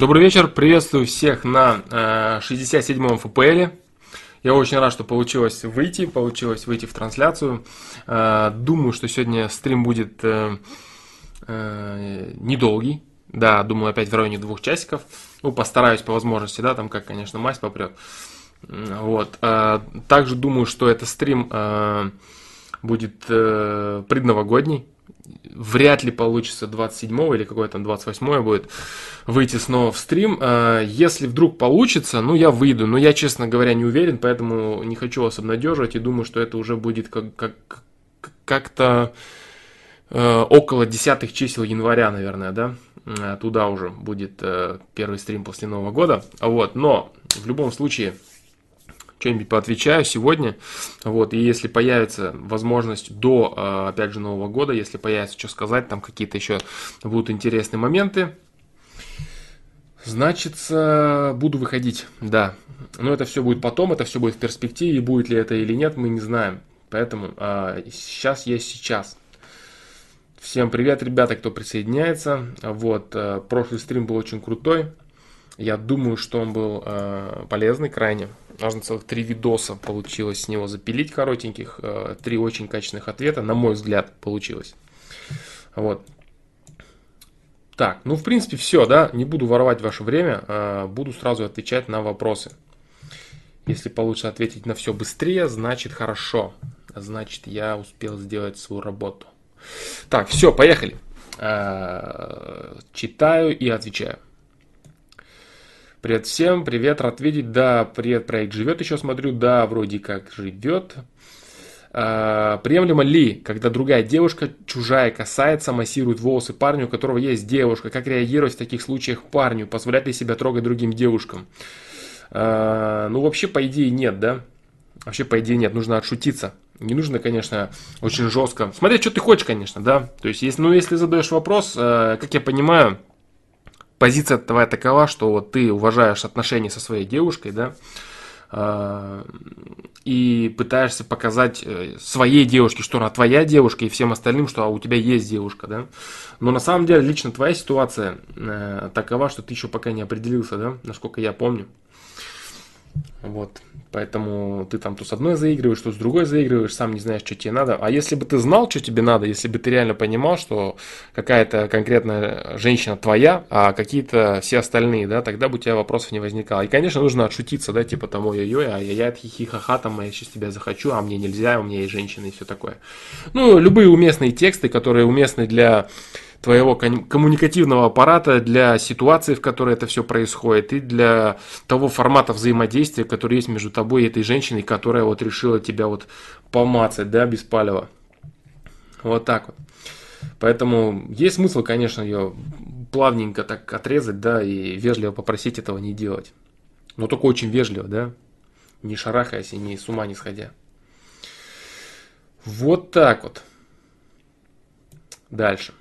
Добрый вечер, приветствую всех на 67-м ФПЛе. Я очень рад, что получилось выйти в трансляцию. Думаю, что сегодня стрим будет недолгий. Да, думаю, опять в районе 2 часиков. Ну, постараюсь по возможности, да, там как, конечно, мазь попрет. Вот. Также думаю, что этот стрим будет предновогодний. Вряд ли получится 27-го или какой там 28-е будет выйти снова в стрим. Если вдруг получится, ну я выйду. Но я, честно говоря, не уверен, поэтому не хочу вас обнадеживать и думаю, что это уже будет как-то около 10 чисел января, наверное, да. Туда уже будет первый стрим после Нового года. Вот. Но в любом случае что-нибудь поотвечаю сегодня, вот, и если появится возможность до, опять же, Нового года, если появится что сказать, там какие-то еще будут интересные моменты, значит, буду выходить, да, но это все будет потом, это все будет в перспективе, будет ли это или нет, мы не знаем, поэтому сейчас есть сейчас. Всем привет, ребята, кто присоединяется, вот, прошлый стрим был очень крутой, я думаю, что он был полезный крайне. Аж целых 3 видоса получилось с него запилить коротеньких. 3 очень качественных ответа, на мой взгляд, получилось. Вот. Так, ну в принципе все, да. Не буду воровать ваше время. Буду сразу отвечать на вопросы. Если получится ответить на все быстрее, значит хорошо. Значит, я успел сделать свою работу. Так, все, поехали. Читаю и отвечаю. Привет всем, привет, рад видеть, да, привет, проект живет еще, смотрю, да, вроде как живет. Приемлемо ли, когда другая девушка, чужая, касается, массирует волосы парню, у которого есть девушка? Как реагировать в таких случаях парню? Позволять ли себя трогать другим девушкам? Ну, вообще, по идее, нет, да? Вообще, по идее, нет, нужно отшутиться. Не нужно, конечно, очень жестко. Смотри, что ты хочешь, конечно, да? То есть, если задаешь вопрос, как я понимаю, позиция твоя такова, что вот ты уважаешь отношения со своей девушкой, да, и пытаешься показать своей девушке, что она твоя девушка, и всем остальным, что у тебя есть девушка, да. Но на самом деле лично твоя ситуация такова, что ты еще пока не определился, да, насколько я помню. Вот, поэтому ты там то с одной заигрываешь, то с другой заигрываешь, сам не знаешь, что тебе надо. А если бы ты знал, что тебе надо, если бы ты реально понимал, что какая-то конкретная женщина твоя, а какие-то все остальные, да, тогда бы у тебя вопросов не возникало. И, конечно, нужно отшутиться, да, типа там, ой-ой-ой, ай-яй-яй, хихи-ха-ха, там, я сейчас тебя захочу, а мне нельзя, у меня есть женщина и все такое. Ну, любые уместные тексты, которые уместны для твоего коммуникативного аппарата, для ситуации, в которой это все происходит, и для того формата взаимодействия, который есть между тобой и этой женщиной, которая вот решила тебя вот помацать, да, беспалево. Вот так вот. Поэтому есть смысл, конечно, ее плавненько так отрезать, да, и вежливо попросить этого не делать. Но только очень вежливо, да, не шарахаясь и не с ума не сходя. Вот так вот. Дальше.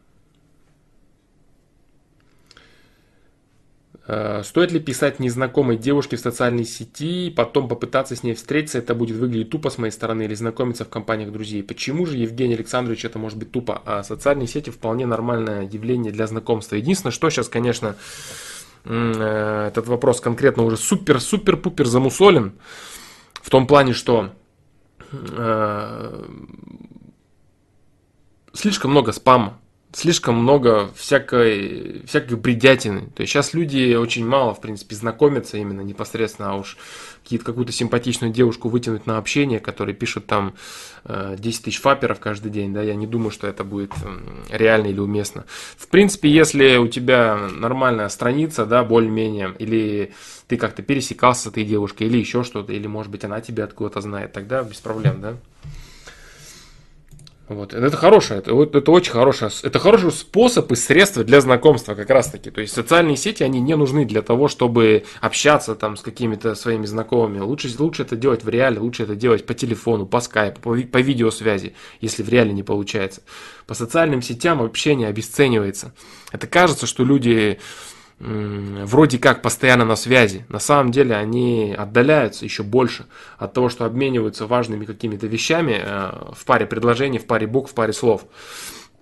Стоит ли писать незнакомой девушке в социальной сети, потом попытаться с ней встретиться, это будет выглядеть тупо с моей стороны, или знакомиться в компаниях друзей? Почему же, Евгений Александрович, это может быть тупо? А социальные сети вполне нормальное явление для знакомства. Единственное, что сейчас, конечно, этот вопрос конкретно уже супер-супер-пупер замусолен, в том плане, что слишком много спама. Слишком много всякой бредятины. То есть сейчас люди очень мало, в принципе, знакомятся именно непосредственно, а уж какую-то симпатичную девушку вытянуть на общение, которые пишут там 10 тысяч фаперов каждый день, да, я не думаю, что это будет реально или уместно. В принципе, если у тебя нормальная страница, да, более-менее, или ты как-то пересекался с этой девушкой, или еще что-то, или, может быть, она тебя откуда-то знает, тогда без проблем, да. Вот. Это хорошее, это очень хорошее, это хороший способ и средство для знакомства как раз таки. То есть социальные сети, они не нужны для того, чтобы общаться там с какими-то своими знакомыми. Лучше это делать в реале, лучше это делать по телефону, по скайпу, по видеосвязи, если в реале не получается. По социальным сетям общение обесценивается. Это кажется, что люди вроде как постоянно на связи. На самом деле они отдаляются еще больше от того, что обмениваются важными какими-то вещами в паре предложений, в паре букв, в паре слов.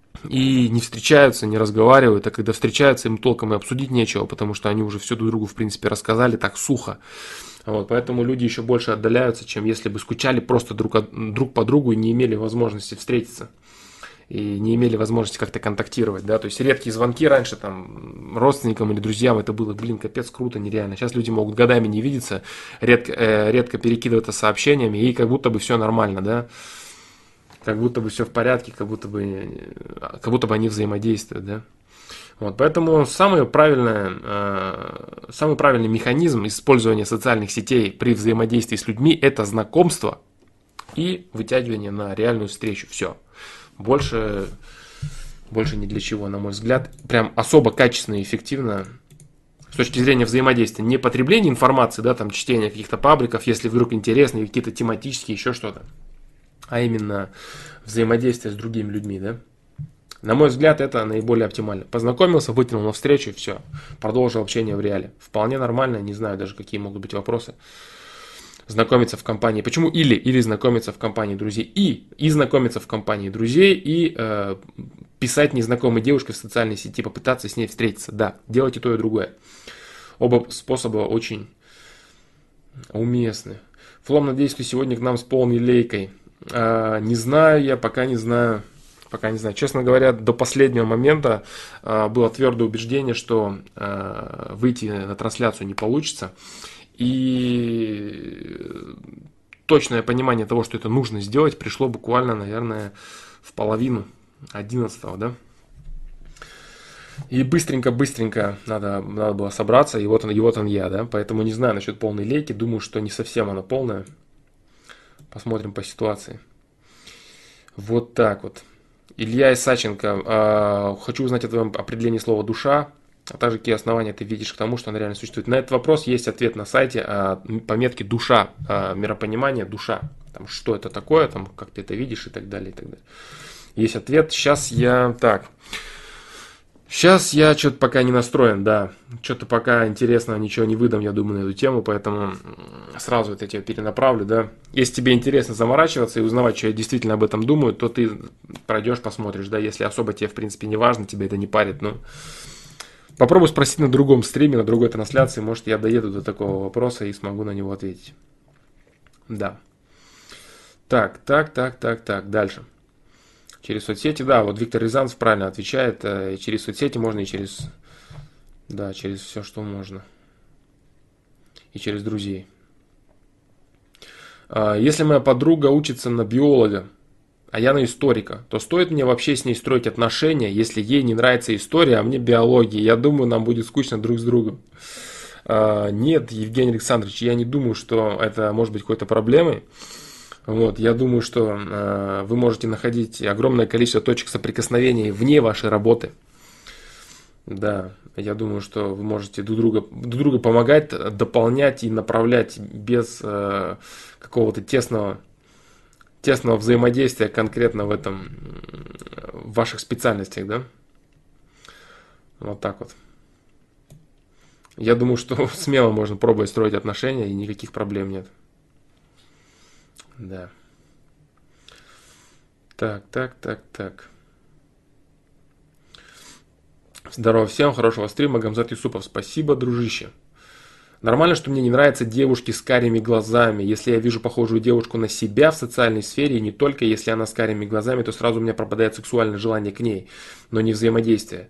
и не встречаются, не разговаривают, а когда встречаются, им толком и обсудить нечего, потому что они уже все друг другу, в принципе, рассказали так сухо. Вот, поэтому люди еще больше отдаляются, чем если бы скучали просто друг по другу и не имели возможности встретиться. И не имели возможности как-то контактировать, да, то есть редкие звонки раньше там родственникам или друзьям, это было, блин, капец, круто, нереально. Сейчас люди могут годами не видеться, редко перекидываться сообщениями, и как будто бы все нормально, да, как будто бы все в порядке, как будто бы они взаимодействуют, да. Вот, поэтому самый правильный механизм использования социальных сетей при взаимодействии с людьми – это знакомство и вытягивание на реальную встречу. Все. Больше ни для чего, на мой взгляд. Прям особо качественно и эффективно с точки зрения взаимодействия. Не потребление информации, да, там чтение каких-то пабликов, если вдруг интересно, какие-то тематические, еще что-то. А именно взаимодействие с другими людьми, да. На мой взгляд, это наиболее оптимально. Познакомился, вытянул на встречу, все. Продолжил общение в реале. Вполне нормально, не знаю даже, какие могут быть вопросы. Знакомиться в компании. Почему или знакомиться в компании друзей, и знакомиться в компании друзей, и писать незнакомой девушке в социальной сети, попытаться с ней встретиться. Да, делайте то и другое. Оба способа очень уместны. Флом, надеюсь, ты сегодня к нам с полной лейкой. Не знаю, я пока не знаю. Честно говоря, до последнего момента было твердое убеждение, что выйти на трансляцию не получится. И точное понимание того, что это нужно сделать, пришло буквально, наверное, в половину 11-го, да. И быстренько надо было собраться, и вот он я, да. Поэтому не знаю насчет полной лейки, думаю, что не совсем она полная. Посмотрим по ситуации. Вот так вот. Илья Исаченко, хочу узнать о твоем определении слова «душа», а также какие основания ты видишь к тому, что она реально существует. На этот вопрос есть ответ на сайте по метке «душа», миропонимание «душа». Там, что это такое, там, как ты это видишь и так далее, и так далее. Есть ответ. Сейчас я что-то пока не настроен, да. Что-то пока интересно, ничего не выдам, я думаю, на эту тему, поэтому сразу это я тебя перенаправлю, да. Если тебе интересно заморачиваться и узнавать, что я действительно об этом думаю, то ты пройдешь, посмотришь, да. Если особо тебе, в принципе, не важно, тебе это не парит, ну. Попробуй спросить на другом стриме, на другой трансляции, может, я доеду до такого вопроса и смогу на него ответить. Да. Так, дальше. Через соцсети, да, вот Виктор Рязанцев правильно отвечает. Через соцсети можно и через все, что можно. И через друзей. Если моя подруга учится на биолога, а я на историка, то стоит мне вообще с ней строить отношения, если ей не нравится история, а мне биология? Я думаю, нам будет скучно друг с другом. Нет, Евгений Александрович, я не думаю, что это может быть какой-то проблемой. Вот, я думаю, что вы можете находить огромное количество точек соприкосновения вне вашей работы. Да, я думаю, что вы можете друг друга помогать, дополнять и направлять без какого-то тесного взаимодействия конкретно в ваших специальностях, да? Вот так вот. Я думаю, что смело можно пробовать строить отношения, и никаких проблем нет. Да. Так. Здорово всем, хорошего стрима, Гамзат Юсупов. Спасибо, дружище. Нормально, что мне не нравятся девушки с карими глазами. Если я вижу похожую девушку на себя в социальной сфере, и не только если она с карими глазами, то сразу у меня пропадает сексуальное желание к ней, но не взаимодействие.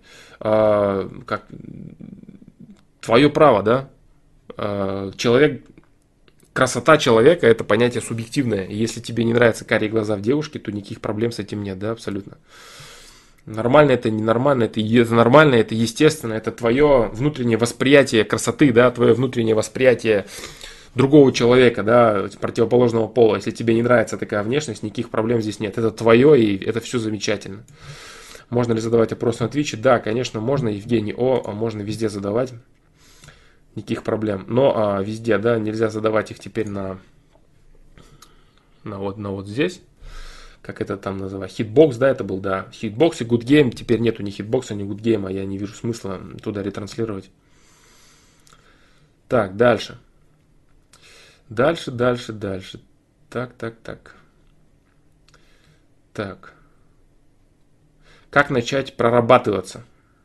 Твое право, да? Красота человека – это понятие субъективное. И если тебе не нравятся карие глаза в девушке, то никаких проблем с этим нет, да, абсолютно. Нормально это, ненормально, это нормально, это естественно, это твое внутреннее восприятие красоты, да, твое внутреннее восприятие другого человека, да, противоположного пола. Если тебе не нравится такая внешность, никаких проблем здесь нет. Это твое, и это все замечательно. Можно ли задавать вопросы на Твиче? Да, конечно, можно, Евгений можно везде задавать. Никаких проблем. Но везде, да, нельзя задавать их теперь на вот здесь. Как это там называется? Хитбокс, да, это был, да. Хитбокс и Good Game. Теперь нету ни хитбокса, ни Good Game, я не вижу смысла туда ретранслировать. Так, дальше. Дальше. Так. Как начать прорабатываться?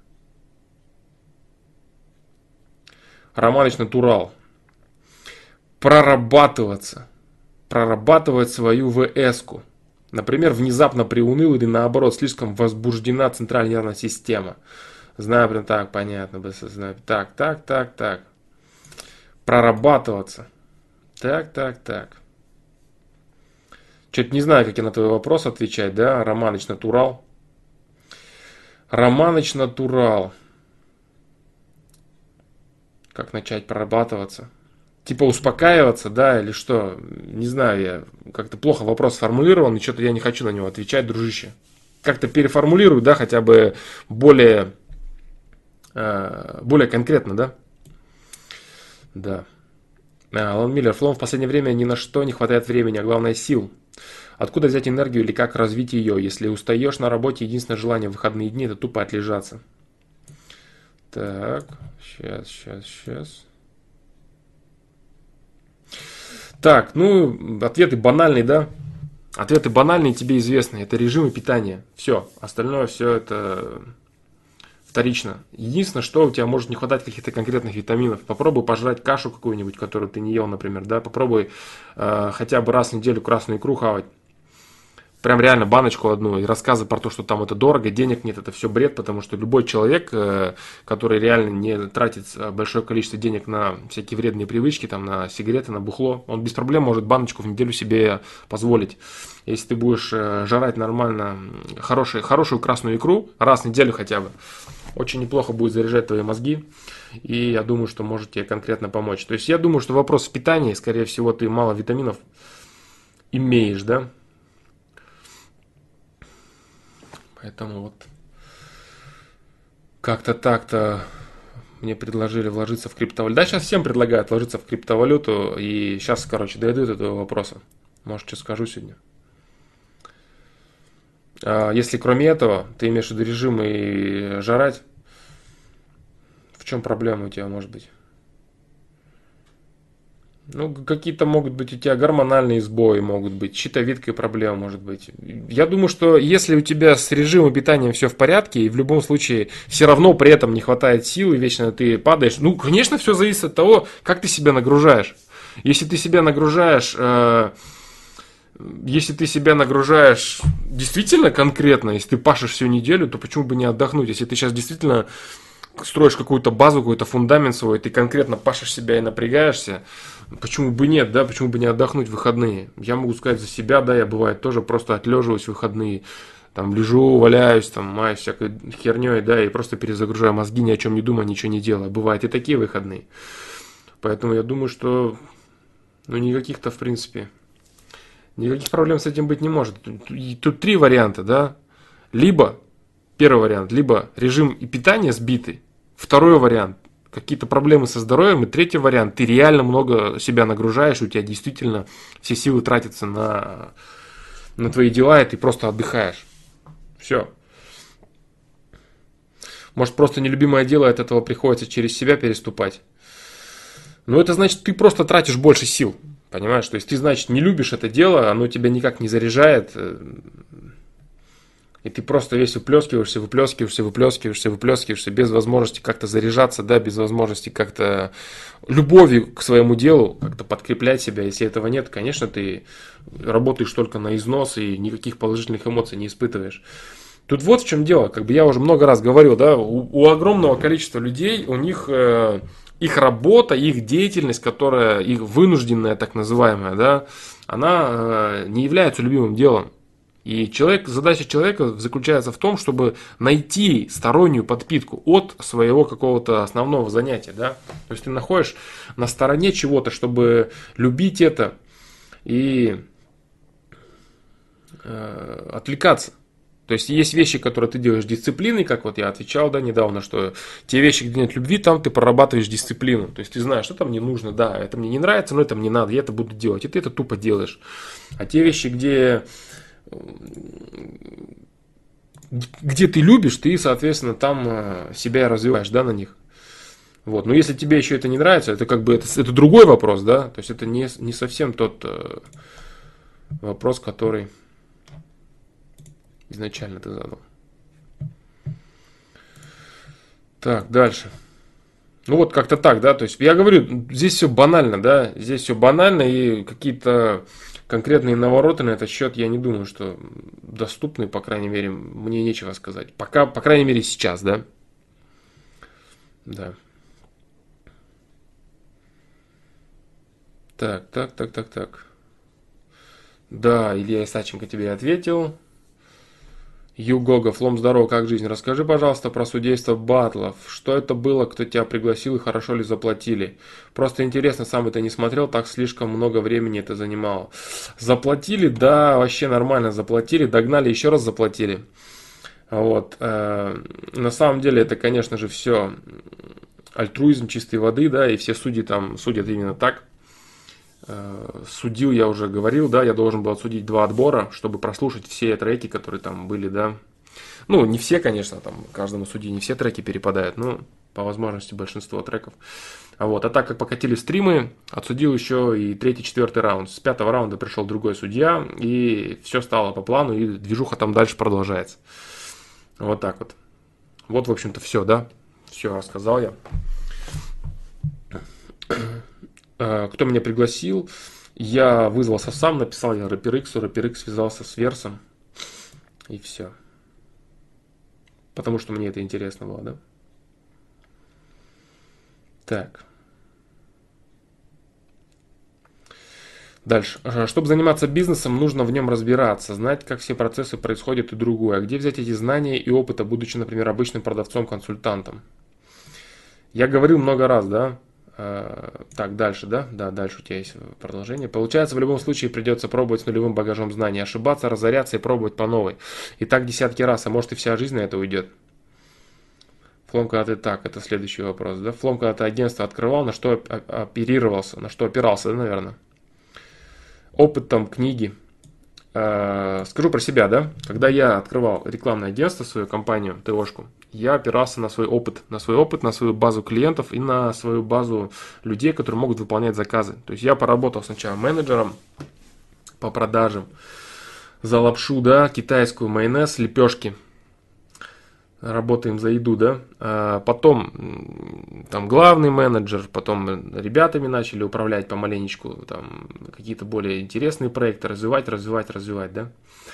Романыч Натурал. Прорабатываться. Прорабатывать свою ВС-ку. Например, внезапно приуныл или наоборот слишком возбуждена центральная нервная система. Знаю, прям так, понятно. Так. Прорабатываться. Так. Что-то не знаю, как я на твой вопрос отвечать, да, Романыч Натурал. Романыч Натурал. Как начать прорабатываться? Типа успокаиваться, да, или что? Не знаю, я как-то плохо вопрос сформулирован, и что-то я не хочу на него отвечать, дружище. Как-то переформулирую, да, хотя бы более конкретно, да? Да. Алан Миллер, Флом, в последнее время ни на что не хватает времени, а главное сил. Откуда взять энергию или как развить ее? Если устаешь на работе, единственное желание в выходные дни это тупо отлежаться. Так, сейчас. Так, ну, ответы банальные, да? Ответы банальные, тебе известны. Это режимы питания. Все. Остальное все это вторично. Единственное, что у тебя может не хватать каких-то конкретных витаминов. Попробуй пожрать кашу какую-нибудь, которую ты не ел, например, да? Попробуй хотя бы раз в неделю красную икру хавать. Прям реально баночку одну. И рассказы про то, что там это дорого, денег нет, это все бред, потому что любой человек, который реально не тратит большое количество денег на всякие вредные привычки, там, на сигареты, на бухло, он без проблем может баночку в неделю себе позволить. Если ты будешь жрать нормально хорошую красную икру, раз в неделю хотя бы, очень неплохо будет заряжать твои мозги. И я думаю, что может тебе конкретно помочь. То есть я думаю, что вопрос питания, скорее всего, ты мало витаминов имеешь, да? Поэтому вот как-то так-то мне предложили вложиться в криптовалюту. Да, сейчас всем предлагают вложиться в криптовалюту. И сейчас, короче, дойду до этого вопроса. Может, что скажу сегодня. Если кроме этого ты имеешь в виду режим и жрать, в чем проблема у тебя может быть? Ну, какие-то могут быть у тебя гормональные сбои, могут быть, щитовидкой проблема может быть. Я думаю, что если у тебя с режимом питания все в порядке, и в любом случае все равно при этом не хватает сил, и вечно ты падаешь, ну, конечно, все зависит от того, как ты себя нагружаешь. Если ты себя нагружаешь действительно конкретно, если ты пашешь всю неделю, то почему бы не отдохнуть? Если ты сейчас действительно строишь какую-то базу, какой-то фундамент свой, ты конкретно пашешь себя и напрягаешься, почему бы нет, да, почему бы не отдохнуть в выходные? Я могу сказать за себя, да, я бывает тоже просто отлеживаюсь в выходные, там лежу, валяюсь, там маюсь всякой херней, да, и просто перезагружаю мозги, ни о чем не думаю, ничего не делаю. Бывают и такие выходные. Поэтому я думаю, что никаких-то, в принципе, никаких проблем с этим быть не может. Тут три варианта, да. Либо, первый вариант, либо режим и питание сбитый. Второй вариант, какие-то проблемы со здоровьем. И третий вариант, ты реально много себя нагружаешь, у тебя действительно все силы тратятся на твои дела, и ты просто отдыхаешь. Все. Может, просто нелюбимое дело, от этого приходится через себя переступать. Но это значит, ты просто тратишь больше сил. Понимаешь? То есть ты, значит, не любишь это дело, оно тебя никак не заряжает. И ты просто весь выплескиваешься, без возможности как-то заряжаться, да, без возможности как-то любовью к своему делу, как-то подкреплять себя. Если этого нет, конечно, ты работаешь только на износ и никаких положительных эмоций не испытываешь. Тут вот в чем дело, как бы я уже много раз говорил, да, у огромного количества людей, у них их работа, их деятельность, которая их вынужденная, так называемая, да, она не является любимым делом. И задача человека заключается в том, чтобы найти стороннюю подпитку от своего какого-то основного занятия. Да? То есть ты находишь на стороне чего-то, чтобы любить это и отвлекаться. То есть есть вещи, которые ты делаешь дисциплиной, как вот я отвечал, да, недавно, что те вещи, где нет любви, там ты прорабатываешь дисциплину. То есть ты знаешь, что там мне нужно, да, это мне не нравится, но это мне надо, я это буду делать. И ты это тупо делаешь. А те вещи, где ты любишь, ты, соответственно, там себя развиваешь, да, на них. Вот. Но если тебе еще это не нравится, это как бы это другой вопрос, да, то есть это не совсем тот вопрос, который изначально ты задал. Так, дальше. Ну вот как-то так, да, то есть я говорю, здесь все банально, да, здесь все банально и какие-то конкретные навороты на этот счет я не думаю, что доступны, по крайней мере, мне нечего сказать. Пока, по крайней мере, сейчас, да. Да. Так. Да, Илья Исаченко тебе ответил. Югога, Флом, здорово, как жизнь? Расскажи, пожалуйста, про судейство батлов. Что это было, кто тебя пригласил и хорошо ли заплатили? Просто интересно, сам это не смотрел, так слишком много времени это занимало. Заплатили, да, вообще нормально заплатили, догнали, еще раз заплатили. Вот. На самом деле это, конечно же, все альтруизм чистой воды, да, и все судьи там судят именно так. Судил, я уже говорил, да, я должен был отсудить 2 отбора, чтобы прослушать все треки, которые там были, да. Ну, не все, конечно, там каждому судье не все треки перепадают, но по возможности большинство треков. А так как покатили стримы, отсудил еще и 3-4 раунд. С 5-го раунда пришел другой судья, и все стало по плану, и движуха там дальше продолжается. Вот так вот. Вот, в общем-то, все, да. Все рассказал я. Кто меня пригласил? Я вызвался сам, написал я RapperX, RapperX связался с Версом. И все. Потому что мне это интересно было, да? Так. Дальше. Чтобы заниматься бизнесом, нужно в нем разбираться, знать, как все процессы происходят и другое. А где взять эти знания и опыта, будучи, например, обычным продавцом-консультантом? Я говорил много раз, да? Так, дальше, да? Да, дальше у тебя есть продолжение. Получается, в любом случае придется пробовать с нулевым багажом знаний, ошибаться, разоряться и пробовать по новой. И так десятки раз, а может и вся жизнь на это уйдет. Флом, когда ты так, это следующий вопрос, да? Флом, когда ты агентство открывал, на что оперировался, на что опирался, да, наверное? Опыт там, книги. Скажу про себя, да? Когда я открывал рекламное агентство, свою компанию, ТОшку, я опирался на свой опыт, на свою базу клиентов и на свою базу людей, которые могут выполнять заказы. То есть я поработал сначала менеджером по продажам за лапшу, да, китайскую, майонез, лепешки. Работаем за еду, да. Потом там главный менеджер, потом ребятами начали управлять помаленечку, там какие-то более интересные проекты развивать, да.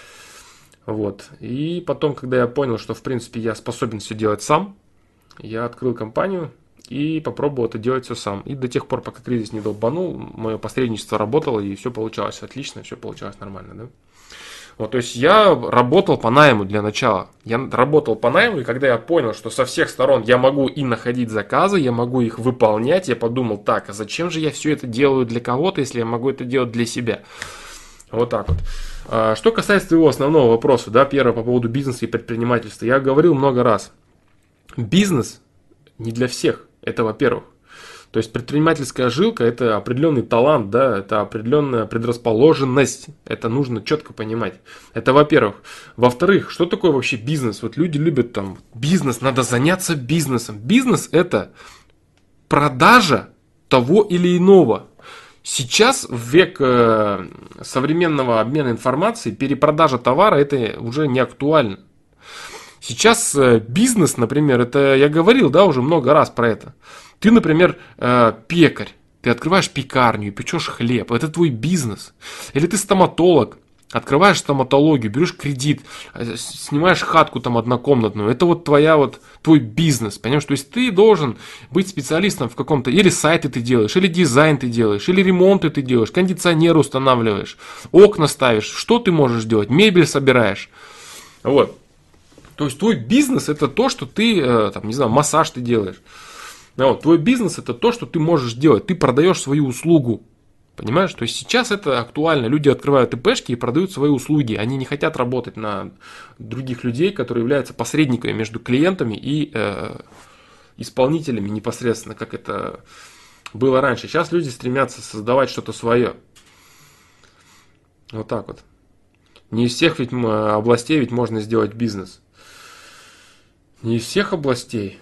Вот. И потом, когда я понял, что в принципе я способен все делать сам, я открыл компанию и попробовал это делать все сам. И до тех пор, пока кризис не долбанул, мое посредничество работало, и все получалось отлично, все получалось нормально, да. Вот, то есть я работал по найму для начала. Я работал по найму, и когда я понял, что со всех сторон я могу и находить заказы, я могу их выполнять, я подумал, так, а зачем же я все это делаю для кого-то, если я могу это делать для себя? Вот так вот. Что касается твоего основного вопроса, да, первое по поводу бизнеса и предпринимательства, я говорил много раз. Бизнес не для всех, это во-первых. То есть предпринимательская жилка – это определенный талант, да, это определенная предрасположенность, это нужно четко понимать. Это во-первых. Во-вторых, что такое вообще бизнес? Вот люди любят там бизнес, надо заняться бизнесом. Бизнес – это продажа того или иного. Сейчас, в век современного обмена информацией, перепродажа товара – это уже не актуально. Сейчас бизнес, например, это я говорил, да, уже много раз про это. Ты, например, пекарь, ты открываешь пекарню и печешь хлеб, это твой бизнес. Или ты стоматолог, открываешь стоматологию, берешь кредит, снимаешь хатку там однокомнатную, это вот твой бизнес, понимаешь? То есть ты должен быть специалистом в каком-то, или сайты ты делаешь, или дизайн ты делаешь, или ремонты ты делаешь, кондиционер устанавливаешь, окна ставишь, что ты можешь делать, мебель собираешь, вот. То есть твой бизнес это то, что ты, там, не знаю, массаж ты делаешь. Вот, твой бизнес это то, что ты можешь делать. Ты продаешь свою услугу. Понимаешь? То есть сейчас это актуально. Люди открывают ИПшки и продают свои услуги. Они не хотят работать на других людей, которые являются посредниками между клиентами и исполнителями непосредственно, как это было раньше. Сейчас люди стремятся создавать что-то свое. Вот так вот. Не из всех областей ведь можно сделать бизнес. Не из всех областей.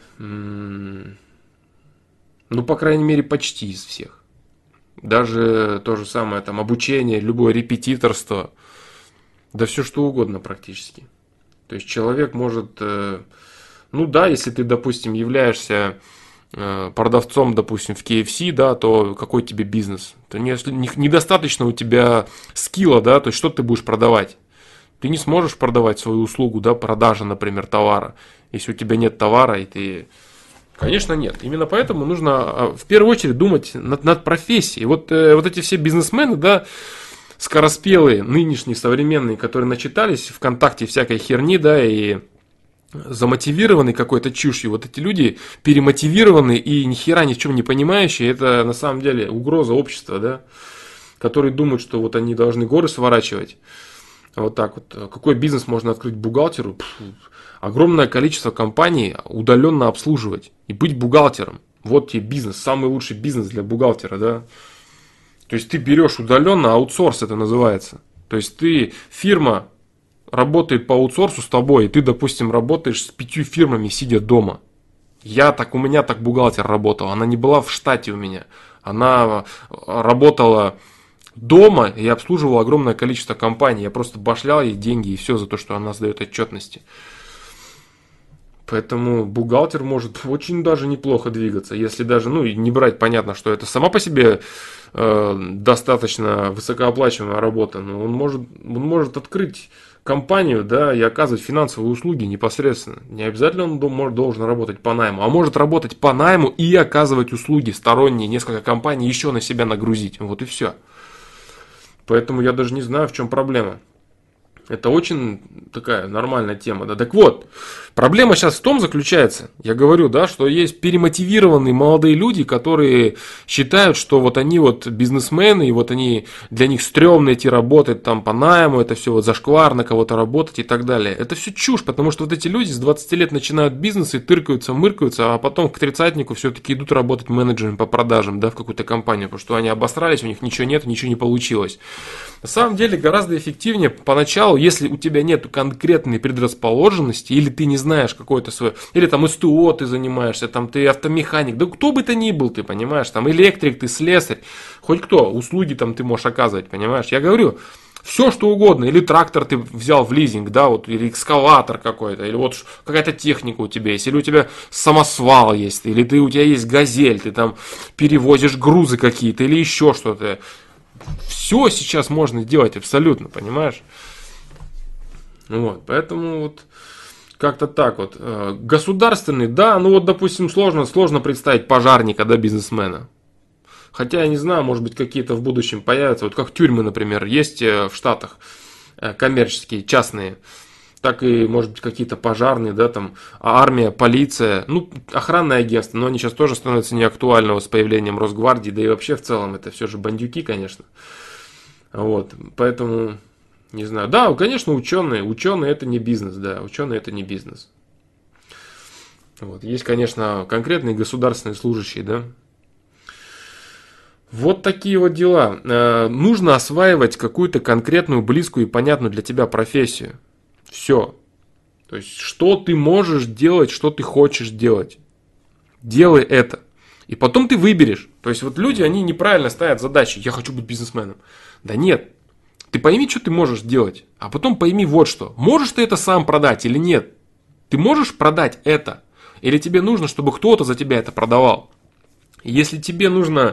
Ну, по крайней мере, почти из всех. Даже то же самое, там, обучение, любое репетиторство. Да все что угодно практически. То есть человек может Ну да, если ты, допустим, являешься продавцом, допустим, в KFC, да, то какой тебе бизнес? То недостаточно у тебя скилла, да, то есть что ты будешь продавать? Ты не сможешь продавать свою услугу, да, продажа, например, товара, если у тебя нет товара, и ты... Конечно, нет. Именно поэтому нужно в первую очередь думать над профессией. Вот эти все бизнесмены, да, скороспелые, нынешние, современные, которые начитались ВКонтакте всякой херни, да, и замотивированы какой-то чушью. Вот эти люди перемотивированы и ни хера ни в чем не понимающие. Это на самом деле угроза общества, да, которые думают, что вот они должны горы сворачивать. Вот так вот. Какой бизнес можно открыть бухгалтеру? Огромное количество компаний удаленно обслуживать и быть бухгалтером. Вот тебе бизнес, самый лучший бизнес для бухгалтера, да. То есть ты берешь удаленно, аутсорс это называется. То есть ты, фирма работает по аутсорсу с тобой, и ты, допустим, работаешь с 5 фирмами, сидя дома. У меня так бухгалтер работал, она не была в штате у меня. Она работала дома и обслуживала огромное количество компаний. Я просто башлял ей деньги и все за то, что она сдает отчетности. Поэтому бухгалтер может очень даже неплохо двигаться, если даже, ну, и не брать, понятно, что это сама по себе достаточно высокооплачиваемая работа, но он может открыть компанию, да, и оказывать финансовые услуги непосредственно. Не обязательно он должен работать по найму, а может работать по найму и оказывать услуги сторонние, несколько компаний еще на себя нагрузить. Вот и все. Поэтому я даже не знаю, в чем проблема. Это очень такая нормальная тема. Да. Так вот, проблема сейчас в том заключается, я говорю, да, что есть перемотивированные молодые люди, которые считают, что вот они вот бизнесмены, и вот они, для них стрёмно идти работать там по найму, это все вот зашквар, на кого-то работать и так далее. Это все чушь, потому что вот эти люди с 20 лет начинают бизнес и тыркаются, мыркаются, а потом к тридцатнику все-таки идут работать менеджерами по продажам, да, в какую-то компанию, потому что они обосрались, у них ничего нет, ничего не получилось. На самом деле гораздо эффективнее поначалу, если у тебя нет конкретной предрасположенности, или ты не знаешь какое-то свое, или там СТО ты занимаешься, там ты автомеханик, да кто бы ты ни был, ты понимаешь, там электрик, ты слесарь, хоть кто, услуги там ты можешь оказывать, понимаешь, я говорю, все что угодно, или трактор ты взял в лизинг, да, вот, или экскаватор какой-то, или вот какая-то техника у тебя есть, или у тебя самосвал есть, или у тебя есть газель, ты там перевозишь грузы какие-то, или еще что-то. Все сейчас можно сделать абсолютно, понимаешь? Вот, поэтому вот как-то так вот. Государственный, да, ну вот, допустим, сложно представить пожарника, да, бизнесмена. Хотя, я не знаю, может быть, какие-то в будущем появятся. Вот как тюрьмы, например, есть в Штатах коммерческие, частные. Так и, может быть, какие-то пожарные, да, там, армия, полиция, ну, охранное агентство, но они сейчас тоже становятся неактуальны с появлением Росгвардии, да и вообще в целом это все же бандюки, конечно. Вот, поэтому, не знаю, да, конечно, ученые это не бизнес, да, ученые это не бизнес. Вот, есть, конечно, конкретные государственные служащие, да. Вот такие вот дела. Нужно осваивать какую-то конкретную, близкую и понятную для тебя профессию. Все. То есть, что ты можешь делать, что ты хочешь делать. Делай это. И потом ты выберешь. То есть, вот люди, они неправильно ставят задачи. Я хочу быть бизнесменом. Да нет. Ты пойми, что ты можешь делать. А потом пойми вот что. Можешь ты это сам продать или нет? Ты можешь продать это? Или тебе нужно, чтобы кто-то за тебя это продавал? Если тебе нужно,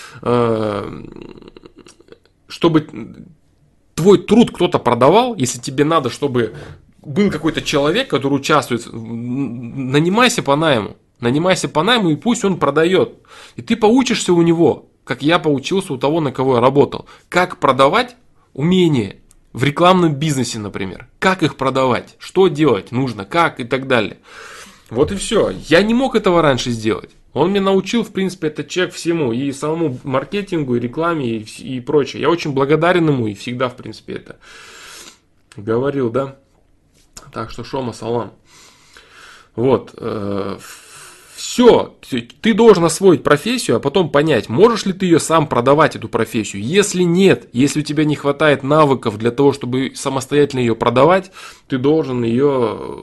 чтобы твой труд кто-то продавал, если тебе надо, чтобы был какой-то человек, который участвует, нанимайся по найму. Нанимайся по найму, и пусть он продает. И ты поучишься у него, как я поучился у того, на кого я работал. Как продавать умение в рекламном бизнесе, например. Как их продавать, что делать нужно, как и так далее. Вот и все. Я не мог этого раньше сделать. Он меня научил, в принципе, этот человек всему. И самому маркетингу, и рекламе, и прочее. Я очень благодарен ему и всегда, в принципе, это говорил, да. Так что шома салам. Вот. Все. Ты должен освоить профессию, а потом понять, можешь ли ты ее сам продавать, эту профессию. Если нет, если у тебя не хватает навыков для того, чтобы самостоятельно ее продавать, ты должен ее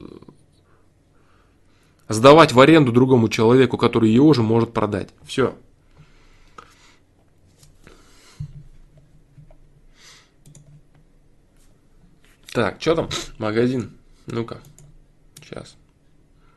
сдавать в аренду другому человеку, который ее уже может продать. Все. Так, что там? Магазин. Ну-ка. Сейчас.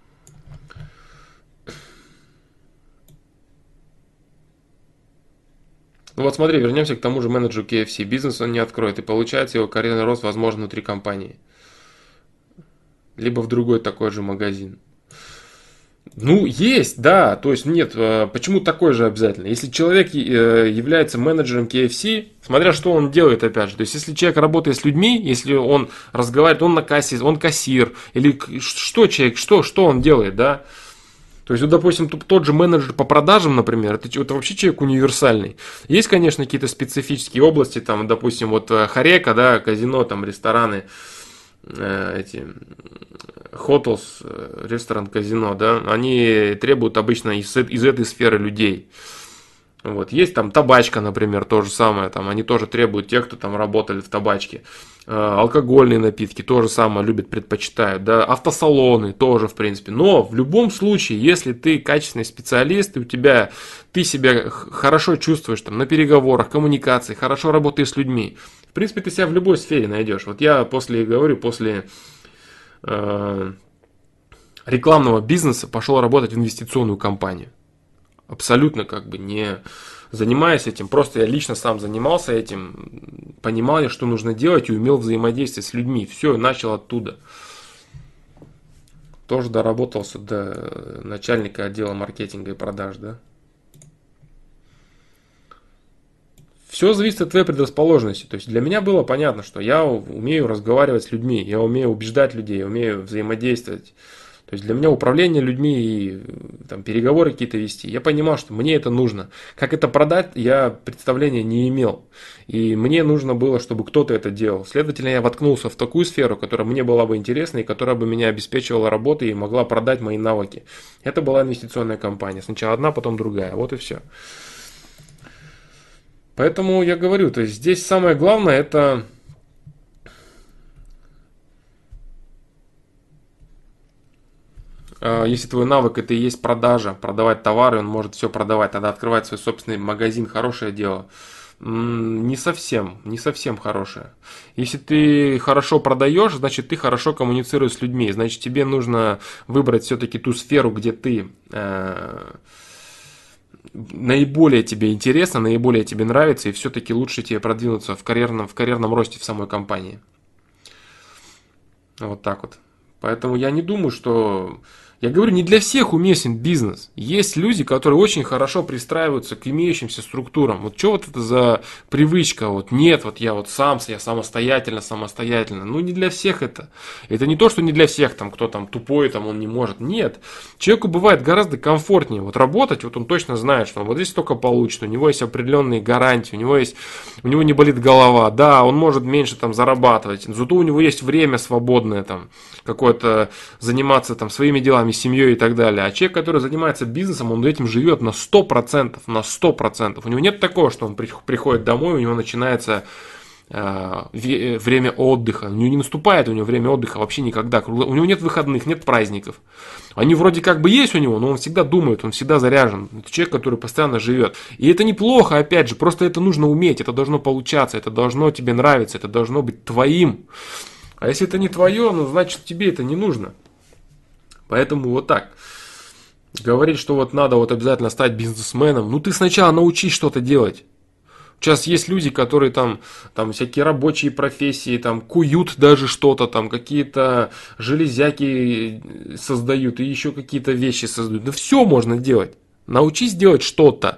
Ну вот смотри, вернемся к тому же менеджеру KFC. Бизнес он не откроет, и получается его карьерный рост возможен внутри компании. Либо в другой такой же магазин. Ну, есть, да, то есть нет, почему такой же обязательно? Если человек является менеджером KFC, смотря что он делает, опять же, то есть если человек работает с людьми, если он разговаривает, он на кассе, он кассир, или что человек, что он делает, да? То есть, вот, допустим, тот же менеджер по продажам, например, это вообще человек универсальный. Есть, конечно, какие-то специфические области, там, допустим, вот Хорека, да, казино, там, рестораны, эти hotels, ресторан, казино, да, они требуют обычно из этой сферы людей. Вот. Есть там табачка, например, то же самое, там, они тоже требуют тех, кто там работали в табачке. Алкогольные напитки то же самое любят, предпочитают, да, автосалоны тоже, в принципе. Но в любом случае, если ты качественный специалист, и ты себя хорошо чувствуешь там, на переговорах, коммуникации, хорошо работаешь с людьми, в принципе, ты себя в любой сфере найдешь. Вот я после рекламного бизнеса пошел работать в инвестиционную компанию. Абсолютно как бы не занимаясь этим, просто я лично сам занимался этим, понимал я, что нужно делать и умел взаимодействовать с людьми. Все, начал оттуда. Тоже доработался до начальника отдела маркетинга и продаж, да. Все зависит от твоей предрасположенности. То есть для меня было понятно, что я умею разговаривать с людьми, я умею убеждать людей, я умею взаимодействовать. То есть для меня управление людьми и там, переговоры какие-то вести, я понимал, что мне это нужно. Как это продать, я представления не имел. И мне нужно было, чтобы кто-то это делал. Следовательно, я воткнулся в такую сферу, которая мне была бы интересна и которая бы меня обеспечивала работой и могла продать мои навыки. Это была инвестиционная компания. Сначала одна, потом другая. Вот и все. Поэтому я говорю, то есть здесь самое главное это... Если твой навык это и есть продажа, продавать товары, он может все продавать, тогда открывать свой собственный магазин, хорошее дело. Не совсем хорошее. Если ты хорошо продаешь, значит ты хорошо коммуницируешь с людьми, значит тебе нужно выбрать все-таки ту сферу, где ты наиболее тебе интересно, наиболее тебе нравится, и все-таки лучше тебе продвинуться в карьерном росте в самой компании. Вот так вот. Поэтому я не думаю, что... Я говорю, не для всех уместен бизнес. Есть люди, которые очень хорошо пристраиваются к имеющимся структурам. Вот что вот это за привычка? Вот нет, вот я самостоятельно. Ну не для всех это. Это не то, что не для всех, там, кто там тупой, там, он не может. Нет. Человеку бывает гораздо комфортнее вот работать, вот он точно знает, что он вот здесь столько получит, у него есть определенные гарантии, у него не болит голова, да, он может меньше там зарабатывать, зато у него есть время свободное там, какое-то заниматься там своими делами, семьей и так далее. А человек, который занимается бизнесом, он этим живет на 100%, на 100%. У него нет такого, что он приходит домой, у него начинается время отдыха. У него не наступает время отдыха вообще никогда. У него нет выходных, нет праздников. Они вроде как бы есть у него, но он всегда думает, он всегда заряжен. Это человек, который постоянно живет. И это неплохо, опять же, просто это нужно уметь, это должно получаться, это должно тебе нравиться, это должно быть твоим. А если это не твое, ну значит тебе это не нужно. Поэтому вот так. Говорить, что вот надо вот обязательно стать бизнесменом. Ну ты сначала научись что-то делать. Сейчас есть люди, которые там всякие рабочие профессии, там куют даже что-то, там какие-то железяки создают и еще какие-то вещи создают. Да все можно делать. Научись делать что-то.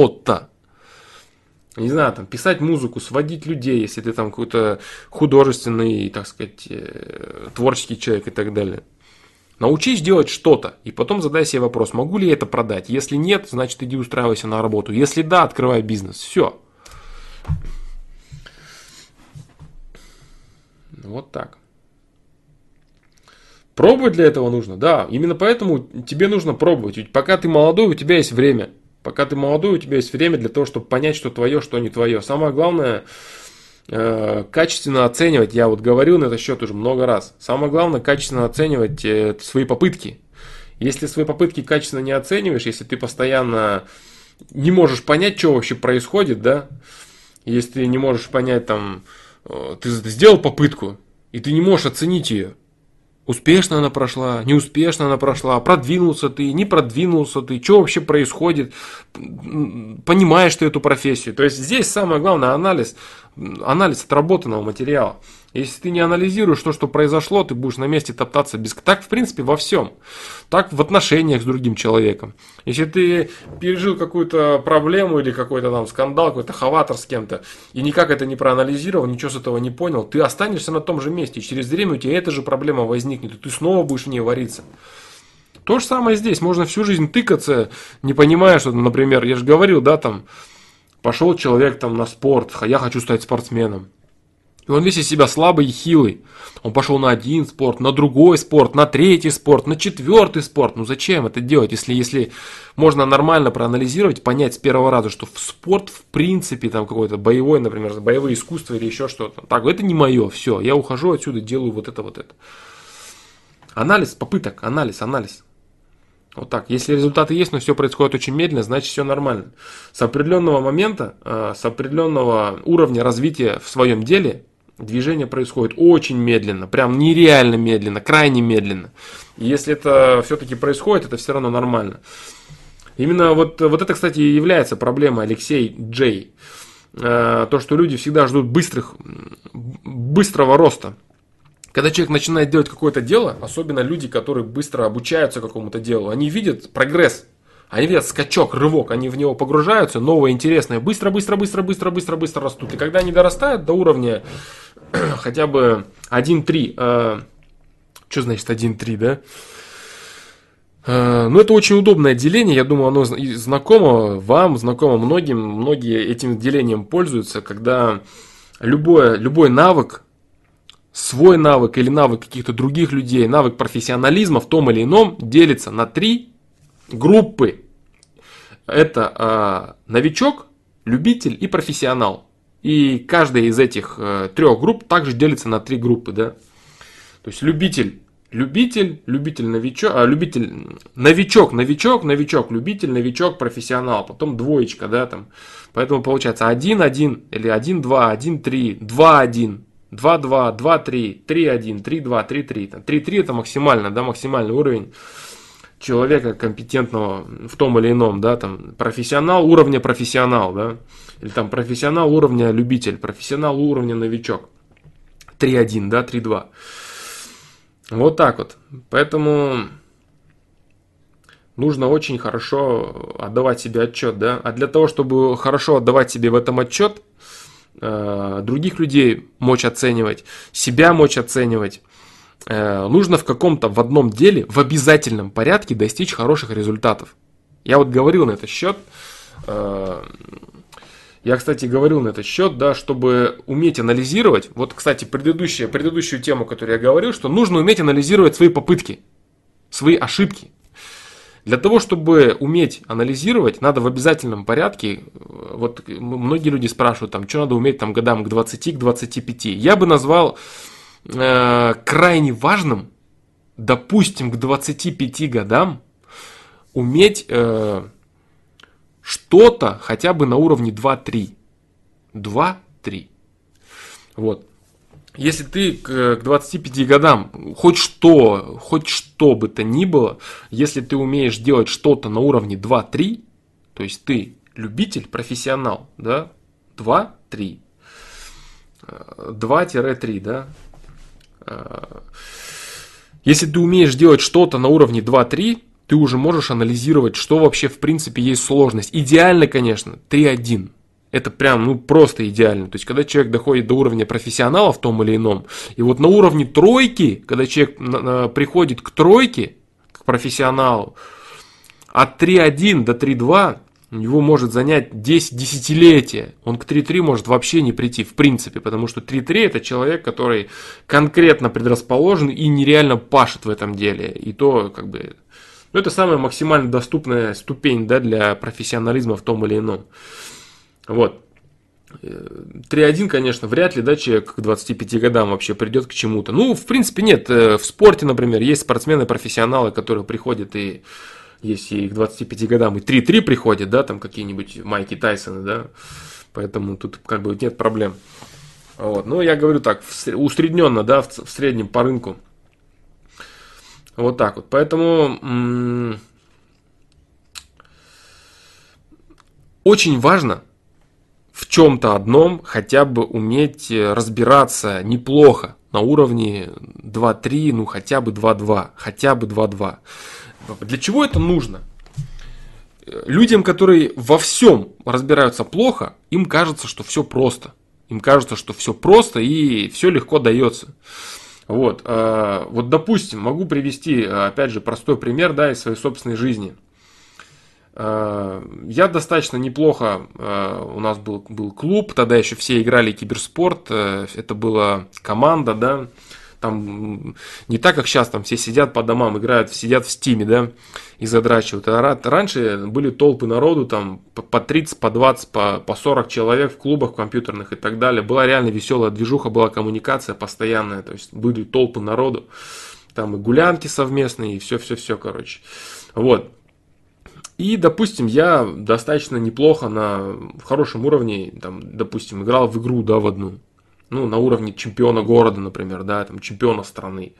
Не знаю, там, писать музыку, сводить людей, если ты там какой-то художественный, так сказать, творческий человек и так далее. Научись делать что-то, и потом задай себе вопрос, могу ли я это продать. Если нет, значит иди устраивайся на работу. Если да, открывай бизнес. Все. Вот так. Пробовать для этого нужно, да. Именно поэтому тебе нужно пробовать. Ведь пока ты молодой, у тебя есть время. Пока ты молодой, у тебя есть время для того, чтобы понять, что твое, что не твое. Самое главное, качественно оценивать, я вот говорил на этот счет уже много раз, самое главное качественно оценивать свои попытки. Если свои попытки качественно не оцениваешь, если ты постоянно не можешь понять, что вообще происходит, да, если ты не можешь понять, там, ты сделал попытку, и ты не можешь оценить ее, Успешно она прошла, неуспешно она прошла, продвинулся ты, не продвинулся ты, что вообще происходит, понимаешь ты эту профессию. То есть здесь самое главное анализ отработанного материала. Если ты не анализируешь то, что произошло, ты будешь на месте топтаться без... Так, в принципе, во всем. Так в отношениях с другим человеком. Если ты пережил какую-то проблему или какой-то там скандал, какой-то хаватор с кем-то, и никак это не проанализировал, ничего с этого не понял, ты останешься на том же месте. И через время у тебя эта же проблема возникнет, и ты снова будешь в ней вариться. То же самое здесь. Можно всю жизнь тыкаться, не понимая, что, например, я же говорил, да, там, пошел человек там на спорт, я хочу стать спортсменом. И он весь из себя слабый и хилый. Он пошел на один спорт, на другой спорт, на третий спорт, на четвертый спорт. Ну зачем это делать, если можно нормально проанализировать, понять с первого раза, что в спорт в принципе там какой-то боевой, например, боевые искусства или еще что-то. Так, это не мое, все, я ухожу отсюда, делаю вот это, вот это. Анализ попыток, анализ. Вот так. Если результаты есть, но все происходит очень медленно, значит все нормально. С определенного момента, с определенного уровня развития в своем деле движение происходит очень медленно, прям нереально медленно, крайне медленно. И если это все-таки происходит, это все равно нормально. Именно вот это, кстати, и является проблемой Алексей Джей. То, что люди всегда ждут быстрого роста. Когда человек начинает делать какое-то дело, особенно люди, которые быстро обучаются какому-то делу, они видят прогресс, они видят скачок, рывок, они в него погружаются, новое, интересное, быстро растут. И когда они дорастают до уровня хотя бы 1.3, что значит 1.3, да? Ну, это очень удобное деление, я думаю, оно знакомо вам, знакомо многим, многие этим делением пользуются, когда любой навык, свой навык или навык каких-то других людей, навык профессионализма в том или ином делится на 3 группы. Это новичок, любитель и профессионал. И каждая из этих 3 групп также делится на 3 группы. Да? То есть любитель, новичок, новичок, любитель, новичок, профессионал. Потом двоечка. Да, там. Поэтому получается 1-1 или 1-2, 1-3, 2-1. 2-2, 2-3, 3-1, 3-2, 3-3. 3-3 это максимально, да, максимальный уровень человека компетентного в том или ином, да, там, профессионал уровня профессионал, да, или там профессионал уровня любитель, профессионал уровня новичок. 3-1, да, 3-2. Вот так вот. Поэтому нужно очень хорошо отдавать себе отчет, да. А для того, чтобы хорошо отдавать себе в этом отчет, других людей мочь оценивать, себя мочь оценивать, нужно в одном деле в обязательном порядке достичь хороших результатов. Я вот говорил на этот счет, да, чтобы уметь анализировать, вот, кстати, предыдущую тему, которую я говорил, что нужно уметь анализировать свои попытки, свои ошибки. Для того, чтобы уметь анализировать, надо в обязательном порядке, вот многие люди спрашивают, там, что надо уметь там, годам к 20, к 25. Я бы назвал крайне важным, допустим, к 25 годам уметь что-то хотя бы на уровне 2-3. 2-3. Вот. Если ты к 25 годам хоть что бы то ни было, если ты умеешь делать что-то на уровне 2-3, то есть ты любитель, профессионал, да, 2-3, 2-3, да, если ты умеешь делать что-то на уровне 2-3, ты уже можешь анализировать, что вообще в принципе есть сложность. Идеально, конечно, 3-1. Это прям, просто идеально. То есть, когда человек доходит до уровня профессионала в том или ином, и вот на уровне тройки, когда человек приходит к тройке, к профессионалу, от 3.1 до 3.2 у него может занять 10 десятилетия. Он к 3.3 может вообще не прийти, в принципе, потому что 3.3 это человек, который конкретно предрасположен и нереально пашет в этом деле. И то, это самая максимально доступная ступень, да, для профессионализма в том или ином. Вот. 3.1, конечно, вряд ли, да, человек к 25 годам вообще придет к чему-то. В принципе, нет. В спорте, например, есть спортсмены-профессионалы, которые приходят и есть и к 25 годам, и 3.3 приходят, да, там какие-нибудь Майки Тайсоны, да. Поэтому тут нет проблем. Вот. Я говорю так, усредненно, да, в среднем по рынку. Вот так вот. Поэтому очень важно в чем-то одном хотя бы уметь разбираться неплохо на уровне 2-3, ну хотя бы 2-2, хотя бы 2-2. Для чего это нужно? Людям, которые во всем разбираются плохо, им кажется, что все просто. Им кажется, что все просто и все легко дается. Вот, вот, допустим, могу привести, опять же, простой пример, да, из своей собственной жизни. Я достаточно неплохо, у нас был клуб, тогда еще все играли киберспорт, это была команда, да, там не так, как сейчас, там все сидят по домам, играют, сидят в стиме, да, и задрачивают. А раньше были толпы народу, там по 30, по 20, по 40 человек в клубах компьютерных и так далее. Была реально веселая движуха, была коммуникация постоянная, то есть были толпы народу, там и гулянки совместные, и все, короче. Вот. И, допустим, я достаточно неплохо в хорошем уровне, там, допустим, играл в игру, да, в одну. Ну, на уровне чемпиона города, например, да, там, чемпиона страны.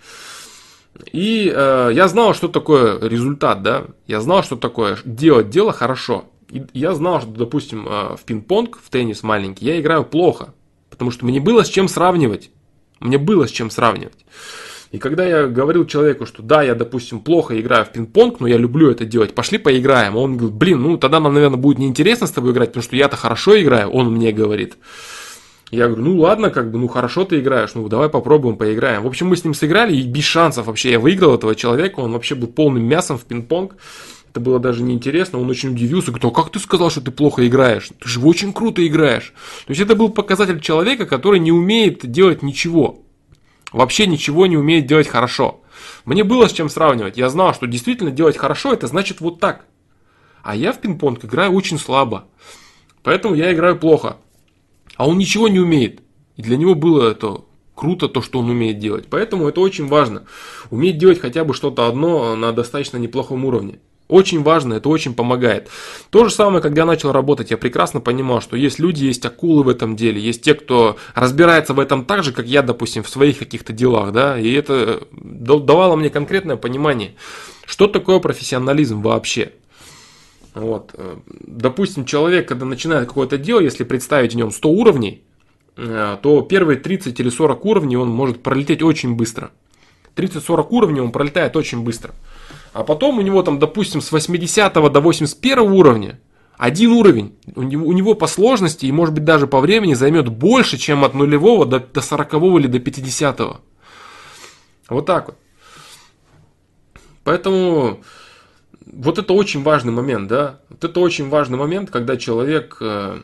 И я знал, что такое результат, да. Я знал, что такое делать дело хорошо. И я знал, что, допустим, в пинг-понг, в теннис маленький, я играю плохо. Потому что мне было с чем сравнивать. Мне было с чем сравнивать. И когда я говорил человеку, что да, я, допустим, плохо играю в пинг-понг, но я люблю это делать, пошли поиграем. Он говорит, блин, ну тогда нам, наверное, будет неинтересно с тобой играть, потому что я-то хорошо играю, он мне говорит. Я говорю, ну ладно, как бы, ну хорошо ты играешь, ну давай попробуем, поиграем. В общем, мы с ним сыграли, и без шансов вообще я выиграл этого человека, он вообще был полным мясом в пинг-понг. Это было даже неинтересно, он очень удивился, говорит, а как ты сказал, что ты плохо играешь? Ты же очень круто играешь. То есть это был показатель человека, который не умеет делать ничего. Вообще ничего не умеет делать хорошо. Мне было с чем сравнивать. Я знал, что действительно делать хорошо, это значит вот так. А я в пинг-понг играю очень слабо. Поэтому я играю плохо. А он ничего не умеет. И для него было это круто, то, что он умеет делать. Поэтому это очень важно. Уметь делать хотя бы что-то одно на достаточно неплохом уровне. Очень важно, это очень помогает. То же самое, когда я начал работать, я прекрасно понимал, что есть люди, есть акулы в этом деле, есть те, кто разбирается в этом так же, как я, допустим, в своих каких-то делах, да, и это давало мне конкретное понимание, что такое профессионализм вообще. Вот. Допустим, человек, когда начинает какое-то дело, если представить в нем 100 уровней, то первые 30 или 40 уровней он может пролететь очень быстро. 30-40 уровней он пролетает очень быстро. А потом у него там, допустим, с 80 до 81 уровня один уровень. У него по сложности и, может быть, даже по времени займет больше, чем от нулевого до 40 или до 50. Вот так вот. Поэтому вот это очень важный момент, да. Вот это очень важный момент, когда человек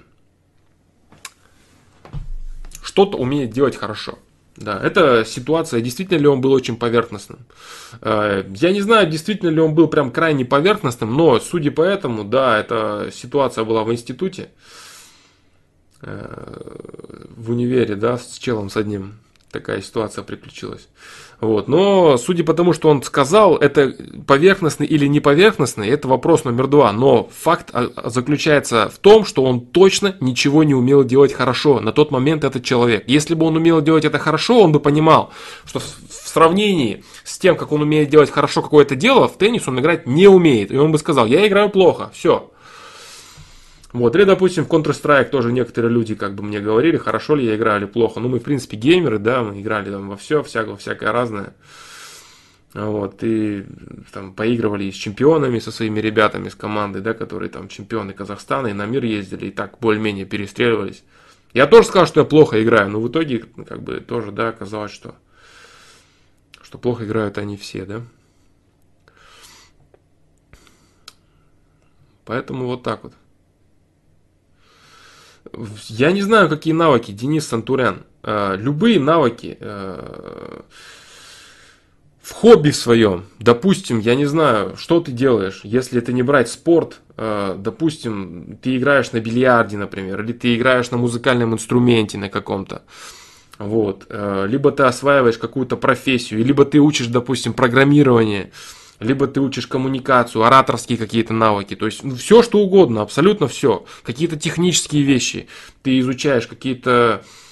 что-то умеет делать хорошо. Да, эта ситуация, действительно ли он был очень поверхностным. Я не знаю, действительно ли он был прям крайне поверхностным, но судя по этому, да, эта ситуация была в институте, в универе, да, с челом с одним. Такая ситуация приключилась. Вот. Но судя по тому, что он сказал, это поверхностный или не поверхностный, это вопрос номер 2. Но факт заключается в том, что он точно ничего не умел делать хорошо на тот момент этот человек. Если бы он умел делать это хорошо, он бы понимал, что в сравнении с тем, как он умеет делать хорошо какое-то дело, в теннис он играть не умеет. И он бы сказал, я играю плохо, все. Вот, или, допустим, в Counter-Strike тоже некоторые люди как бы мне говорили, хорошо ли я играю или плохо. Ну, мы, в принципе, геймеры, да, мы играли там во все, всякое разное. Вот, и там поигрывали и с чемпионами, со своими ребятами, с командой, да, которые там чемпионы Казахстана, и на мир ездили, и так более-менее перестреливались. Я тоже сказал, что я плохо играю, но в итоге, как бы, тоже, да, оказалось, что плохо играют они все, да. Поэтому вот так вот. Я не знаю, какие навыки, Денис Сантурян. Любые навыки в хобби своем. Допустим, я не знаю, что ты делаешь, если это не брать спорт. Допустим, ты играешь на бильярде, например, или ты играешь на музыкальном инструменте на каком-то. Вот. Либо ты осваиваешь какую-то профессию, либо ты учишь, допустим, программирование. Либо ты учишь коммуникацию, ораторские какие-то навыки, то есть все что угодно, абсолютно все, какие-то технические вещи, ты изучаешь какие-то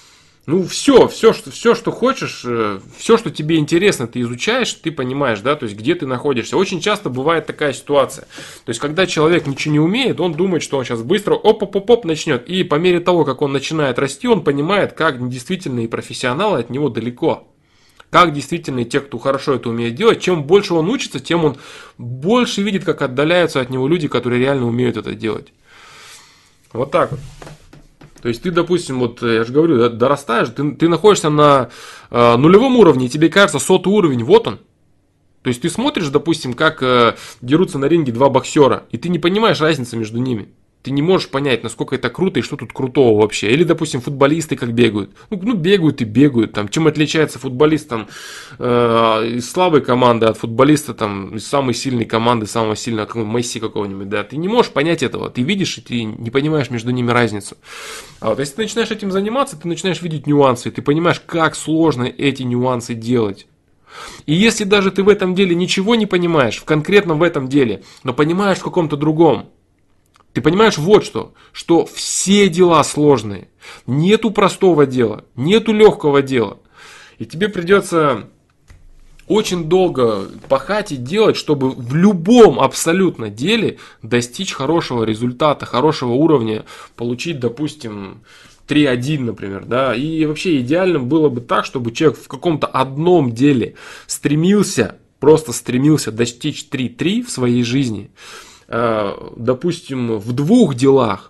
Ну, все, что хочешь, все, что тебе интересно, ты изучаешь, ты понимаешь, да, то есть, где ты находишься. Очень часто бывает такая ситуация. То есть, когда человек ничего не умеет, он думает, что он сейчас быстро оп-оп-оп начнет. И по мере того, как он начинает расти, он понимает, как действительные профессионалы от него далеко. Как действительно те, кто хорошо это умеет делать, чем больше он учится, тем он больше видит, как отдаляются от него люди, которые реально умеют это делать. Вот так вот. То есть ты, допустим, вот я же говорю, дорастаешь, ты находишься на нулевом уровне, и тебе кажется, 100-й уровень, вот он. То есть ты смотришь, допустим, как дерутся на ринге два боксера, и ты не понимаешь разницы между ними. Ты не можешь понять, насколько это круто и что тут крутого вообще. Или, допустим, футболисты как бегают. Ну бегают и бегают. Там, чем отличается футболист там, из слабой команды от футболиста там, из самой сильной команды, самого сильного, как Месси какого-нибудь. Да? Ты не можешь понять этого. Ты видишь, и ты не понимаешь между ними разницу. А вот если ты начинаешь этим заниматься, ты начинаешь видеть нюансы. И ты понимаешь, как сложно эти нюансы делать. И если даже ты в этом деле ничего не понимаешь, в конкретном в этом деле, но понимаешь в каком-то другом, ты понимаешь вот что все дела сложные. Нету простого дела, нету легкого дела. И тебе придется очень долго пахать и делать, чтобы в любом абсолютно деле достичь хорошего результата, хорошего уровня, получить, допустим, 3-1, например, да, и вообще идеальным было бы так, чтобы человек в каком-то одном деле просто стремился достичь 3-3 в своей жизни, допустим, в двух делах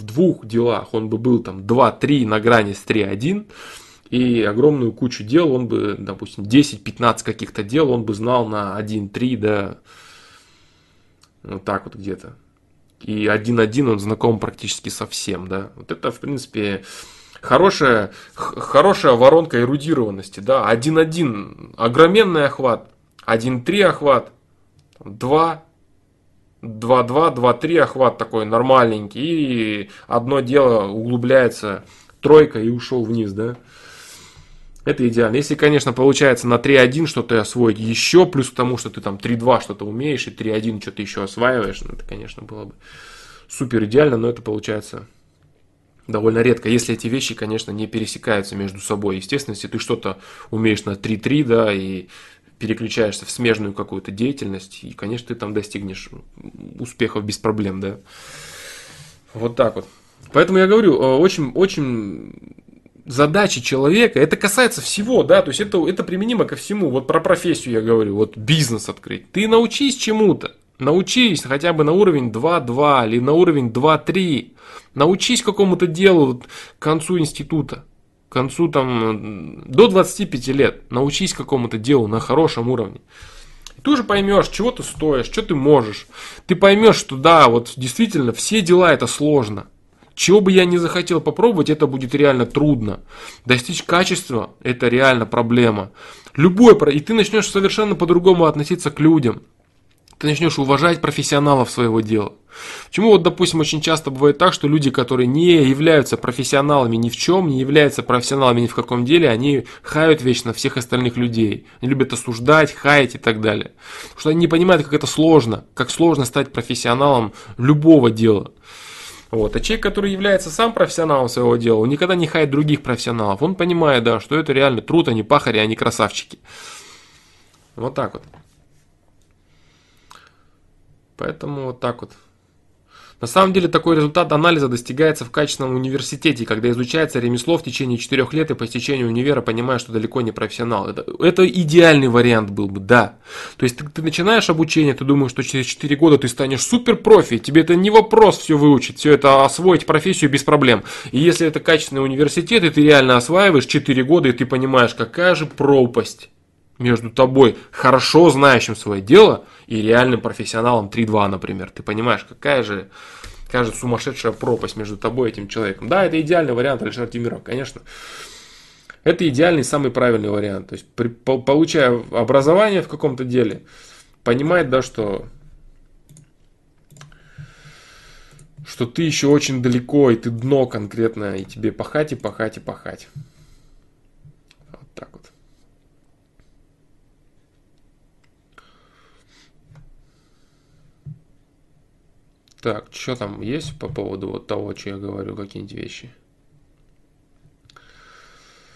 он бы был там 2-3 на грани с 3-1, и огромную кучу дел он бы, допустим, 10-15 каких-то дел он бы знал на 1-3, да, вот так вот где-то. И 1-1 он знаком практически со всем, да. Вот это, в принципе, хорошая воронка эрудированности, да. 1-1 огроменный охват, 1-3 охват, 2, 2-2, 2-3 охват такой нормальненький, и одно дело углубляется, тройка и ушел вниз, да. Это идеально. Если, конечно, получается на 3-1 что-то освоить еще, плюс к тому, что ты там 3-2 что-то умеешь, и 3-1 что-то еще осваиваешь, ну, это, конечно, было бы супер идеально, но это получается довольно редко, если эти вещи, конечно, не пересекаются между собой. Естественно, если ты что-то умеешь на 3-3, да, и переключаешься в смежную какую-то деятельность, и, конечно, ты там достигнешь успехов без проблем, да. Вот так вот. Поэтому я говорю, очень задачи человека, это касается всего, да, то есть это применимо ко всему. Вот про профессию я говорю, вот бизнес открыть. Ты научись чему-то, научись хотя бы на уровень 2-2 или на уровень 2-3. Научись какому-то делу к концу института, к концу там до 25 лет. Научись какому-то делу на хорошем уровне. Ты уже поймешь, чего ты стоишь, что ты можешь. Ты поймешь, что да, вот действительно все дела это сложно. Чего бы я ни захотел попробовать, это будет реально трудно. Достичь качества – это реально проблема. И ты начнешь совершенно по-другому относиться к людям. Ты начнешь уважать профессионалов своего дела. Почему вот, допустим, очень часто бывает так, что люди, которые не являются профессионалами ни в чем, не являются профессионалами ни в каком деле, они хают вечно всех остальных людей. Они любят осуждать, хаять и так далее. Потому что они не понимают, как сложно стать профессионалом любого дела. Вот. А человек, который является сам профессионалом своего дела, он никогда не хает других профессионалов. Он понимает, да, что это реально труд, а не пахари, а не красавчики. Вот так вот. Поэтому вот так вот. На самом деле такой результат анализа достигается в качественном университете, когда изучается ремесло в течение 4 лет и по истечению универа понимаешь, что далеко не профессионал. Это идеальный вариант был бы, да. То есть ты начинаешь обучение, ты думаешь, что через 4 года ты станешь супер профи, тебе это не вопрос все выучить, все это освоить профессию без проблем. И если это качественный университет, и ты реально осваиваешь 4 года, и ты понимаешь, какая же пропасть между тобой, хорошо знающим свое дело, и реальным профессионалом 3-2, например. Ты понимаешь, какая же сумасшедшая пропасть между тобой и этим человеком. Да, это идеальный вариант, Алишер Тимиров, конечно. Это идеальный, самый правильный вариант. То есть, получая образование в каком-то деле, понимать, да, что ты еще очень далеко, и ты дно конкретно, и тебе пахать, и пахать, и пахать. Вот так вот. Так, что там есть по поводу вот того, что я говорю, какие-нибудь вещи?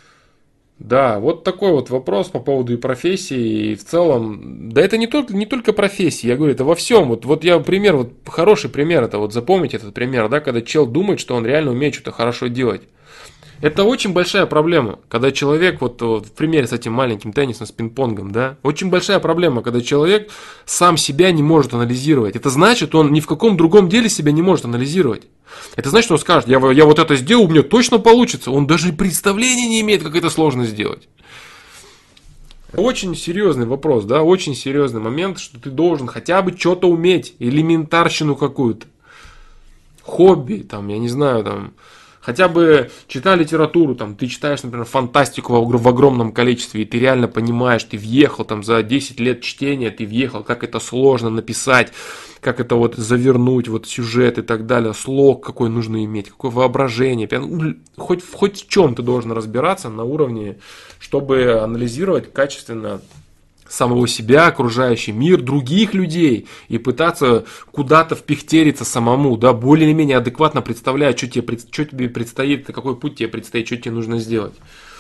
Да, вот такой вот вопрос по поводу и профессии, и в целом, да это не только профессии, я говорю, это во всем. Вот я пример, вот хороший пример, это вот запомните этот пример, да, когда чел думает, что он реально умеет что-то хорошо делать. Это очень большая проблема, когда человек, вот в примере с этим маленьким теннисом, с пинг-понгом, да, очень большая проблема, когда человек сам себя не может анализировать. Это значит, он ни в каком другом деле себя не может анализировать. Это значит, он скажет, я вот это сделал, у меня точно получится. Он даже представления не имеет, как это сложно сделать. Очень серьезный вопрос, да, очень серьезный момент, что ты должен хотя бы что-то уметь, элементарщину какую-то, хобби, там, я не знаю, там, хотя бы читай литературу, там, ты читаешь, например, фантастику в огромном количестве, и ты реально понимаешь, ты въехал там за 10 лет чтения, ты въехал, как это сложно написать, как это вот завернуть, вот сюжет и так далее, слог какой нужно иметь, какое воображение, хоть в чем ты должен разбираться на уровне, чтобы анализировать качественно самого себя, окружающий мир, других людей и пытаться куда-то впихтериться самому, да, более или менее адекватно представляя, что тебе предстоит, какой путь тебе предстоит, что тебе нужно сделать.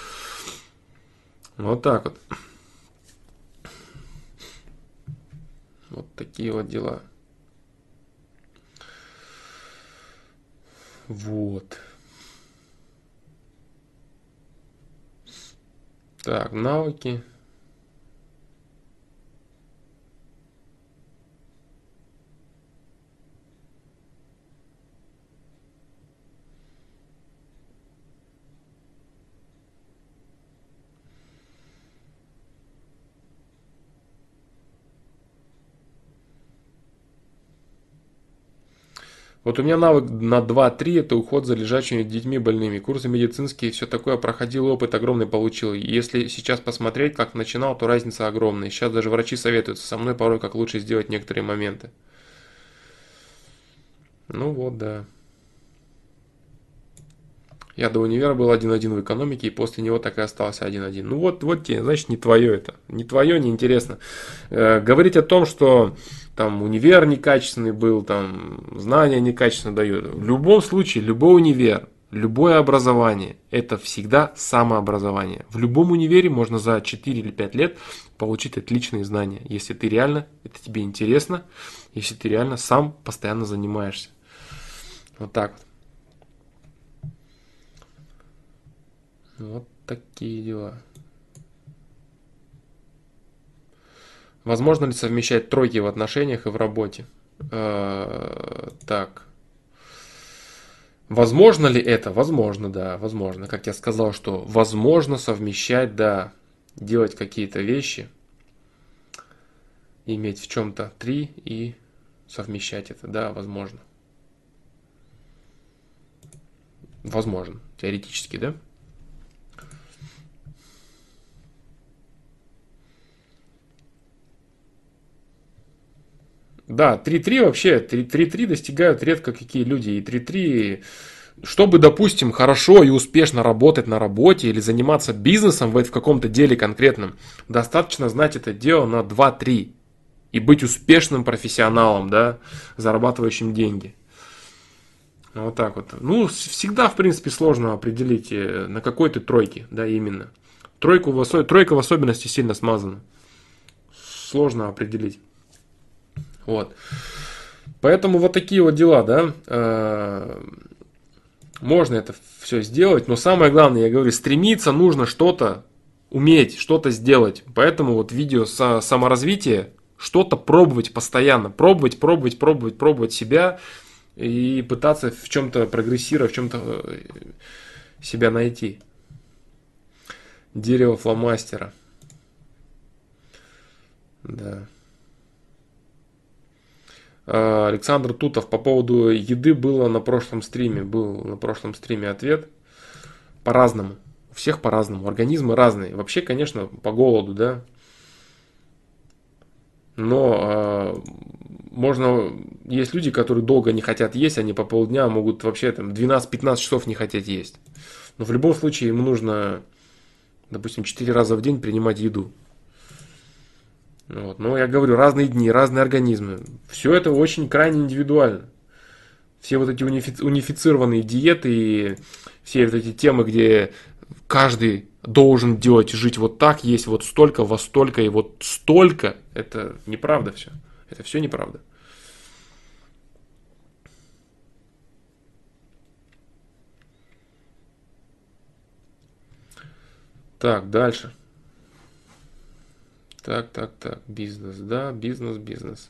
Вот так вот. Вот такие вот дела. Вот. Так, навыки. Вот у меня навык на 2-3 это уход за лежачими детьми больными. Курсы медицинские, все такое, проходил опыт огромный получил. Если сейчас посмотреть, как начинал, то разница огромная. Сейчас даже врачи советуются со мной порой, как лучше сделать некоторые моменты. Ну вот, да. Я до универа был 1-1 в экономике, и после него так и остался 1-1. Ну вот тебе, значит, не твое это. Не твое, не интересно. Говорить о том, что там универ некачественный был, там знания некачественно дают. В любом случае, любой универ, любое образование, это всегда самообразование. В любом универе можно за 4 или 5 лет получить отличные знания, если ты реально, это тебе интересно, если ты реально сам постоянно занимаешься. Вот так вот. Вот такие дела. Возможно ли совмещать тройки в отношениях и в работе? Так. Возможно ли это? Возможно, да, возможно. Как я сказал, что возможно совмещать, да, делать какие-то вещи, иметь в чем-то 3 и совмещать это, да, возможно. Возможно, теоретически, да? Да, 3-3 вообще, 3-3 достигают редко какие люди. И 3-3, чтобы, допустим, хорошо и успешно работать на работе или заниматься бизнесом в каком-то деле конкретном, достаточно знать это дело на 2-3 и быть успешным профессионалом, да, зарабатывающим деньги. Вот так вот. Ну, всегда, в принципе, сложно определить, на какой ты тройке, да, именно. Тройка в особенности сильно смазана. Сложно определить. Вот. Поэтому вот такие вот дела, да. Можно это все сделать, но самое главное, я говорю, стремиться нужно что-то уметь, что-то сделать. Поэтому вот видео саморазвития, что-то пробовать постоянно, пробовать себя и пытаться в чем-то прогрессировать, в чем-то себя найти. Дерево фломастера. Да. Александр Тутов по поводу еды был на прошлом стриме ответ. По-разному. У всех по-разному. Организмы разные. Вообще, конечно, по голоду, да. Но есть люди, которые долго не хотят есть, они по полдня могут вообще там 12-15 часов не хотеть есть. Но в любом случае им нужно, допустим, 4 раза в день принимать еду. Вот. Но я говорю, разные дни, разные организмы. Все это очень крайне индивидуально. Все вот эти унифицированные диеты и все вот эти темы, где каждый должен делать, жить вот так, есть вот столько, во столько и вот столько. Это неправда все. Это все неправда. Так, дальше. Так. Бизнес, да, бизнес.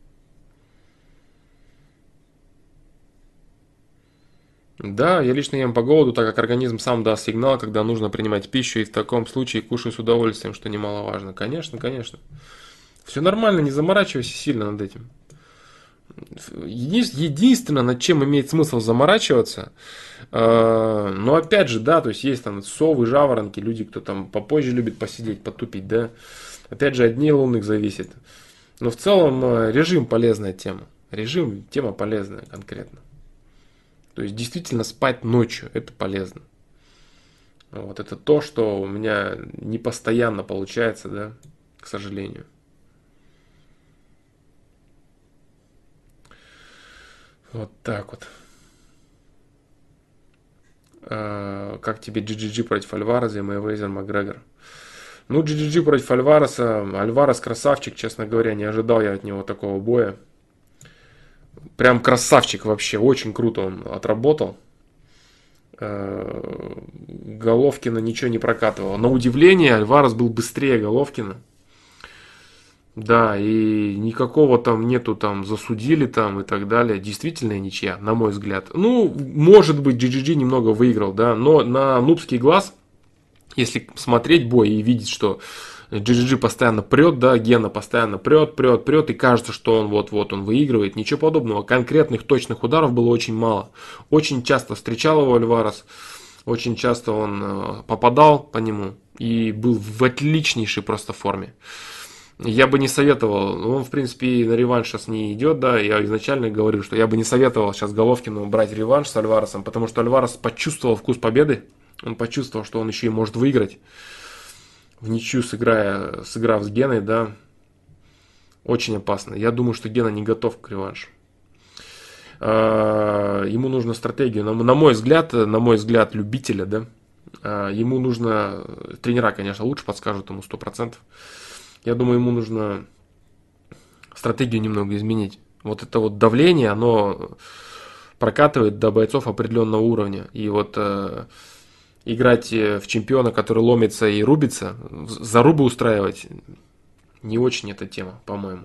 Да, я лично ем по голоду, так как организм сам даст сигнал, когда нужно принимать пищу, и в таком случае кушаю с удовольствием, что немаловажно. Конечно. Все нормально, не заморачивайся сильно над этим. Единственное, над чем имеет смысл заморачиваться, но опять же, да, то есть есть там совы, жаворонки, люди, кто там попозже любит посидеть, потупить, да. Опять же, от дней лунных зависит. Но в целом режим полезная тема. Режим тема полезная конкретно. То есть действительно спать ночью это полезно. Вот это то, что у меня не постоянно получается, да, к сожалению. Вот так вот. Как тебе GGG против Альвареса и Мэйвезер Макгрегор? Ну, GGG против Альвареса. Альварес красавчик, честно говоря, не ожидал я от него такого боя. Прям красавчик вообще, очень круто он отработал. Головкина ничего не прокатывало. На удивление, Альварес был быстрее Головкина. Да, и никакого там нету, там засудили там и так далее. Действительно ничья, на мой взгляд. Ну, может быть, GGG немного выиграл, да, но на нубский глаз, если смотреть бой и видеть, что GGG постоянно прет, да, Гена постоянно прет, и кажется, что он вот-вот он выигрывает. Ничего подобного. Конкретных точных ударов было очень мало. Очень часто встречал его Альварес, очень часто он попадал по нему и был в отличнейшей просто форме. Я бы не советовал, он в принципе и на реванш сейчас не идет, да, я изначально говорил, что я бы не советовал сейчас Головкину брать реванш с Альваресом, потому что Альварес почувствовал вкус победы, он почувствовал, что он еще и может выиграть, в ничью сыграв с Геной, да, очень опасно. Я думаю, что Гена не готов к реваншу. Ему нужна стратегия, на мой взгляд, любителя, да, ему нужно, тренера, конечно, лучше подскажут ему 100%. Я думаю, ему нужно стратегию немного изменить. Вот это вот давление, оно прокатывает до бойцов определенного уровня. И вот играть в чемпиона, который ломится и рубится, зарубы устраивать, не очень эта тема, по-моему.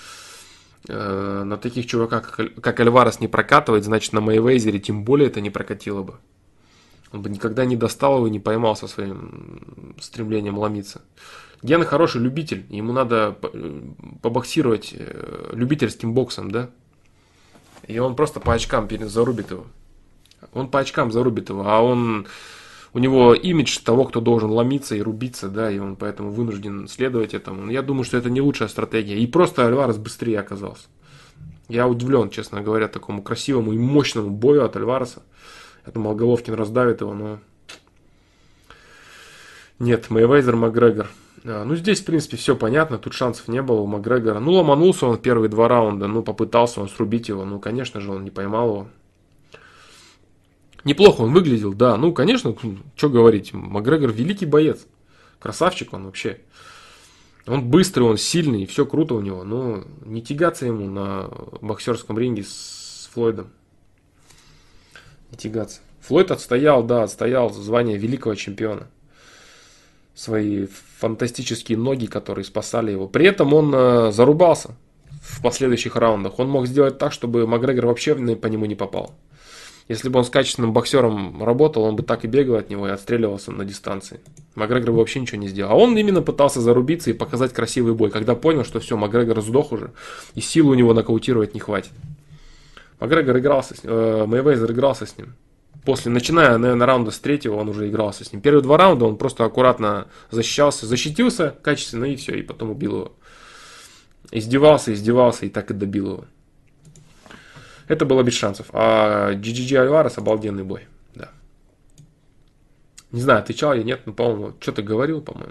На таких чуваках, как Альварес, не прокатывает, значит, на Мэйвезере тем более это не прокатило бы. Он бы никогда не достал его и не поймал со своим стремлением ломиться. Гена хороший любитель, ему надо побоксировать любительским боксом, да? И он просто по очкам зарубит его. Он по очкам зарубит его, а у него имидж того, кто должен ломиться и рубиться, да, и он поэтому вынужден следовать этому. Я думаю, что это не лучшая стратегия. И просто Альварес быстрее оказался. Я удивлен, честно говоря, такому красивому и мощному бою от Альвареса. Я думал, Головкин раздавит его, но... Нет, Мэйвезер, Макгрегор. Ну, здесь, в принципе, все понятно, тут шансов не было у Макгрегора. Ну, ломанулся он в первые два раунда, ну, попытался он срубить его, ну, конечно же, он не поймал его. Неплохо он выглядел, да, ну, конечно, что говорить, Макгрегор великий боец, красавчик он вообще. Он быстрый, он сильный, все круто у него, но не тягаться ему на боксерском ринге с Флойдом. Не тягаться. Флойд отстоял, да, отстоял звание великого чемпиона. Свои фантастические ноги, которые спасали его. При этом он зарубался в последующих раундах. Он мог сделать так, чтобы Макгрегор вообще по нему не попал. Если бы он с качественным боксером работал, он бы так и бегал от него и отстреливался на дистанции. Макгрегор бы вообще ничего не сделал. А он именно пытался зарубиться и показать красивый бой, когда понял, что все, Макгрегор сдох уже, и силы у него нокаутировать не хватит. Макгрегор игрался с ним, Мэйвезер игрался с ним. Начиная, наверное, раунда с третьего, он уже игрался с ним. Первые два раунда он просто аккуратно защитился качественно и все, и потом убил его. Издевался и так и добил его. Это было без шансов. А GGG Альварес обалденный бой. Да. Не знаю, отвечал я, нет, но, по-моему, что-то говорил, по-моему.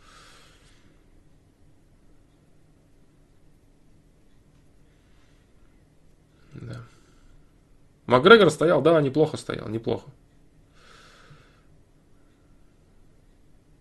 Да. Макгрегор стоял, да, неплохо стоял, неплохо.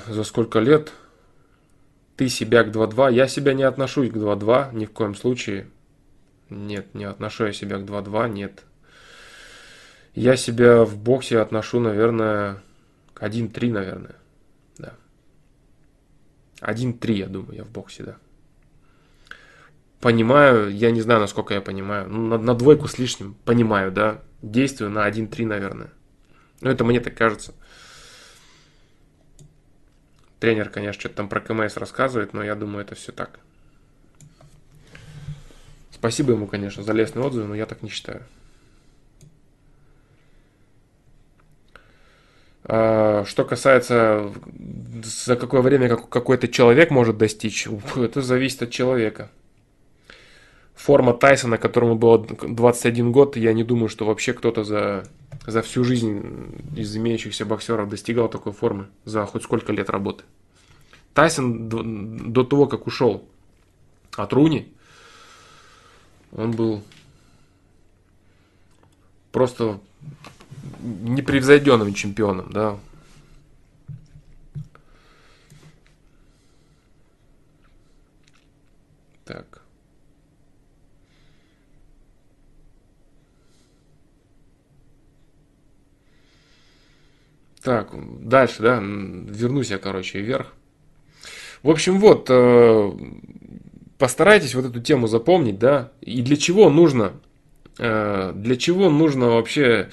За сколько лет ты себя к 2-2? Я себя не отношусь к 2-2 ни в коем случае. Нет, не отношу я себя к 2-2, нет. Я себя в боксе отношу, наверное, к 1-3, наверное. Да. 1-3, я думаю, я в боксе, да. Понимаю, я не знаю, насколько я понимаю. Ну, на двойку с лишним понимаю, да. Действую на 1-3, наверное. Ну, это мне так кажется. Тренер, конечно, что-то там про КМС рассказывает, но я думаю, это все так. Спасибо ему, конечно, за лестный отзыв, но я так не считаю. Что касается, за какое время какой-то человек может достичь, это зависит от человека. Форма Тайсона, которому было 21 год, я не думаю, что вообще кто-то за всю жизнь из имеющихся боксеров достигал такой формы за хоть сколько лет работы. Тайсон до того, как ушел от Руни, он был просто непревзойденным чемпионом, да. Так. Так, дальше, да, вернусь я, короче, вверх. В общем, вот, постарайтесь вот эту тему запомнить, да, и для чего нужно вообще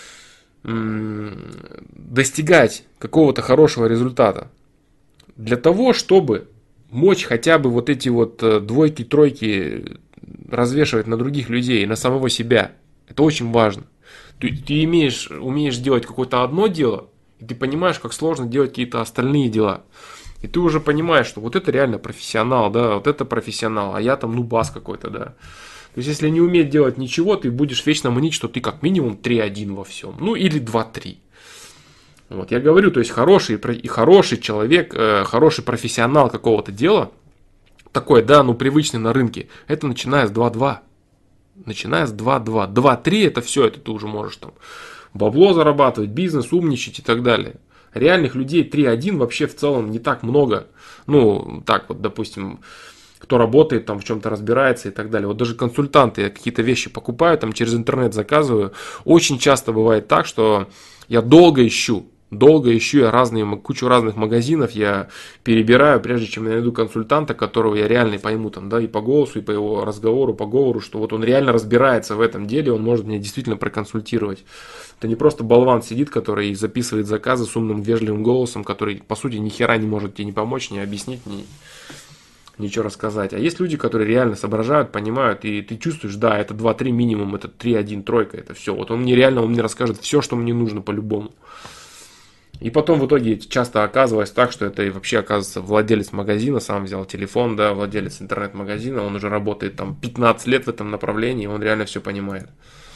достигать какого-то хорошего результата. Для того, чтобы мочь хотя бы вот эти вот двойки, тройки развешивать на других людей, на самого себя. Это очень важно. Ты умеешь делать какое-то одно дело, и ты понимаешь, как сложно делать какие-то остальные дела. И ты уже понимаешь, что вот это реально профессионал, да, вот это профессионал, а я там нубас какой-то, да. То есть, если не уметь делать ничего, ты будешь вечно мнить, что ты как минимум 3-1 во всем. Ну, или 2-3. Вот, я говорю, то есть, хороший человек, хороший профессионал какого-то дела, такой, да, ну, привычный на рынке, это начиная с 2-2. Начиная с 2-2. 2-3 это все, это ты уже можешь там бабло зарабатывать, бизнес, умничать и так далее. Реальных людей 3-1 вообще в целом не так много. Ну, так вот, допустим, кто работает, там в чем-то разбирается и так далее. Вот даже консультанты, я какие-то вещи покупаю, там через интернет заказываю. Очень часто бывает так, что я долго ищу я кучу разных магазинов я перебираю, прежде чем я найду консультанта, которого я реально пойму там, да, и по голосу, и по его разговору, по говору, что вот он реально разбирается в этом деле, он может меня действительно проконсультировать. Это не просто болван сидит, который записывает заказы с умным, вежливым голосом, который, по сути, ни хера не может тебе не помочь, не объяснить, ничего рассказать. А есть люди, которые реально соображают, понимают, и ты чувствуешь, да, это 2-3 минимум, это 3-1, тройка, это все. Вот он мне расскажет все, что мне нужно по-любому. И потом в итоге часто оказывалось так, что это и вообще оказывается владелец магазина, сам взял телефон, да, владелец интернет-магазина, он уже работает там 15 лет в этом направлении, он реально все понимает.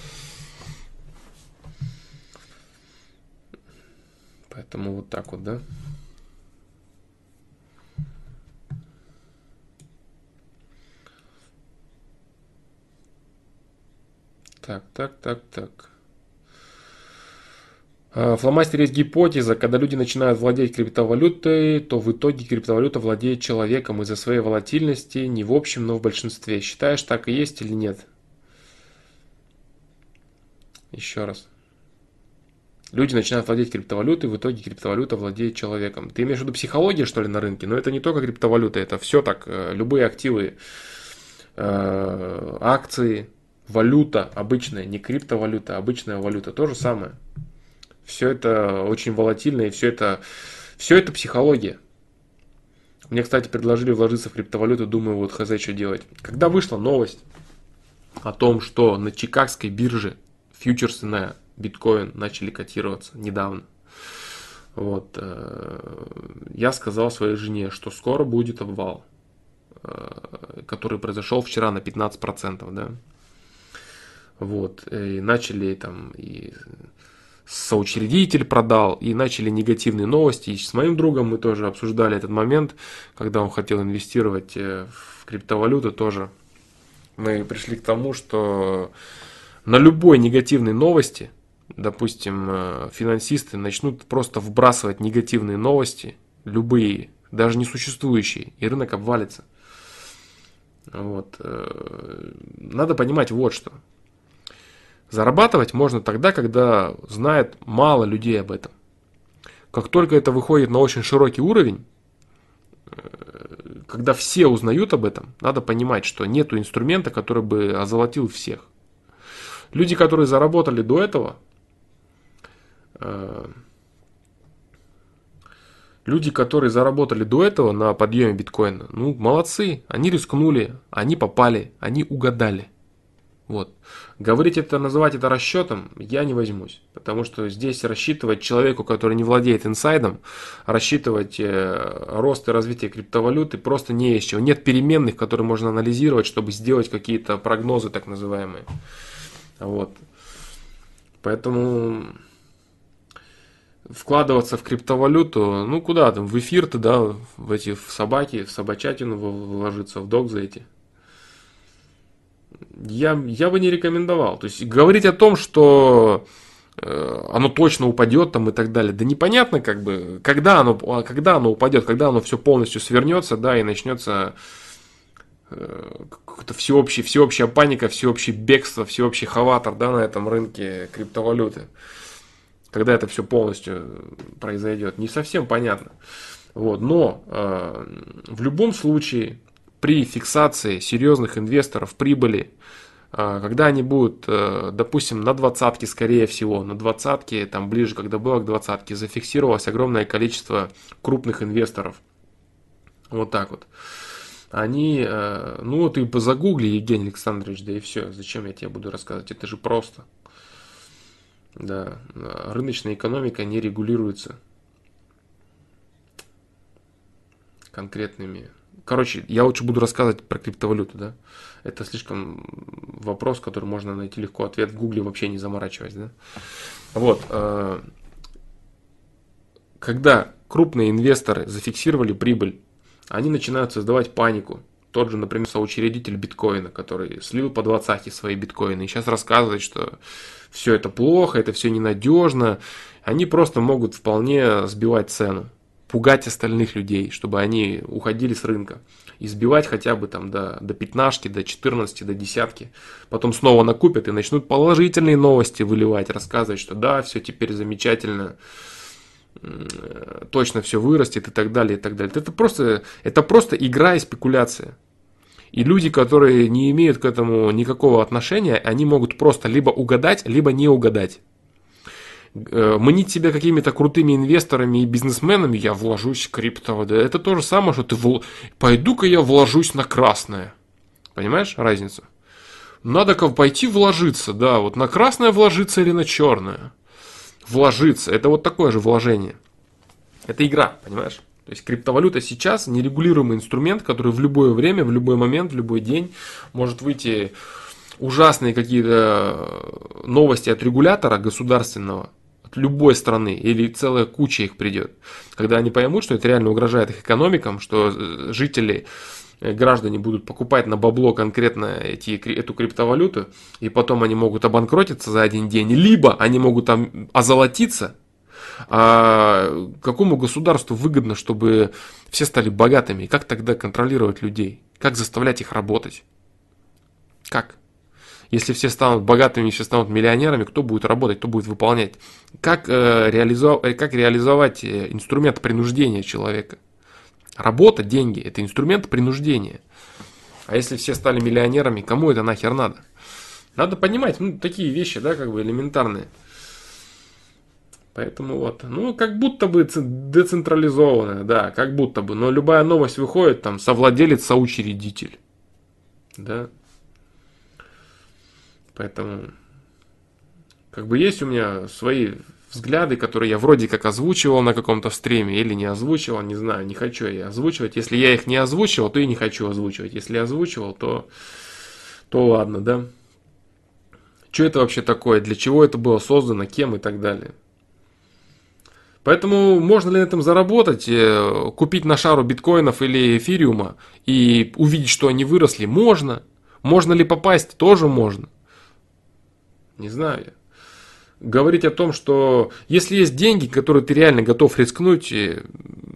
Поэтому вот так вот, да. Так. В фломастере есть гипотеза, когда люди начинают владеть криптовалютой, то в итоге криптовалюта владеет человеком из-за своей волатильности, не в общем, но в большинстве. Считаешь, так и есть или нет? Еще раз. Люди начинают владеть криптовалютой, в итоге криптовалюта владеет человеком. Ты имеешь в виду психология, что ли, на рынке? Но это не только криптовалюта, это все так, любые активы, акции, валюта обычная, не криптовалюта, обычная валюта, то же самое. Все это очень волатильно, и все это психология. Мне, кстати, предложили вложиться в криптовалюту, думаю, вот хз, что делать. Когда вышла новость о том, что на Чикагской бирже фьючерсы на биткоин начали котироваться недавно, вот, я сказал своей жене, что скоро будет обвал, который произошел вчера на 15%, да. Вот, и начали там и соучредитель продал, и начали негативные новости. И с моим другом мы тоже обсуждали этот момент, когда он хотел инвестировать в криптовалюту тоже. Мы пришли к тому, что на любой негативной новости, допустим, финансисты начнут просто вбрасывать негативные новости, любые, даже несуществующие, и рынок обвалится. Вот. Надо понимать вот что. Зарабатывать можно тогда, когда знает мало людей об этом. Как только это выходит на очень широкий уровень, когда все узнают об этом, надо понимать, что нет инструмента, который бы озолотил всех. Люди, которые заработали до этого, на подъеме биткоина, ну, молодцы, они рискнули, они попали, они угадали. Вот. Говорить это, называть это расчетом я не возьмусь, потому что здесь рассчитывать человеку, который не владеет инсайдом, рассчитывать рост и развитие криптовалюты просто не из чего. Нет переменных, которые можно анализировать, чтобы сделать какие-то прогнозы так называемые. Вот. Поэтому вкладываться в криптовалюту, ну куда там, в эфир-то, да, в собаки, в собачатину вложиться, в дог за эти. Я бы не рекомендовал. То есть говорить о том, что оно точно упадет там и так далее. Да непонятно, как бы, когда оно упадет, когда оно все полностью свернется, да, и начнется какая-то всеобщая паника, всеобщее бегство, всеобщий хаватор, да, на этом рынке криптовалюты. Когда это все полностью произойдет, не совсем понятно. Вот. Но в любом случае, при фиксации серьезных инвесторов прибыли, когда они будут, допустим, на двадцатке, скорее всего, на двадцатке, там ближе, когда было к двадцатке, зафиксировалось огромное количество крупных инвесторов. Вот так вот. Они, ну ты загугли, Евгений Александрович, да и все. Зачем я тебе буду рассказывать? Это же просто. Да, рыночная экономика не регулируется конкретными. Короче, я лучше буду рассказывать про криптовалюту, да. Это слишком вопрос, который можно найти легко ответ в Гугле, вообще не заморачиваясь, да. Вот. Когда крупные инвесторы зафиксировали прибыль, они начинают создавать панику. Тот же, например, соучредитель биткоина, который слил по 20 свои биткоины и сейчас рассказывает, что все это плохо, это все ненадежно. Они просто могут вполне сбивать цену, пугать остальных людей, чтобы они уходили с рынка. И сбивать хотя бы там до 15, до 14, до десятки. Потом снова накупят и начнут положительные новости выливать, рассказывать, что да, все теперь замечательно, точно все вырастет и так далее, и так далее. Это просто игра и спекуляция. И люди, которые не имеют к этому никакого отношения, они могут просто либо угадать, либо не угадать. Мнить себя какими-то крутыми инвесторами и бизнесменами, я вложусь в крипто, да, это то же самое, что пойду-ка я вложусь на красное. Понимаешь разницу? Надо-ка пойти вложиться, да, вот на красное вложиться или на черное. Вложиться, это вот такое же вложение. Это игра, понимаешь? То есть криптовалюта сейчас нерегулируемый инструмент, который в любое время, в любой момент, в любой день может выйти ужасные какие-то новости от регулятора государственного, от любой страны, или целая куча их придет. Когда они поймут, что это реально угрожает их экономикам, что жители, граждане будут покупать на бабло конкретно эту криптовалюту, и потом они могут обанкротиться за один день, либо они могут там озолотиться. А какому государству выгодно, чтобы все стали богатыми? И как тогда контролировать людей? Как заставлять их работать? Как? Если все станут богатыми, все станут миллионерами, кто будет работать, кто будет выполнять? Как реализовать инструмент принуждения человека? Работа, деньги – это инструмент принуждения. А если все стали миллионерами, кому это нахер надо? Надо понимать, такие вещи, да, как бы элементарные. Поэтому вот, как будто бы децентрализованная, да, как будто бы. Но любая новость выходит, там, совладелец, соучредитель. Да. Поэтому, как бы есть у меня свои взгляды, которые я вроде как озвучивал на каком-то стриме или не озвучивал, не знаю, не хочу я озвучивать. Если я их не озвучивал, то и не хочу озвучивать. Если я озвучивал, то ладно, да. Что это вообще такое, для чего это было создано, кем и так далее. Поэтому можно ли на этом заработать, купить на шару биткоинов или эфириума и увидеть, что они выросли? Можно. Можно ли попасть? Тоже можно. Не знаю я. Говорить о том, что если есть деньги, которые ты реально готов рискнуть,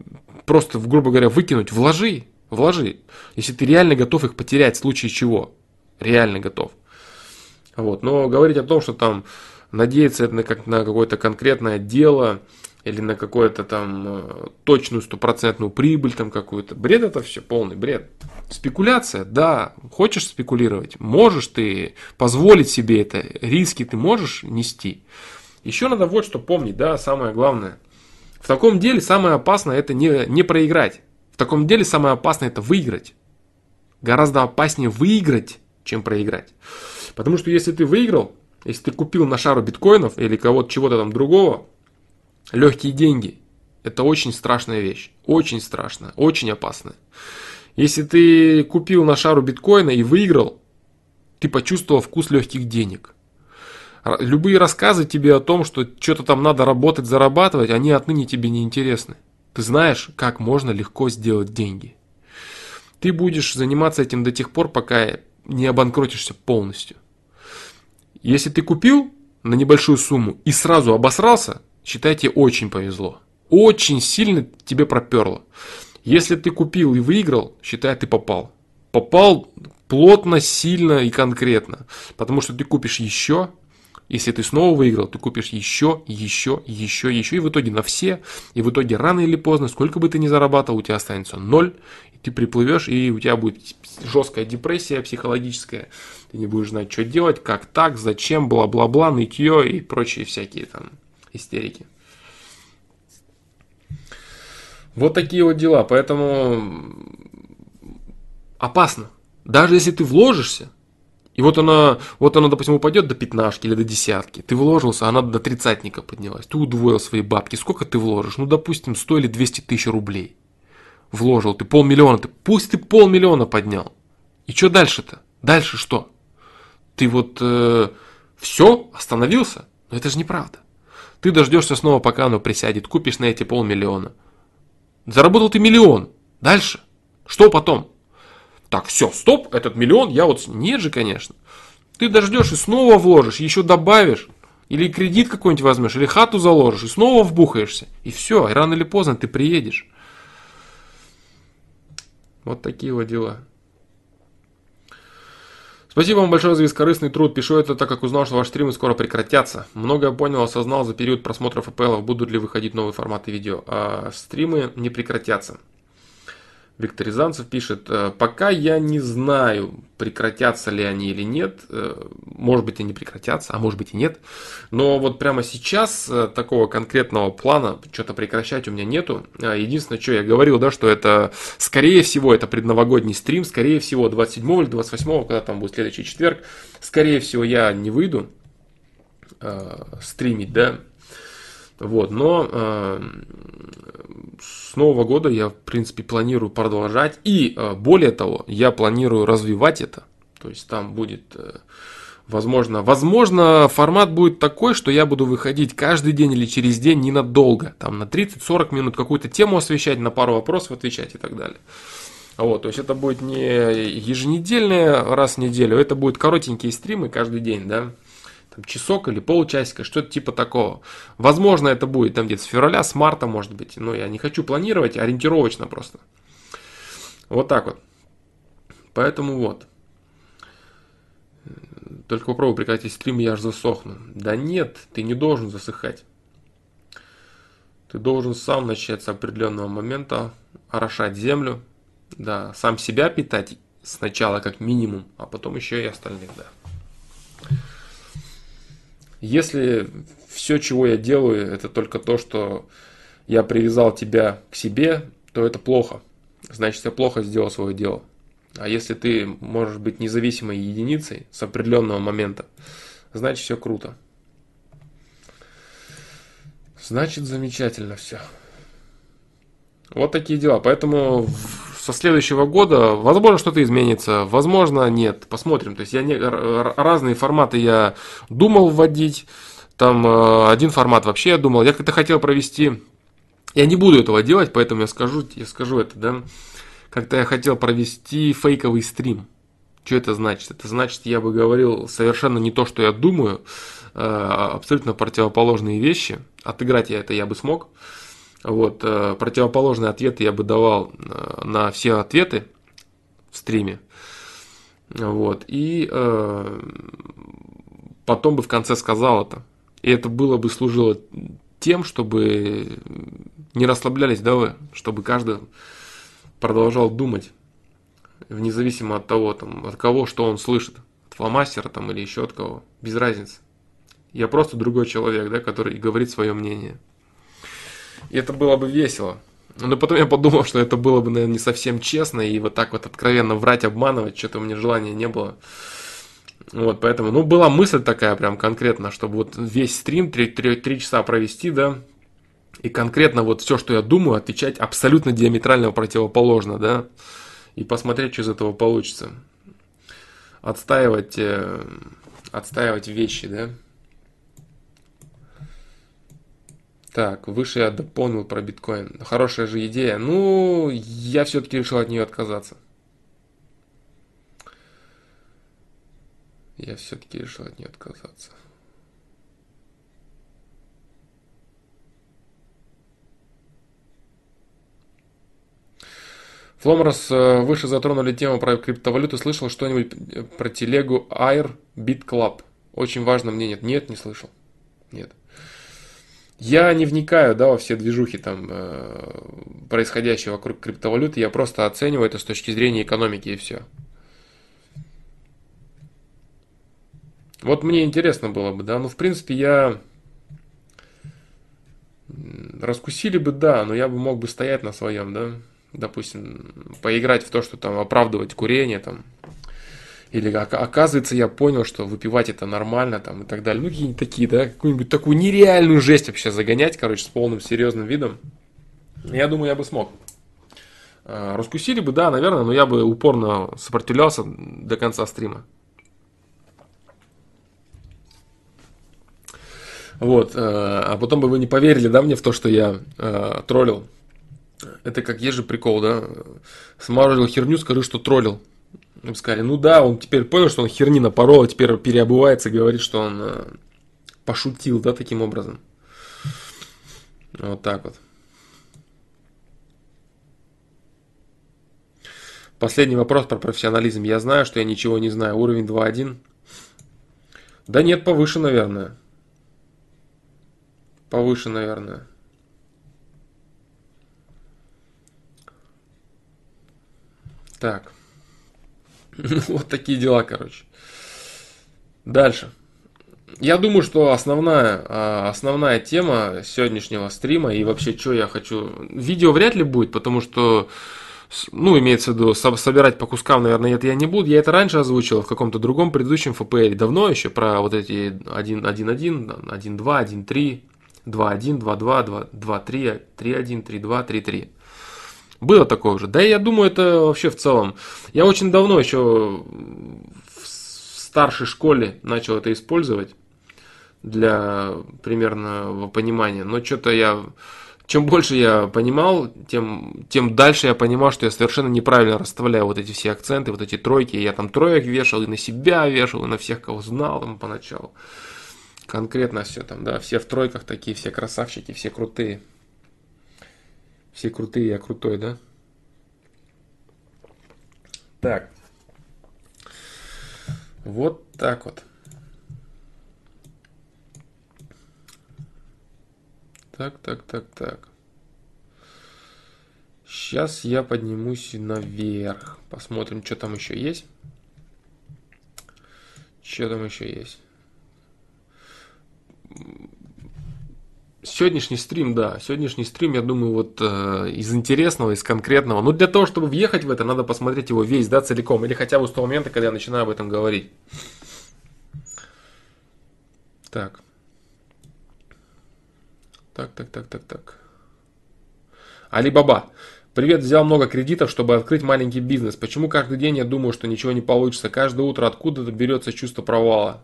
просто, грубо говоря, выкинуть, вложи. Если ты реально готов их потерять в случае чего. Реально готов. Вот. Но говорить о том, что там надеяться это на какое-то конкретное дело или на какую-то там точную стопроцентную прибыль там какую-то. Бред это все, полный бред. Спекуляция, да. Хочешь спекулировать? Можешь ты позволить себе это. Риски ты можешь нести. Еще надо вот что помнить, да, самое главное. В таком деле самое опасное это не проиграть. В таком деле самое опасное это выиграть. Гораздо опаснее выиграть, чем проиграть. Потому что если ты выиграл, если ты купил на шару биткоинов или кого-то чего-то там другого, легкие деньги, это очень страшная вещь. Очень страшная, очень опасная. Если ты купил на шару биткоина и выиграл, ты почувствовал вкус легких денег. Любые рассказы тебе о том, что что-то там надо работать, зарабатывать, они отныне тебе не интересны. Ты знаешь, как можно легко сделать деньги. Ты будешь заниматься этим до тех пор, пока не обанкротишься полностью. Если ты купил на небольшую сумму и сразу обосрался, считай, тебе очень повезло. Очень сильно тебе проперло. Если ты купил и выиграл, считай, ты попал. Попал плотно, сильно и конкретно. Потому что ты купишь еще. Если ты снова выиграл, ты купишь еще. И в итоге на все. И в итоге рано или поздно, сколько бы ты ни зарабатывал, у тебя останется 0. И ты приплывешь, и у тебя будет жесткая депрессия психологическая. Ты не будешь знать, что делать, как так, зачем, бла-бла-бла, нытье и прочие всякие там истерики. Вот такие вот дела. Поэтому опасно. Даже если ты вложишься, и вот она, допустим, упадет до 15 или до 10. Ты вложился, она до 30-ника поднялась. Ты удвоил свои бабки. Сколько ты вложишь? Ну, допустим, 100 или 200 тысяч рублей. Вложил ты 500 000. Пусть ты 500 000 поднял. И что дальше-то? Дальше что? Ты вот все, остановился? Но это же неправда. Ты дождешься снова, пока оно присядет. Купишь на эти 500 000. Заработал ты 1 000 000. Дальше? Что потом? Так, все, стоп, этот 1 000 000 я вот... Нет же, конечно. Ты дождешь и снова вложишь, еще добавишь. Или кредит какой-нибудь возьмешь, или хату заложишь, и снова вбухаешься. И все, и рано или поздно ты приедешь. Вот такие вот дела. Спасибо вам большое за бескорыстный труд. Пишу это, так как узнал, что ваши стримы скоро прекратятся. Многое понял, осознал за период просмотров ЭПЛов, будут ли выходить новые форматы видео. А стримы не прекратятся. Виктор Рязанцев пишет: пока я не знаю, прекратятся ли они или нет. Может быть, они прекратятся, а может быть и нет. Но вот прямо сейчас такого конкретного плана что-то прекращать у меня нету. Единственное, что я говорил, да, что это, скорее всего, это предновогодний стрим. Скорее всего, 27 или 28, когда там будет следующий четверг, скорее всего, я не выйду стримить, да. Вот, но с Нового года я, в принципе, планирую продолжать. И более того, я планирую развивать это. То есть там будет, возможно, формат будет такой, что я буду выходить каждый день или через день ненадолго. Там на 30-40 минут какую-то тему освещать, на пару вопросов отвечать и так далее. Вот, то есть это будет не еженедельное раз в неделю, это будут коротенькие стримы каждый день, да. Часок или полчасика, что-то типа такого. Возможно, это будет там где-то с февраля, с марта, может быть. Но я не хочу планировать, ориентировочно просто. Вот так вот. Поэтому вот. Только попробуй прекратить стрим, я аж засохну. Да нет, ты не должен засыхать. Ты должен сам начать с определенного момента орошать землю. Да, сам себя питать сначала как минимум, а потом еще и остальных, да. Если все, чего я делаю, это только то, что я привязал тебя к себе, то это плохо. Значит, я плохо сделал свое дело. А если ты можешь быть независимой единицей с определенного момента, значит, все круто. Значит, замечательно все. Вот такие дела. Поэтому со следующего года, возможно, что-то изменится, возможно, нет. Посмотрим. То есть разные форматы я думал вводить. Там один формат вообще я думал. Я как-то хотел провести. Я не буду этого делать, поэтому я скажу это, да. Как-то я хотел провести фейковый стрим. Что это значит? Это значит, я бы говорил совершенно не то, что я думаю, абсолютно противоположные вещи. Отыграть я бы смог. Вот, противоположные ответы я бы давал на все ответы в стриме. Вот, и потом бы в конце сказал это. И это было бы служило тем, чтобы не расслаблялись, да вы, чтобы каждый продолжал думать, независимо от того, там, от кого, что он слышит, от фломастера там, или еще от кого, без разницы. Я просто другой человек, да, который говорит свое мнение. И это было бы весело. Но потом я подумал, что это было бы, наверное, не совсем честно, и вот так вот откровенно врать, обманывать, что-то у меня желания не было. Вот, поэтому, ну, была мысль такая прям конкретно, чтобы вот весь стрим 3 часа провести, да, и конкретно вот все, что я думаю, отвечать абсолютно диаметрально противоположно, да, и посмотреть, что из этого получится. Отстаивать вещи, да. Так, выше я дополнил про биткоин. Хорошая же идея. Ну, я все-таки решил от нее отказаться. Фломрос, выше затронули тему про криптовалюту. Слышал что-нибудь про телегу Air BitClub? Очень важно мнение. Нет, не слышал. Нет. Я не вникаю, да, во все движухи там, происходящие вокруг криптовалюты. Я просто оцениваю это с точки зрения экономики и все. Вот мне интересно было бы, да. Ну, в принципе, я... Раскусили бы, да, но я бы мог бы стоять на своем, да. Допустим, поиграть в то, что там оправдывать курение, там. Или оказывается, я понял, что выпивать это нормально, там, и так далее. Ну, какие-нибудь такие, да, какую-нибудь такую нереальную жесть вообще загонять, короче, с полным серьезным видом. Я думаю, я бы смог. Раскусили бы, да, наверное, но я бы упорно сопротивлялся до конца стрима. Вот, а потом бы вы не поверили, да, мне в то, что я троллил. Это как есть же прикол, да, сморозил херню, скажи, что троллил. Им сказали, ну да, он теперь понял, что он херни напорол, а теперь переобувается и говорит, что он пошутил, да, таким образом. Вот так вот. Последний вопрос про профессионализм. Я знаю, что я ничего не знаю. Уровень 2.1. Да нет, повыше, наверное. Повыше, наверное. Так. Вот такие дела, короче. Дальше. Я думаю, что основная тема сегодняшнего стрима и вообще, что я хочу... Видео вряд ли будет, потому что, ну, имеется в виду, собирать по кускам, наверное, это я не буду. Я это раньше озвучил в каком-то другом предыдущем FPL. Давно еще про вот эти 1.1, 1.2, 1.3, 2.1, 2.2, 2.3, 3.1, 3.2, 3.3. Было такое уже. Да, я думаю, это вообще в целом. Я очень давно еще в старшей школе начал это использовать для примерного понимания. Но что-то чем больше я понимал, тем дальше я понимал, что я совершенно неправильно расставляю вот эти все акценты, вот эти тройки. Я там троек вешал, и на себя вешал, и на всех, кого знал там поначалу. Конкретно все там, да, все в тройках такие, все красавчики, все крутые. Все крутые, я крутой, да? Так. Вот так вот. Так. Сейчас я поднимусь наверх. Посмотрим, что там еще есть. Сегодняшний стрим, да. Сегодняшний стрим, я думаю, вот из интересного, из конкретного. Ну, для того, чтобы въехать в это, надо посмотреть его весь, да, целиком. Или хотя бы с того момента, когда я начинаю об этом говорить. Так. Алибаба. Привет, взял много кредитов, чтобы открыть маленький бизнес. Почему каждый день я думаю, что ничего не получится? Каждое утро откуда-то берется чувство провала?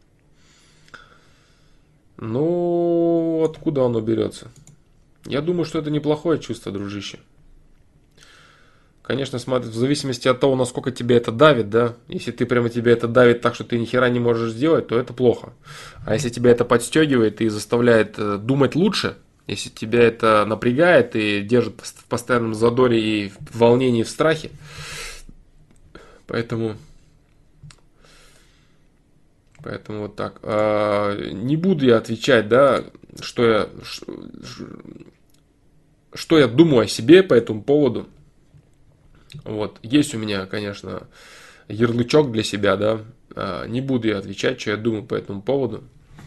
Ну, откуда оно берется? Я думаю, что это неплохое чувство, дружище. Конечно, смотри, в зависимости от того, насколько тебя это давит, да. Если ты прямо тебя это давит так, что ты ни хера не можешь сделать, то это плохо. А если тебя это подстегивает и заставляет думать лучше, Если тебя это напрягает и держит в постоянном задоре и в волнении, в страхе. Поэтому вот так. Не буду я отвечать, да, что я думаю о себе по этому поводу. Вот. Есть у меня, конечно, ярлычок для себя, да. Не буду я отвечать, что я думаю по этому поводу.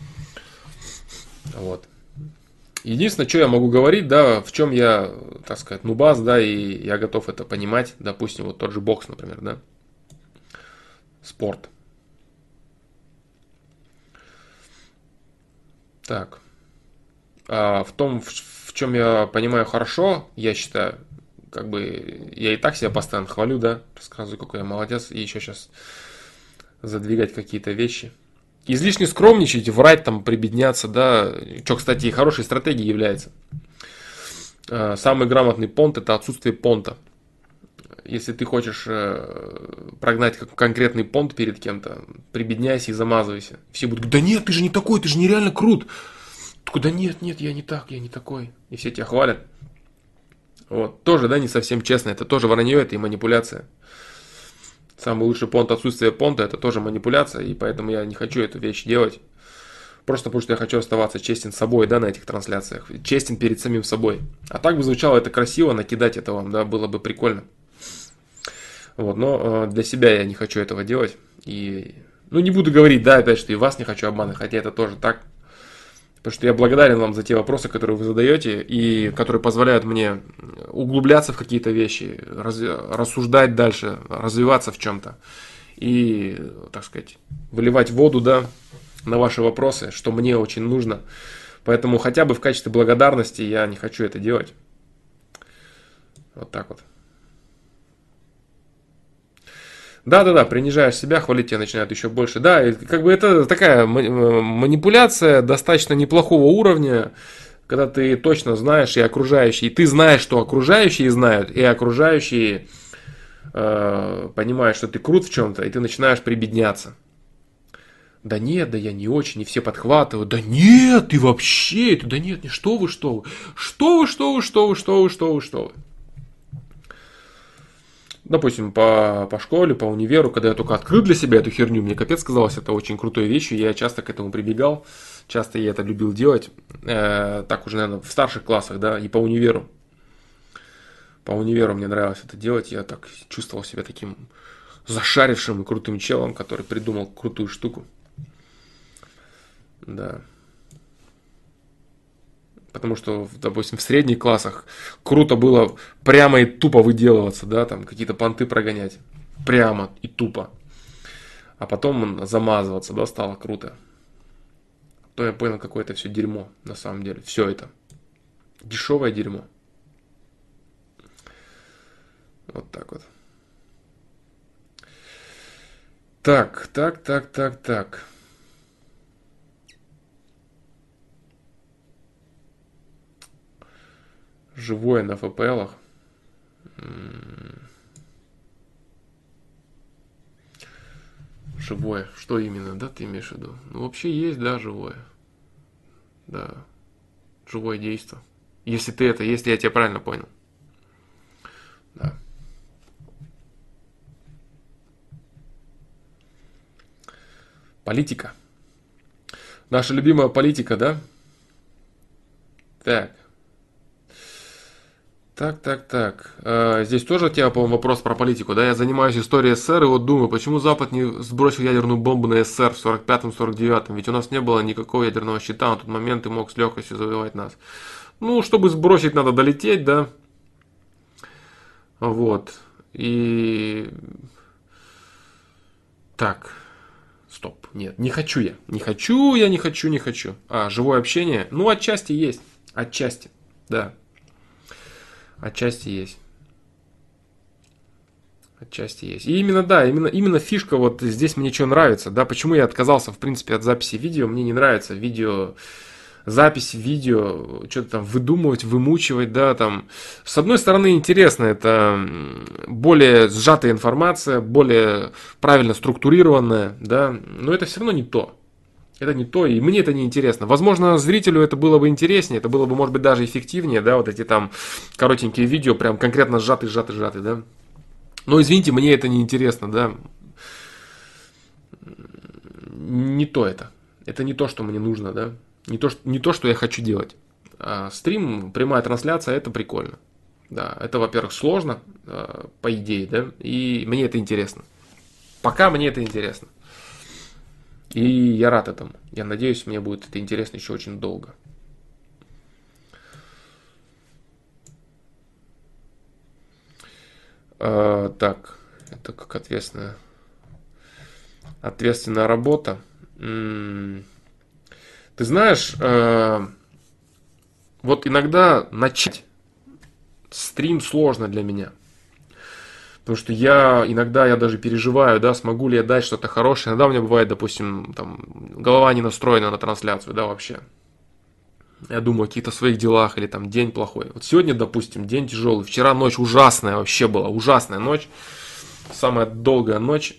Вот. Единственное, что я могу говорить, да, в чем я, так сказать, нубас, да, и я готов это понимать. Допустим, вот тот же бокс, например, да. Спорт. Так. В том, в чем я понимаю хорошо, я считаю, как бы я и так себя постоянно хвалю, да, рассказываю, какой я молодец, и еще сейчас задвигать какие-то вещи. Излишне скромничать, врать, там, прибедняться, да, что, кстати, и хорошей стратегией является. Самый грамотный понт – это отсутствие понта. Если ты хочешь прогнать конкретный понт перед кем-то, прибедняйся и замазывайся. Все будут говорить: да нет, ты же не такой, ты же нереально крут. Такой: да нет, я не так, я не такой. И все тебя хвалят. Вот. Тоже, да, не совсем честно. Это тоже вранье, это и манипуляция. Самый лучший понт — отсутствие понта — это тоже манипуляция. И поэтому я не хочу эту вещь делать. Просто потому что я хочу оставаться честен с собой, да, на этих трансляциях. Честен перед самим собой. А так бы звучало это красиво, накидать это вам, да, было бы прикольно. Вот, но для себя я не хочу этого делать. И, не буду говорить, да, опять, что и вас не хочу обманывать, хотя это тоже так. Потому что я благодарен вам за те вопросы, которые вы задаете, и которые позволяют мне углубляться в какие-то вещи, рассуждать дальше, развиваться в чем-то. И, так сказать, выливать воду, да, на ваши вопросы, что мне очень нужно. Поэтому хотя бы в качестве благодарности я не хочу это делать. Вот так вот. Да, принижаешь себя, хвалить тебя начинают еще больше. Да, и как бы это такая манипуляция достаточно неплохого уровня, когда ты точно знаешь и окружающие, и ты знаешь, что окружающие знают, и окружающие понимают, что ты крут в чем-то, и ты начинаешь прибедняться. Да нет, да я не очень, и все подхватывают. Да нет, ты вообще, да нет, что вы. Допустим, по школе, по универу, когда я только открыл для себя эту херню, мне капец казалось это очень крутой вещью, я часто к этому прибегал, часто я это любил делать, так уже, наверное, в старших классах, да, и по универу. По универу мне нравилось это делать, я так чувствовал себя таким зашарившим и крутым челом, который придумал крутую штуку. Да. Потому что, допустим, в средних классах круто было прямо и тупо выделываться, да, там какие-то понты прогонять. Прямо и тупо. А потом замазываться, да, стало круто. То я понял, какое это все дерьмо, на самом деле. Все это. Дешевое дерьмо. Вот так вот. Так. Живое на ФПЛах. Живое. Что именно, да, ты имеешь в виду? Вообще есть, да, живое. Да. Живое действо. Если я тебя правильно понял. Да. Политика. Наша любимая политика, да? Так. Здесь тоже у тебя, по-моему, вопрос про политику, да? Я занимаюсь историей СССР и вот думаю, почему Запад не сбросил ядерную бомбу на СССР в 45-49? Ведь у нас не было никакого ядерного щита на тот момент и мог с легкостью завоевать нас. Чтобы сбросить, надо долететь, да? Вот. И... Так. Стоп. Нет, не хочу я. Не хочу. Живое общение? Отчасти есть. Отчасти, да. Отчасти есть. И именно фишка вот здесь мне что нравится, да, почему я отказался, в принципе, от записи видео, мне не нравится запись видео, что-то там выдумывать, вымучивать, да, там. С одной стороны, интересно, это более сжатая информация, более правильно структурированная, да, но это все равно не то. Это не то, и мне это не интересно. Возможно, зрителю это было бы интереснее, это было бы, может быть, даже эффективнее, да, вот эти там коротенькие видео, прям конкретно сжатые, да. Но извините, мне это не интересно, да. Не то это. Это не то, что мне нужно, да. Не то, что я хочу делать. А стрим, прямая трансляция, это прикольно. Да, это, во-первых, сложно, по идее, да, и мне это интересно. Пока мне это интересно. И я рад этому. Я надеюсь, мне будет это интересно еще очень долго. Так, это как ответственная работа. Ты знаешь, вот иногда начать стрим сложно для меня. Потому что иногда я даже переживаю, да, смогу ли я дать что-то хорошее. Иногда у меня бывает, допустим, там, голова не настроена на трансляцию, да, вообще. Я думаю о каких-то своих делах или там день плохой. Вот сегодня, допустим, день тяжелый. Вчера ночь ужасная вообще была, ужасная ночь. Самая долгая ночь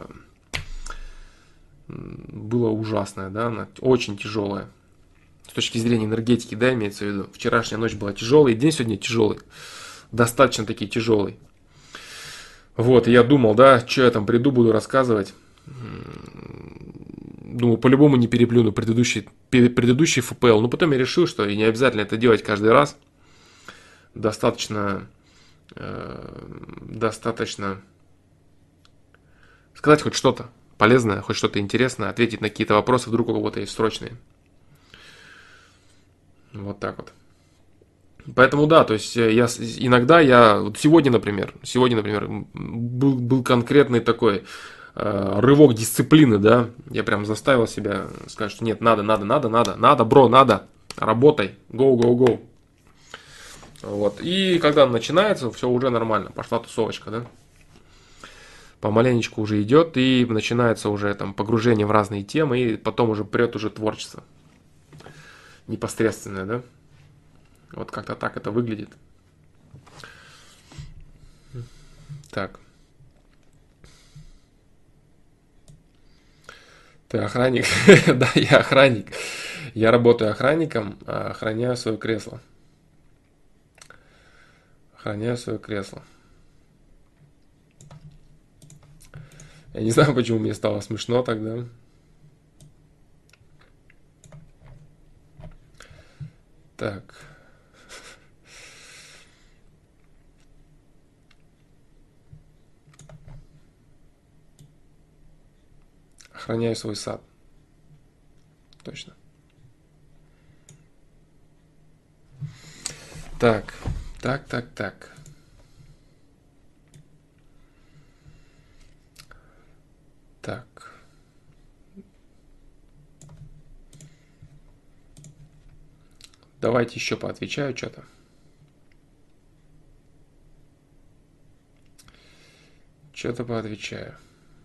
была ужасная, да, она очень тяжелая. С точки зрения энергетики, да, имеется в виду. Вчерашняя ночь была тяжелой, день сегодня тяжелый. Достаточно таки тяжелый. Вот, и я думал, да, что я там приду, буду рассказывать. Думаю, по-любому не переплюну предыдущий ФПЛ. Но потом я решил, что и не обязательно это делать каждый раз. Достаточно сказать хоть что-то полезное, хоть что-то интересное, ответить на какие-то вопросы, вдруг у кого-то есть срочные. Вот так вот. Поэтому да, то есть вот сегодня, например, был конкретный такой рывок дисциплины, да, я прям заставил себя сказать, что нет, надо, бро, надо, работай, go. Вот, и когда начинается, все уже нормально, пошла тусовочка, да, помаленечку уже идет, и начинается уже там погружение в разные темы, и потом уже прет уже творчество непосредственное, да. Вот как-то так это выглядит. Так. Ты охранник? Да, я охранник. Я работаю охранником, охраняю свое кресло. Охраняю свое кресло. Я не знаю, почему мне стало смешно тогда. Так. Охраняю свой сад. Точно. Так. Так. Давайте еще поотвечаю что-то. Что-то поотвечаю.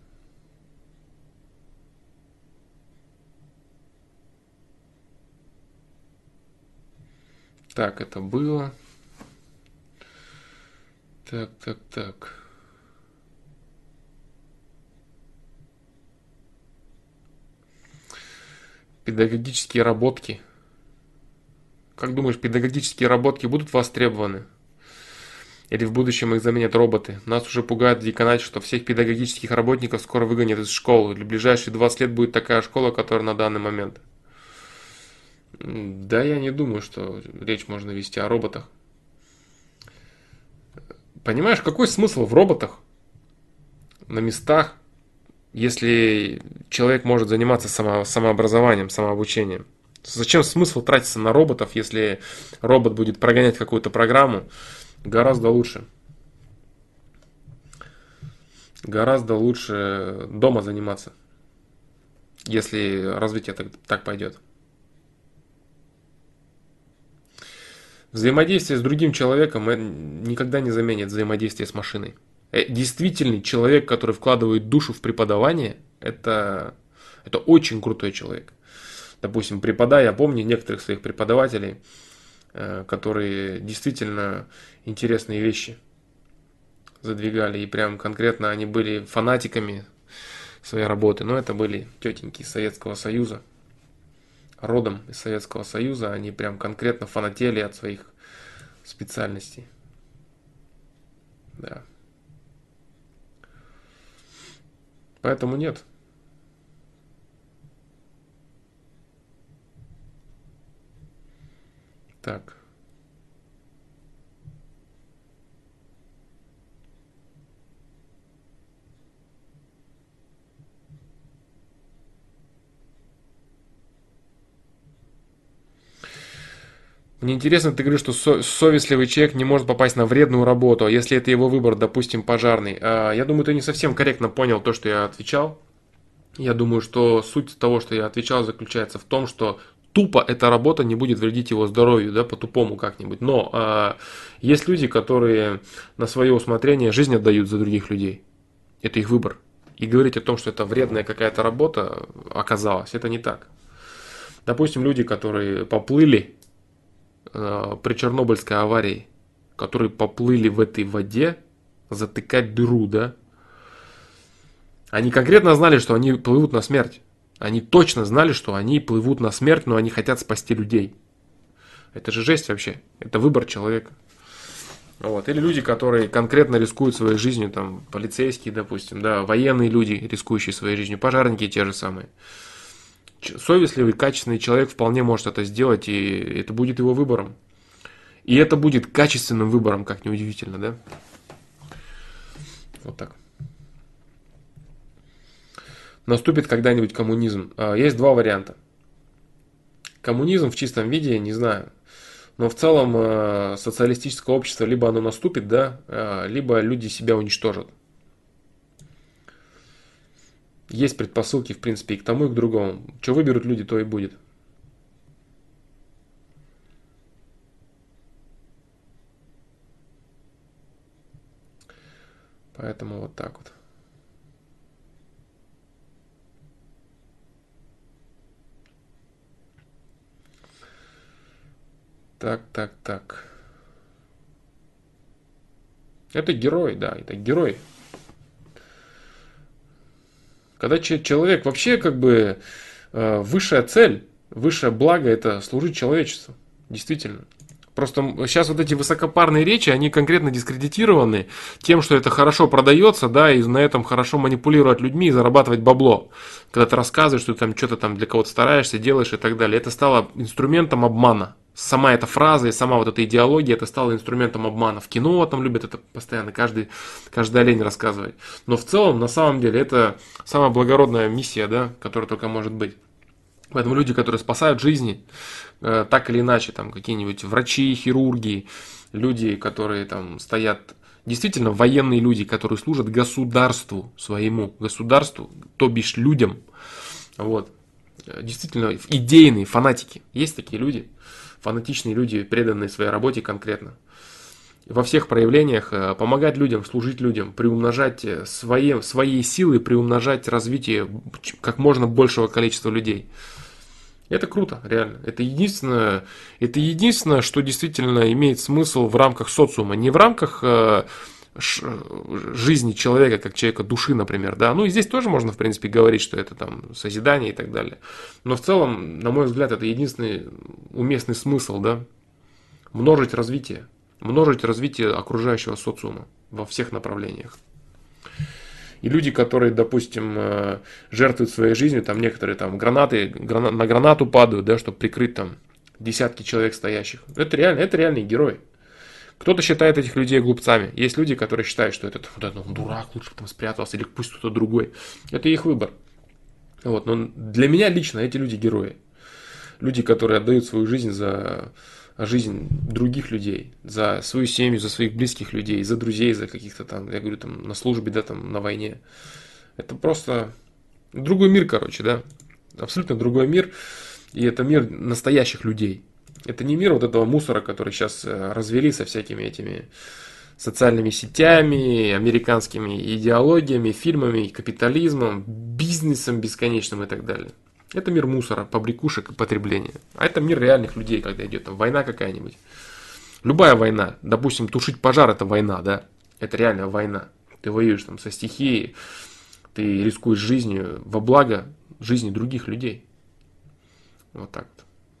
Так, это было. Так. Педагогические работки. Как думаешь, педагогические работки будут востребованы? Или в будущем их заменят роботы? Нас уже пугает в деканате, что всех педагогических работников скоро выгонят из школы. В ближайшие 20 лет будет такая школа, которая на данный момент. Да, я не думаю, что речь можно вести о роботах. Понимаешь, какой смысл в роботах на местах, если человек может заниматься самообразованием, самообучением? Зачем смысл тратиться на роботов, если робот будет прогонять какую-то программу? Гораздо лучше. Гораздо лучше дома заниматься, если развитие так пойдет. Взаимодействие с другим человеком никогда не заменит взаимодействие с машиной. Действительный человек, который вкладывает душу в преподавание, это очень крутой человек. Допустим, я помню некоторых своих преподавателей, которые действительно интересные вещи задвигали. И прям конкретно они были фанатиками своей работы. Но это были тетеньки из Советского Союза. родом из Советского Союза, они прям конкретно фанатели от своих специальностей. Да. Поэтому нет. Так. Мне интересно, ты говоришь, что совестливый человек не может попасть на вредную работу, а если это его выбор, допустим, пожарный. Я думаю, ты не совсем корректно понял то, что я отвечал. Я думаю, что суть того, что я отвечал, заключается в том, что тупо эта работа не будет вредить его здоровью, да, по-тупому как-нибудь. Но есть люди, которые на свое усмотрение жизнь отдают за других людей. Это их выбор. И говорить о том, что это вредная какая-то работа, оказалось, это не так. Допустим, люди, которые поплыли при Чернобыльской аварии, которые поплыли в этой воде затыкать дыру, да, они конкретно знали, что они плывут на смерть. Они точно знали, что они плывут на смерть, но они хотят спасти людей. Это же жесть вообще. Это выбор человека. Вот. Или люди, которые конкретно рискуют своей жизнью, там, полицейские, допустим, да, военные люди, рискующие своей жизнью, пожарники те же самые. Совестливый, качественный человек вполне может это сделать, и это будет его выбором. И это будет качественным выбором, как ни удивительно, да? Вот так. Наступит когда-нибудь коммунизм? Есть два варианта. Коммунизм в чистом виде, не знаю. Но в целом социалистическое общество либо оно наступит, да, либо люди себя уничтожат. Есть предпосылки, в принципе, и к тому, и к другому. Что выберут люди, то и будет. Поэтому вот так вот. Так. Это герой, да, это герой. Когда человек вообще как бы высшая цель, высшее благо это служить человечеству. Действительно. Просто сейчас вот эти высокопарные речи, они конкретно дискредитированы тем, что это хорошо продается, да, и на этом хорошо манипулировать людьми и зарабатывать бабло. Когда ты рассказываешь, что ты там что-то там для кого-то стараешься, делаешь и так далее. Это стало инструментом обмана. Сама эта фраза и сама вот эта идеология, это стало инструментом обмана. В кино там любят это постоянно, каждый олень рассказывает. Но в целом, на самом деле, это самая благородная миссия, да, которая только может быть. Поэтому люди, которые спасают жизни, так или иначе, там какие-нибудь врачи, хирурги, люди, которые там стоят, действительно военные люди, которые служат государству, своему государству, то бишь людям, вот, действительно идейные фанатики, есть такие люди, фанатичные люди, преданные своей работе конкретно. Во всех проявлениях помогать людям, служить людям, приумножать свои силы, приумножать развитие как можно большего количества людей. Это круто, реально. Это единственное, что действительно имеет смысл в рамках социума. Не в рамках жизни человека, как человека души, например. Да? Ну и здесь тоже можно, в принципе, говорить, что это там созидание и так далее. Но в целом, на мой взгляд, это единственный уместный смысл, да? Множить развитие окружающего социума во всех направлениях. И люди, которые, допустим, жертвуют своей жизнью, там некоторые там на гранату падают, да, чтобы прикрыть там десятки человек стоящих. Это реальные герои. Кто-то считает этих людей глупцами. Есть люди, которые считают, что это он дурак, лучше бы там спрятался, или пусть кто-то другой. Это их выбор. Вот. Но для меня лично эти люди герои. Люди, которые отдают свою жизнь за жизнь других людей, за свою семью, за своих близких людей, за друзей, за каких-то там, я говорю, там на службе, да, там на войне. Это просто другой мир, короче, да. Абсолютно другой мир. И это мир настоящих людей. Это не мир вот этого мусора, который сейчас развели со всякими этими социальными сетями, американскими идеологиями, фильмами, капитализмом, бизнесом бесконечным и так далее. Это мир мусора, побрякушек и потребления. А это мир реальных людей, когда идет там война какая-нибудь. Любая война, допустим, тушить пожар — это война, да? Это реальная война. Ты воюешь там со стихией, ты рискуешь жизнью во благо жизни других людей. Вот так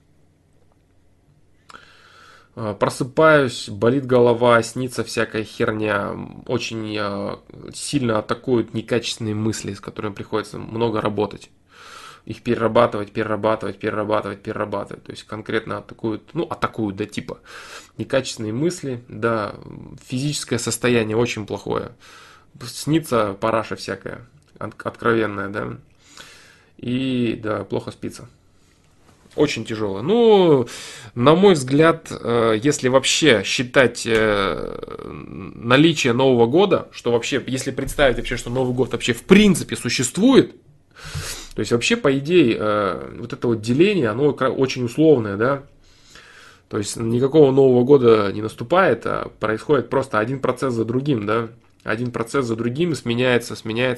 вот. Просыпаюсь, болит голова, снится всякая херня, очень сильно атакуют некачественные мысли, с которыми приходится много работать. Их перерабатывать. То есть конкретно атакуют, да, типа некачественные мысли, да, физическое состояние очень плохое. Снится параша всякая, откровенная, да. И, да, плохо спится. Очень тяжело. Ну, на мой взгляд, если вообще считать наличие Нового года, что вообще, если представить вообще, что Новый год вообще в принципе существует, то есть вообще, по идее, вот это вот деление, оно очень условное, да. То есть никакого Нового года не наступает, а происходит просто один процесс за другим, да. Один процесс за другим сменяется.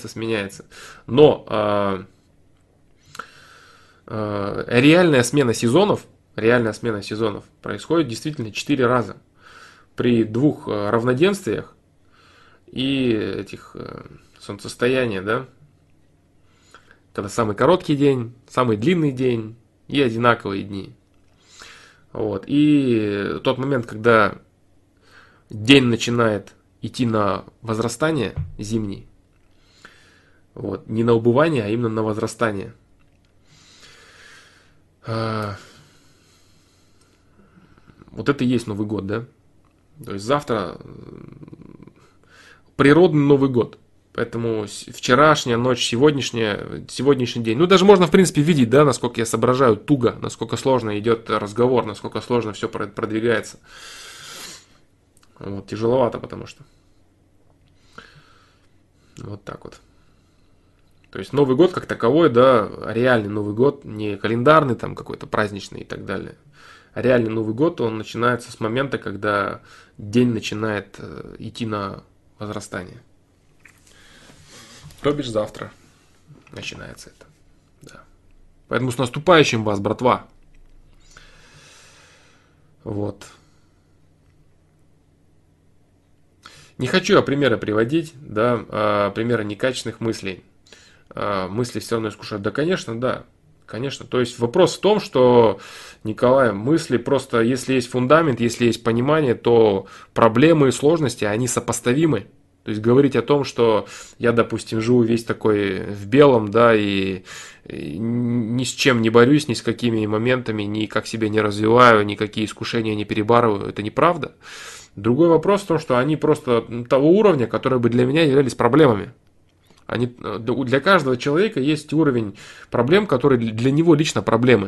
Но реальная смена сезонов происходит действительно 4 раза. При 2 равноденствиях и этих солнцестояния, да. Когда самый короткий день, самый длинный день и одинаковые дни. Вот. И тот момент, когда день начинает идти на возрастание зимний, вот, не на убывание, а именно на возрастание. Вот это и есть Новый год, да? То есть завтра природный Новый год. Поэтому вчерашняя ночь, сегодняшний день. Ну, даже можно, в принципе, видеть, да, насколько я соображаю туго, насколько сложно идет разговор, насколько сложно все продвигается. Вот, тяжеловато, потому что. Вот так вот. То есть Новый год как таковой, да, реальный Новый год, не календарный там какой-то праздничный и так далее. А реальный Новый год, он начинается с момента, когда день начинает идти на возрастание. То бишь завтра начинается это. Да. Поэтому с наступающим вас, братва. Вот. Не хочу я примеры приводить, да, примеры некачественных мыслей. Мысли все равно искушают. Да, конечно, да. Конечно. То есть вопрос в том, что, Николай, мысли просто, если есть фундамент, если есть понимание, то проблемы и сложности, они сопоставимы. То есть говорить о том, что я, допустим, живу весь такой в белом, да, и ни с чем не борюсь, ни с какими моментами, никак себя не развиваю, никакие искушения не перебарываю, это неправда. Другой вопрос в том, что они просто того уровня, которые бы для меня являлись проблемами. Для каждого человека есть уровень проблем, которые для него лично проблемы.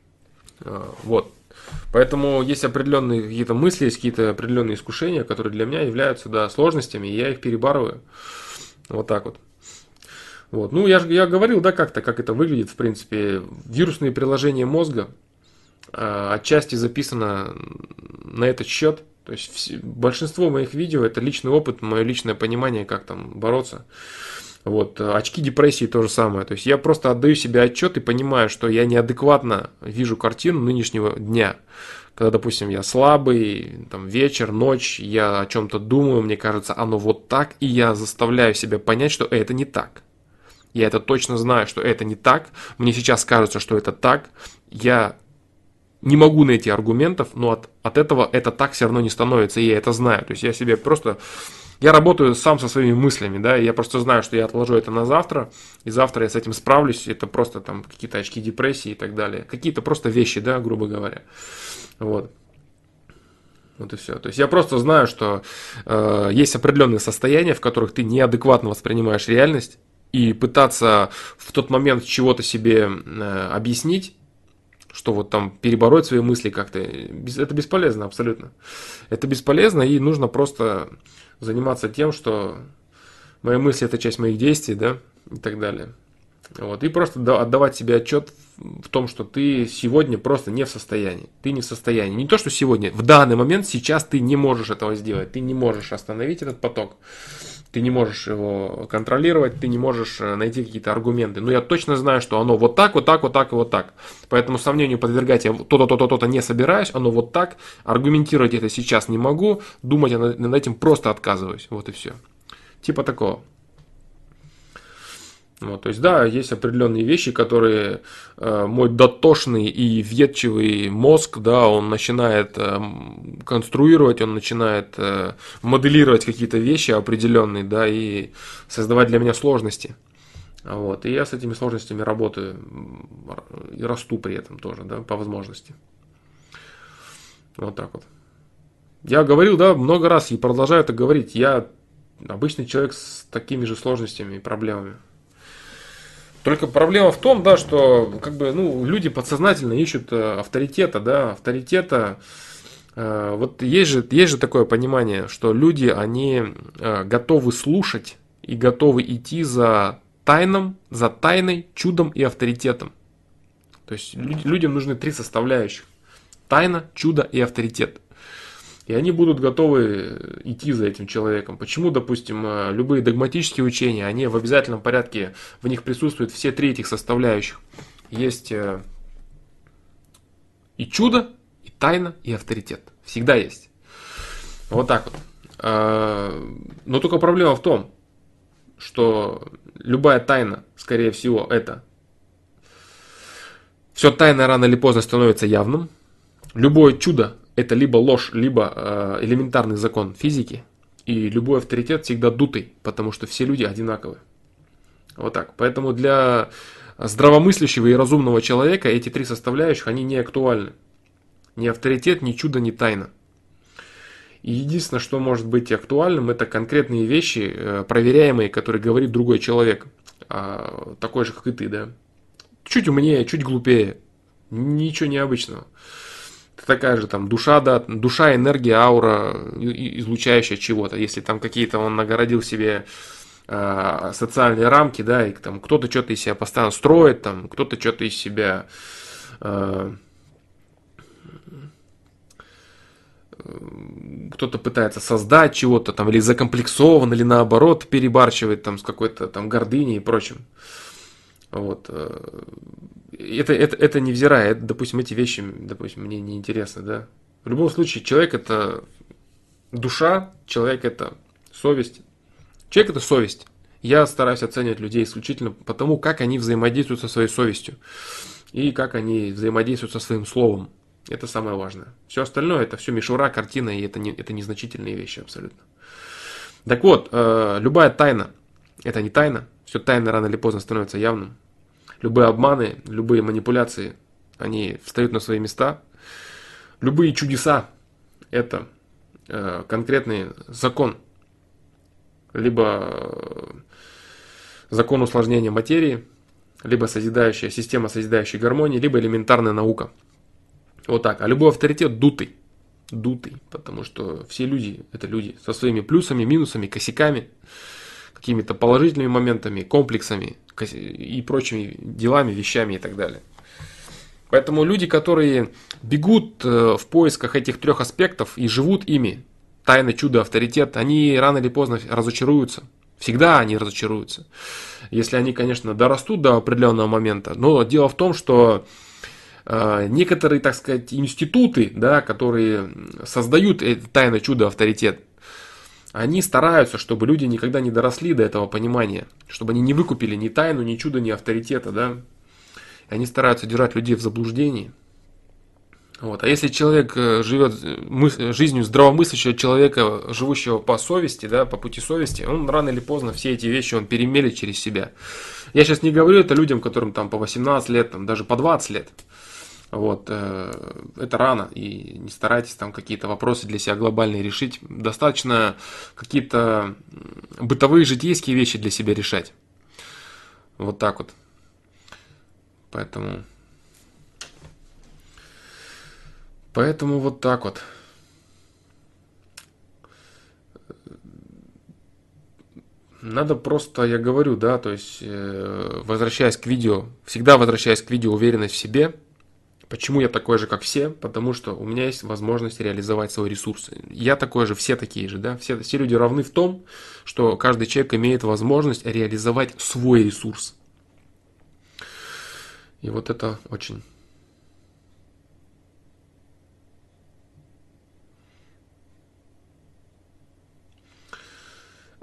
Вот. Поэтому есть определенные какие-то мысли, есть какие-то определенные искушения, которые для меня являются, да, сложностями, и я их перебарываю. Вот так вот. Вот. Ну, я говорил, да, как это выглядит, в принципе. Вирусные приложения мозга отчасти записано на этот счет. То есть большинство моих видео это личный опыт, мое личное понимание, как там бороться. Вот, очки депрессии то же самое. То есть я просто отдаю себе отчет и понимаю, что я неадекватно вижу картину нынешнего дня. Когда, допустим, я слабый, там, вечер, ночь, я о чем-то думаю, мне кажется, оно вот так, и я заставляю себя понять, что это не так. Я это точно знаю, что это не так. Мне сейчас кажется, что это так. Я не могу найти аргументов, но от этого это так все равно не становится, и я это знаю. То есть я себе просто... Я работаю сам со своими мыслями, да, и я просто знаю, что я отложу это на завтра, и завтра я с этим справлюсь, это просто там какие-то очки депрессии и так далее. Какие-то просто вещи, да, грубо говоря. Вот. Вот и все. То есть я просто знаю, что есть определенные состояния, в которых ты неадекватно воспринимаешь реальность, и пытаться в тот момент чего-то себе объяснить, что вот там перебороть свои мысли как-то, это бесполезно абсолютно. Это бесполезно, и нужно просто заниматься тем, что мои мысли это часть моих действий, да, и так далее. Вот. И просто отдавать себе отчет в том, что ты сегодня просто не в состоянии. Ты не в состоянии. Не то, что сегодня, в данный момент, сейчас ты не можешь этого сделать. Ты не можешь остановить этот поток. Ты не можешь его контролировать, ты не можешь найти какие-то аргументы. Но я точно знаю, что оно вот так, вот так, вот так и вот так. Поэтому сомнению подвергать я то-то не собираюсь, оно вот так. Аргументировать это сейчас не могу, думать над этим просто отказываюсь. Вот и все. Типа такого. Вот, то есть, да, есть определенные вещи, которые мой дотошный и въедчивый мозг, да, он начинает конструировать, он начинает моделировать какие-то вещи определенные, да, и создавать для меня сложности. Вот, и я с этими сложностями работаю и расту при этом тоже, да, по возможности. Вот так вот. Я говорил, да, много раз и продолжаю это говорить. Я обычный человек с такими же сложностями и проблемами. Только проблема в том, да, что как бы, ну, люди подсознательно ищут авторитета, да, авторитета. Вот есть же такое понимание, что люди, они готовы слушать и готовы идти за тайной, чудом и авторитетом. То есть людям нужны три составляющих. Тайна, чудо и авторитет. И они будут готовы идти за этим человеком. Почему, допустим, любые догматические учения, они в обязательном порядке, в них присутствуют все три этих составляющих. Есть и чудо, и тайна, и авторитет. Всегда есть. Вот так вот. Но только проблема в том, что любая тайна, скорее всего, это все тайное рано или поздно становится явным. Любое чудо это либо ложь, либо элементарный закон физики. И любой авторитет всегда дутый, потому что все люди одинаковы. Вот так. Поэтому для здравомыслящего и разумного человека эти три составляющих, они не актуальны. Ни авторитет, ни чудо, ни тайна. И единственное, что может быть актуальным, это конкретные вещи, проверяемые, которые говорит другой человек. Такой же, как и ты, да. Чуть умнее, чуть глупее. Ничего необычного. Такая же там душа, да, душа, энергия, аура, излучающая чего-то. Если там какие-то он нагородил себе социальные рамки, да, и там кто-то что-то из себя постоянно строит, там кто-то что-то из себя кто-то пытается создать чего-то там, или закомплексован, или наоборот перебарщивает там с какой-то там гордыней и прочим. Вот. Это невзирая, допустим, эти вещи, допустим, мне не интересны, да. В любом случае, человек это душа, человек это совесть. Человек это совесть. Я стараюсь оценивать людей исключительно по тому, как они взаимодействуют со своей совестью. И как они взаимодействуют со своим словом. Это самое важное. Все остальное это все мишура, картина, и это незначительные вещи абсолютно. Так вот, любая тайна, это не тайна. Все тайно рано или поздно становится явным. Любые обманы, любые манипуляции, они встают на свои места. Любые чудеса – это конкретный закон. Либо закон усложнения материи, либо созидающая система созидающей гармонии, либо элементарная наука. Вот так. А любой авторитет дутый. Дутый. Потому что все люди – это люди со своими плюсами, минусами, косяками, какими-то положительными моментами, комплексами и прочими делами, вещами и так далее. Поэтому люди, которые бегут в поисках этих трех аспектов и живут ими, тайна, чудо, авторитет, они рано или поздно разочаруются. Всегда они разочаруются. Если они, конечно, дорастут до определенного момента. Но дело в том, что некоторые, так сказать, институты, да, которые создают тайна, чудо, авторитет, они стараются, чтобы люди никогда не доросли до этого понимания, чтобы они не выкупили ни тайну, ни чудо, ни авторитета, да. Они стараются держать людей в заблуждении. Вот. А если человек живет жизнью здравомыслящего человека, живущего по совести, да, по пути совести, он рано или поздно все эти вещи он перемелет через себя. Я сейчас не говорю это людям, которым там по 18 лет, там, даже по 20 лет. Вот, это рано, и не старайтесь там какие-то вопросы для себя глобальные решить. Достаточно какие-то бытовые, житейские вещи для себя решать. Вот так вот. Поэтому вот так вот. Надо просто, я говорю, да, то есть, возвращаясь к видео, всегда возвращаясь к видео уверенность в себе. Почему я такой же, как все? Потому что у меня есть возможность реализовать свой ресурс. Я такой же, все такие же, да? Все люди равны в том, что каждый человек имеет возможность реализовать свой ресурс. И вот это очень...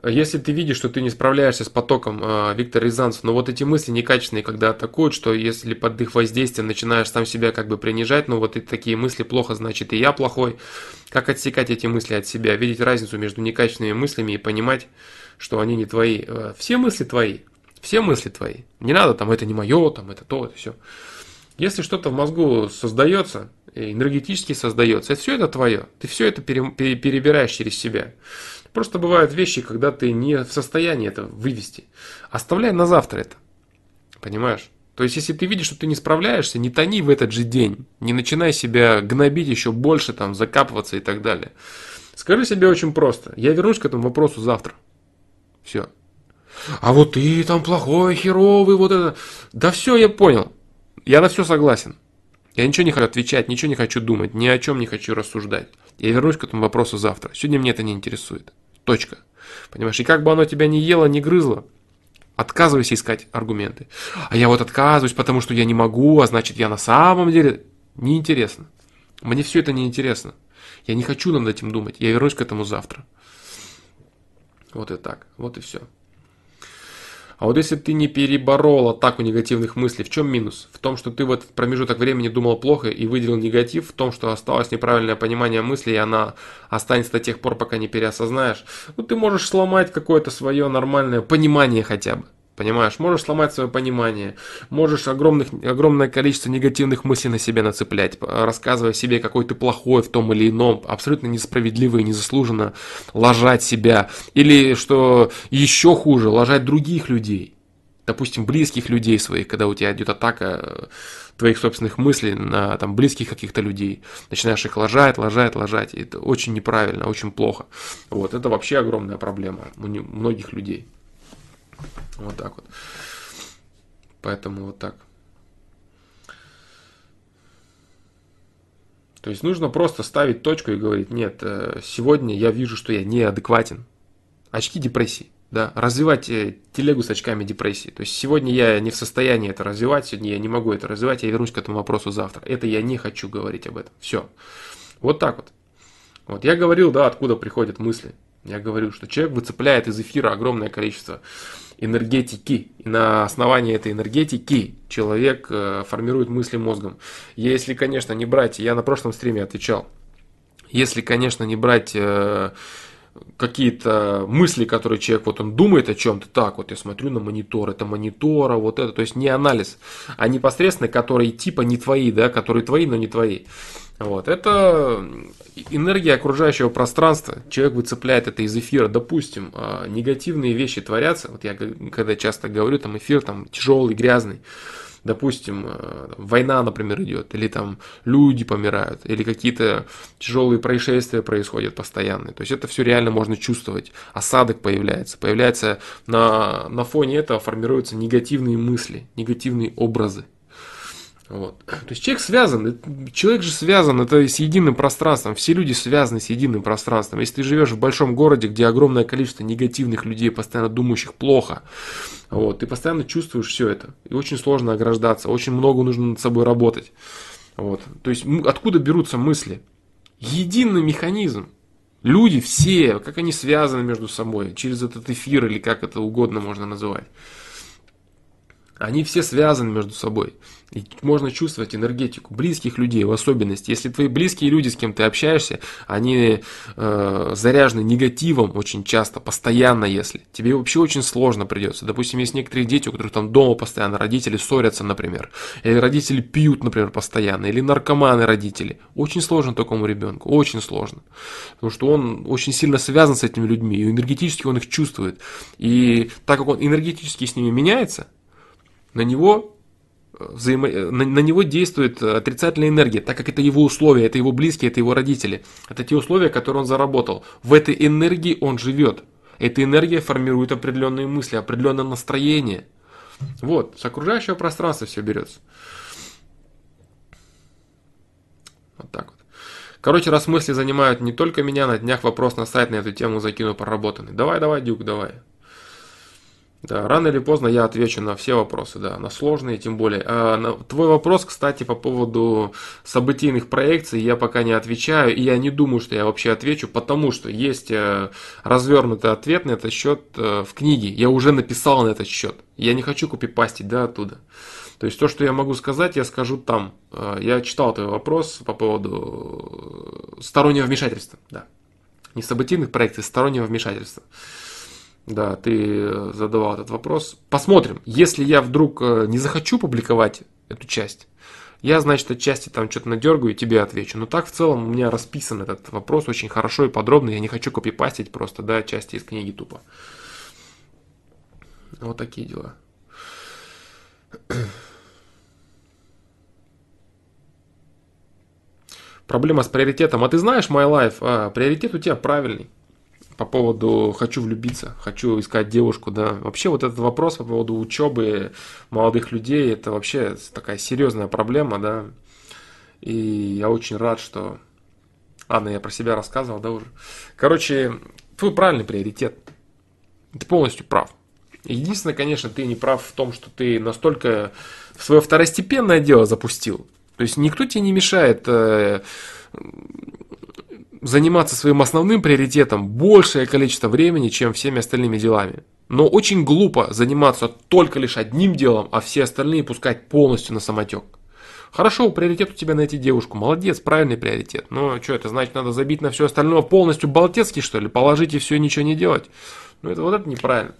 Если ты видишь, что ты не справляешься с потоком, Виктор Рязанцев, но вот эти мысли некачественные, когда атакуют, что если под их воздействием начинаешь сам себя как бы принижать, ну вот и такие мысли плохо, значит и я плохой. Как отсекать эти мысли от себя, видеть разницу между некачественными мыслями и понимать, что они не твои. Все мысли твои, все мысли твои. Не надо там, это не мое, там это то, это все. Если что-то в мозгу создается, энергетически создается, все это твое. Ты все это перебираешь через себя. Просто бывают вещи, когда ты не в состоянии это вывести. Оставляй на завтра это. Понимаешь? То есть, если ты видишь, что ты не справляешься, не тони в этот же день. Не начинай себя гнобить еще больше, там, закапываться и так далее. Скажи себе очень просто. Я вернусь к этому вопросу завтра. Все. А вот ты там плохой, херовый, вот это. Да все, я понял. Я на все согласен. Я ничего не хочу отвечать, ничего не хочу думать, ни о чем не хочу рассуждать. Я вернусь к этому вопросу завтра. Сегодня мне это не интересует. Точка. Понимаешь? И как бы оно тебя не ело, не грызло, отказывайся искать аргументы. А я вот отказываюсь, потому что я не могу, а значит я на самом деле... Неинтересно. Мне все это неинтересно. Я не хочу над этим думать. Я вернусь к этому завтра. Вот и так. Вот и все. А вот если ты не переборол атаку негативных мыслей, в чем минус? В том, что ты в этот промежуток времени думал плохо и выделил негатив, в том, что осталось неправильное понимание мысли, и она останется до тех пор, пока не переосознаешь. Ну, ты можешь сломать какое-то свое нормальное понимание хотя бы. Понимаешь, можешь сломать свое понимание, можешь огромное количество негативных мыслей на себя нацеплять, рассказывая себе, какой ты плохой в том или ином, абсолютно несправедливо и незаслуженно лажать себя. Или, что еще хуже, лажать других людей. Допустим, близких людей своих, когда у тебя идет атака твоих собственных мыслей на там, близких каких-то людей. Начинаешь их лажать. И это очень неправильно, очень плохо. Вот, это вообще огромная проблема у многих людей. Вот так вот. Поэтому вот так. То есть нужно просто ставить точку и говорить: нет, сегодня я вижу, что я неадекватен. Очки депрессии. Да, развивать телегу с очками депрессии. То есть сегодня я не в состоянии это развивать, сегодня я не могу это развивать, я вернусь к этому вопросу завтра. Это я не хочу говорить об этом. Все. Вот так вот. Вот я говорил, да, откуда приходят мысли. Я говорю, что человек выцепляет из эфира огромное количество энергетики. И на основании этой энергетики человек формирует мысли мозгом. Если, конечно, не брать, я на прошлом стриме отвечал, если, конечно, не брать какие-то мысли, которые человек, вот он думает о чем-то, так вот я смотрю на монитор, это монитора, вот это, то есть не анализ, а непосредственно, которые типа не твои, да, которые твои, но не твои. Вот, это энергия окружающего пространства, человек выцепляет это из эфира, допустим, негативные вещи творятся, вот я когда часто говорю, там эфир там тяжелый, грязный, допустим, война, например, идет, или там люди помирают, или какие-то тяжелые происшествия происходят постоянные. То есть это все реально можно чувствовать. Осадок появляется на фоне этого формируются негативные мысли, негативные образы. Вот. То есть человек же связан, это с единым пространством, все люди связаны с единым пространством. Если ты живешь в большом городе, где огромное количество негативных людей, постоянно думающих плохо, вот, ты постоянно чувствуешь все это, и очень сложно ограждаться, очень много нужно над собой работать. Вот. То есть откуда берутся мысли? Единый механизм. Люди все, как они связаны между собой, через этот эфир или как это угодно можно называть. Они все связаны между собой. И можно чувствовать энергетику близких людей в особенности. Если твои близкие люди, с кем ты общаешься, они заряжены негативом очень часто, постоянно если. Тебе вообще очень сложно придется. Допустим, есть некоторые дети, у которых там дома постоянно родители ссорятся, например. Или родители пьют, например, постоянно. Или наркоманы родители. Очень сложно такому ребенку. Очень сложно. Потому что он очень сильно связан с этими людьми. И энергетически он их чувствует. И так как он энергетически с ними меняется, на него действует отрицательная энергия, так как это его условия, это его близкие, это его родители. Это те условия, которые он заработал. В этой энергии он живет. Эта энергия формирует определенные мысли, определенное настроение. Вот, с окружающего пространства все берется. Вот так вот. Короче, раз мысли занимают не только меня, на днях вопрос на сайт на эту тему закину проработанный. Давай, Дюк, давай. Да, рано или поздно я отвечу на все вопросы, да, на сложные тем более. А на твой вопрос, кстати, по поводу событийных проекций, я пока не отвечаю, и я не думаю, что я вообще отвечу, потому что есть развернутый ответ на этот счет в книге. Я уже написал на этот счет. Я не хочу копипастить, да, оттуда. То есть то, что я могу сказать, я скажу там. Я читал твой вопрос по поводу стороннего вмешательства, да. Не событийных проекций, стороннего вмешательства. Да, ты задавал этот вопрос. Посмотрим. Если я вдруг не захочу публиковать эту часть, я, значит, отчасти там что-то надергаю и тебе отвечу. Но так в целом у меня расписан этот вопрос очень хорошо и подробно. Я не хочу копипастить просто, да, части из книги тупо. Вот такие дела. Проблема с приоритетом. А ты знаешь, my life, приоритет у тебя правильный. По поводу хочу влюбиться, хочу искать девушку, да. Вообще вот этот вопрос по поводу учебы молодых людей, это вообще такая серьезная проблема, да. И я очень рад, что... Ладно, я про себя рассказывал, да, уже. Короче, твой правильный приоритет. Ты полностью прав. Единственное, конечно, ты не прав в том, что ты настолько свое второстепенное дело запустил. То есть никто тебе не мешает заниматься своим основным приоритетом большее количество времени, чем всеми остальными делами. Но очень глупо заниматься только лишь одним делом, а все остальные пускать полностью на самотек. Хорошо, приоритет у тебя найти девушку. Молодец, правильный приоритет. Но что это значит, надо забить на все остальное полностью болтецкий, что ли? Положить и все, ничего не делать? Ну, это вот это неправильно.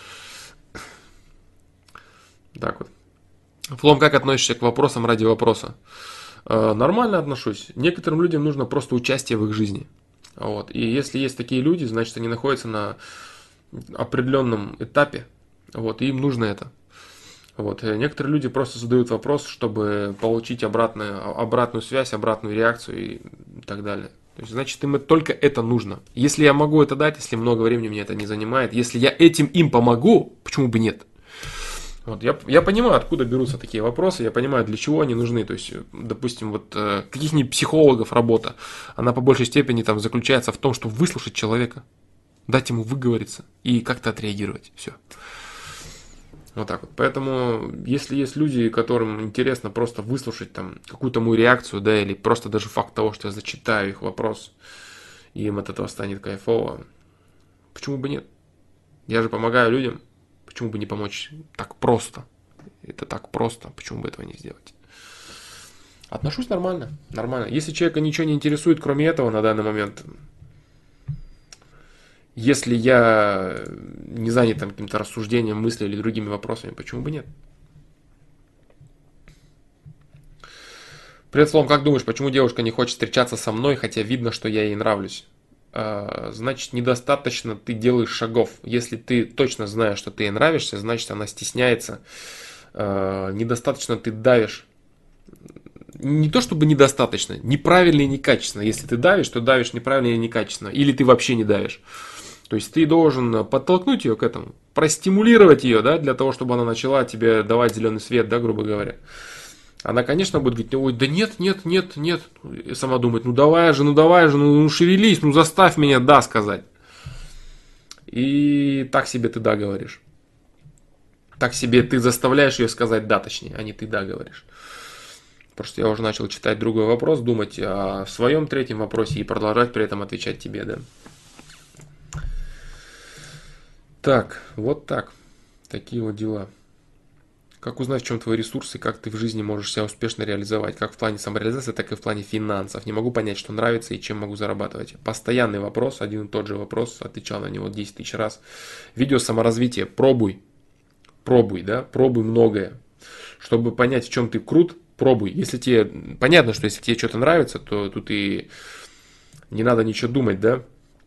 Так вот. Флом, как относишься к вопросам ради вопроса? Нормально отношусь. Некоторым людям нужно просто участие в их жизни. Вот. И если есть такие люди, значит, они находятся на определенном этапе. Вот, и им нужно это. Вот. Некоторые люди просто задают вопрос, чтобы получить обратную связь, обратную реакцию и так далее. То есть, значит, им только это нужно. Если я могу это дать, если много времени мне это не занимает, если я этим им помогу, почему бы нет? Вот, я понимаю, откуда берутся такие вопросы, я понимаю, для чего они нужны. То есть, допустим, вот каких-нибудь психологов работа, она по большей степени там заключается в том, чтобы выслушать человека, дать ему выговориться и как-то отреагировать. Все. Вот так вот. Поэтому, если есть люди, которым интересно просто выслушать там какую-то мою реакцию, да, или просто даже факт того, что я зачитаю их вопрос, и им от этого станет кайфово, почему бы нет? Я же помогаю людям. Почему бы не помочь так просто? Это так просто, почему бы этого не сделать? Отношусь нормально, нормально. Если человека ничего не интересует, кроме этого на данный момент, если я не занят там каким-то рассуждением, мыслью или другими вопросами, почему бы нет? Привет, Слом, как думаешь, почему девушка не хочет встречаться со мной, хотя видно, что я ей нравлюсь? Значит, недостаточно ты делаешь шагов. Если ты точно знаешь, что ты ей нравишься, значит, она стесняется. Недостаточно ты давишь. Не то чтобы недостаточно, неправильно и некачественно. Если ты давишь, то давишь неправильно и некачественно. Или ты вообще не давишь. То есть ты должен подтолкнуть ее к этому, простимулировать ее, да, для того, чтобы она начала тебе давать зеленый свет, да, грубо говоря. Она, конечно, будет говорить: ой, да нет, нет, нет, нет. И сама думает: ну давай же, ну шевелись, ну заставь меня да сказать. И так себе ты да говоришь. Так себе ты заставляешь ее сказать да, точнее, а не ты да говоришь. Просто я уже начал читать другой вопрос, думать о своем третьем вопросе и продолжать при этом отвечать тебе, да. Так, вот так. Такие вот дела. Как узнать, в чем твои ресурсы, как ты в жизни можешь себя успешно реализовать, как в плане самореализации, так и в плане финансов. Не могу понять, что нравится и чем могу зарабатывать. Постоянный вопрос, один и тот же вопрос, отвечал на него 10 тысяч раз. Видео саморазвитие, пробуй, да, пробуй многое. Чтобы понять, в чем ты крут, пробуй. Если тебе, понятно, что если тебе что-то нравится, то тут и не надо ничего думать, да.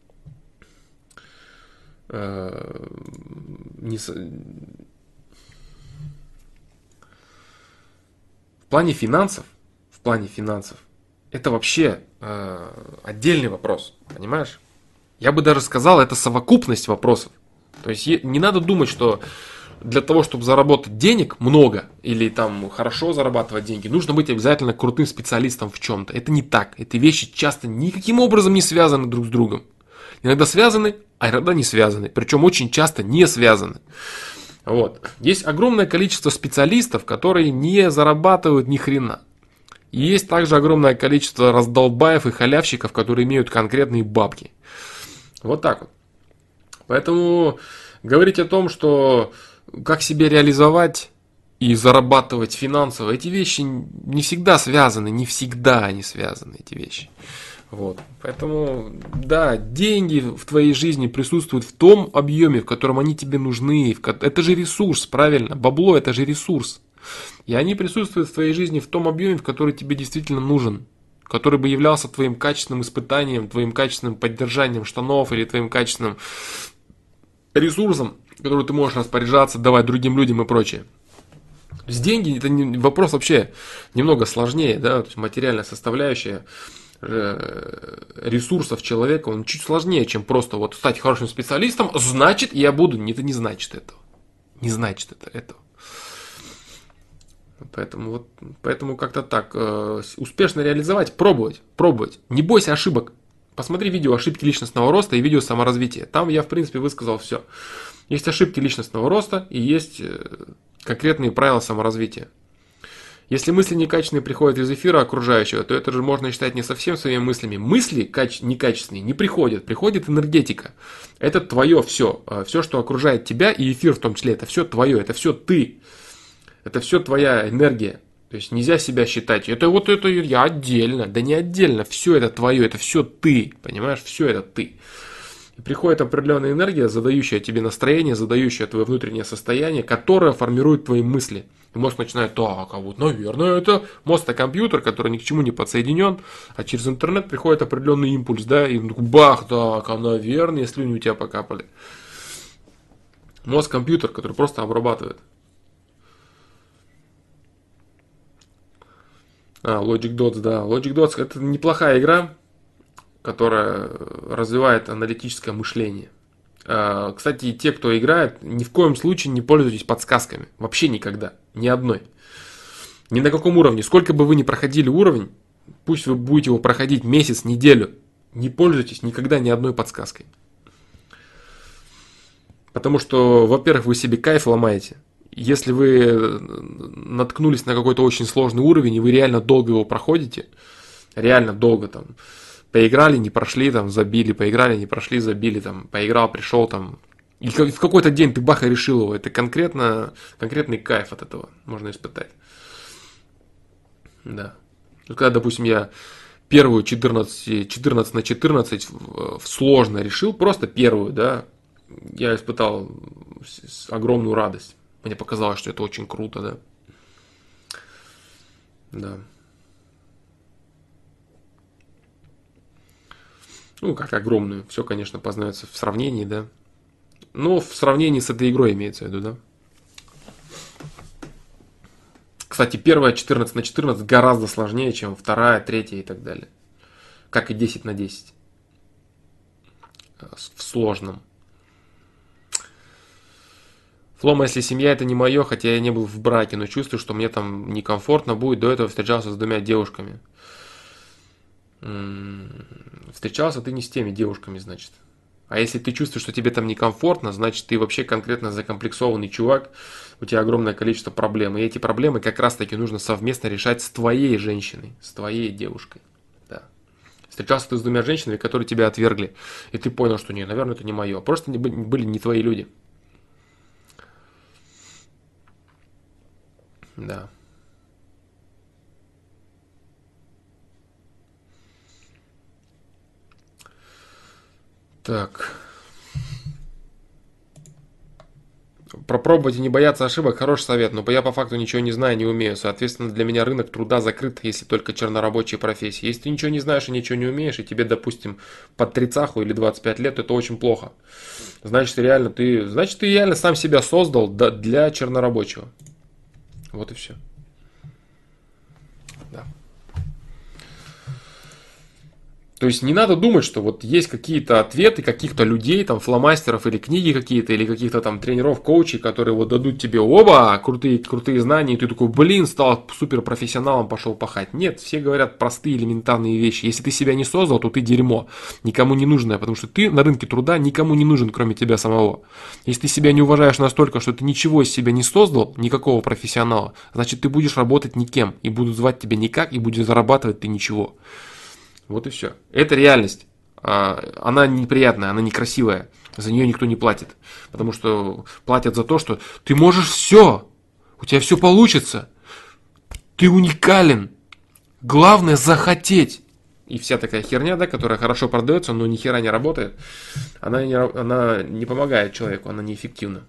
В плане финансов, это вообще отдельный вопрос, понимаешь? Я бы даже сказал, это совокупность вопросов. То есть не надо думать, что для того, чтобы заработать денег много или там хорошо зарабатывать деньги, нужно быть обязательно крутым специалистом в чем-то. Это не так. Эти вещи часто никаким образом не связаны друг с другом. Иногда связаны, а иногда не связаны. Причем очень часто не связаны. Вот. Есть огромное количество специалистов, которые не зарабатывают ни хрена. И есть также огромное количество раздолбаев и халявщиков, которые имеют конкретные бабки. Вот так вот. Поэтому говорить о том, что как себя реализовать и зарабатывать финансово, эти вещи не всегда связаны, не всегда они связаны, эти вещи. Вот. Поэтому, да, деньги в твоей жизни присутствуют в том объеме, в котором они тебе нужны. Это же ресурс, правильно? Бабло – это же ресурс. И они присутствуют в твоей жизни в том объеме, в который тебе действительно нужен. Который бы являлся твоим качественным испытанием, твоим качественным поддержанием штанов или твоим качественным ресурсом, который ты можешь распоряжаться, давать другим людям и прочее. То есть деньги – это вопрос вообще немного сложнее, да, то есть материальная составляющая ресурсов человека, он чуть сложнее, чем просто вот стать хорошим специалистом, значит я буду. Это не значит этого. Не значит это этого. Поэтому как-то так. Успешно реализовать, пробовать. Не бойся ошибок. Посмотри видео «Ошибки личностного роста» и видео «Саморазвитие». Там я, в принципе, высказал все. Есть ошибки личностного роста и есть конкретные правила саморазвития. Если мысли некачественные приходят из эфира окружающего, то это же можно считать не совсем своими мыслями. Мысли некачественные не приходят, приходит энергетика. Это твое все. Все, что окружает тебя, и эфир в том числе, это все твое, это все ты. Это все твоя энергия. То есть нельзя себя считать, это я отдельно. Да не отдельно, все это твое, это все ты. Понимаешь, все это ты. И приходит определенная энергия, задающая тебе настроение, задающая твое внутреннее состояние, которое формирует твои мысли. И мозг начинает, так, а вот, наверное, это мозг это компьютер, который ни к чему не подсоединен, а через интернет приходит определенный импульс, да, и бах, так, а наверное, слюни у тебя покапали. Мозг компьютер, который просто обрабатывает. Logic Dots, да. Logic Dots это неплохая игра, которая развивает аналитическое мышление. Кстати, те, кто играет, ни в коем случае не пользуйтесь подсказками. Вообще никогда. Ни одной. Ни на каком уровне. Сколько бы вы ни проходили уровень, пусть вы будете его проходить месяц, неделю, не пользуйтесь никогда ни одной подсказкой. Потому что, во-первых, вы себе кайф ломаете. Если вы наткнулись на какой-то очень сложный уровень, и вы реально долго его проходите, реально долго там, поиграли, не прошли, там, забили, поиграли, не прошли, забили, там, поиграл, пришел, там, и в какой-то день ты бах и решил его, это конкретный кайф от этого можно испытать. Да. Когда, допустим, я первую 14 на 14 сложно решил, просто первую, да, я испытал огромную радость. Мне показалось, что это очень круто, да. Да. Ну, как огромную. Все, конечно, познается в сравнении, да. Но в сравнении с этой игрой имеется в виду, да. Кстати, первая 14 на 14 гораздо сложнее, чем вторая, третья и так далее. Как и 10 на 10. В сложном. Флома, если семья это не мое, хотя я не был в браке, но чувствую, что мне там некомфортно будет. До этого встречался с 2 девушками. Встречался ты не с теми девушками, значит. А если ты чувствуешь, что тебе там некомфортно, значит ты вообще конкретно закомплексованный чувак, у тебя огромное количество проблем. И эти проблемы как раз таки нужно совместно решать с твоей женщиной, с твоей девушкой. Да. Встречался ты с 2 женщинами, которые тебя отвергли, и ты понял, что не, наверное, это не мое. Просто были не твои люди. Да. Так. Попробовать и не бояться ошибок – хороший совет, но я по факту ничего не знаю, не умею. Соответственно, для меня рынок труда закрыт, если только чернорабочие профессии. Если ты ничего не знаешь и ничего не умеешь, и тебе, допустим, под 30 или 25 лет, то это очень плохо. Значит, ты реально сам себя создал для чернорабочего. Вот и все. Да. То есть не надо думать, что вот есть какие-то ответы каких-то людей, там, фломастеров или книги какие-то, или каких-то там тренеров, коучей, которые вот дадут тебе оба крутые знания, и ты такой, блин, стал суперпрофессионалом, пошел пахать. Нет, все говорят простые элементарные вещи. Если ты себя не создал, то ты дерьмо, никому не нужное, потому что ты на рынке труда никому не нужен, кроме тебя самого. Если ты себя не уважаешь настолько, что ты ничего из себя не создал, никакого профессионала, значит ты будешь работать никем, и будут звать тебя никак, и будешь зарабатывать ты ничего. Вот и все. Это реальность. Она неприятная, она некрасивая. За нее никто не платит. Потому что платят за то, что ты можешь все. У тебя все получится. Ты уникален. Главное захотеть. И вся такая херня, да, которая хорошо продается, но ни хера не работает, она не помогает человеку, она неэффективна.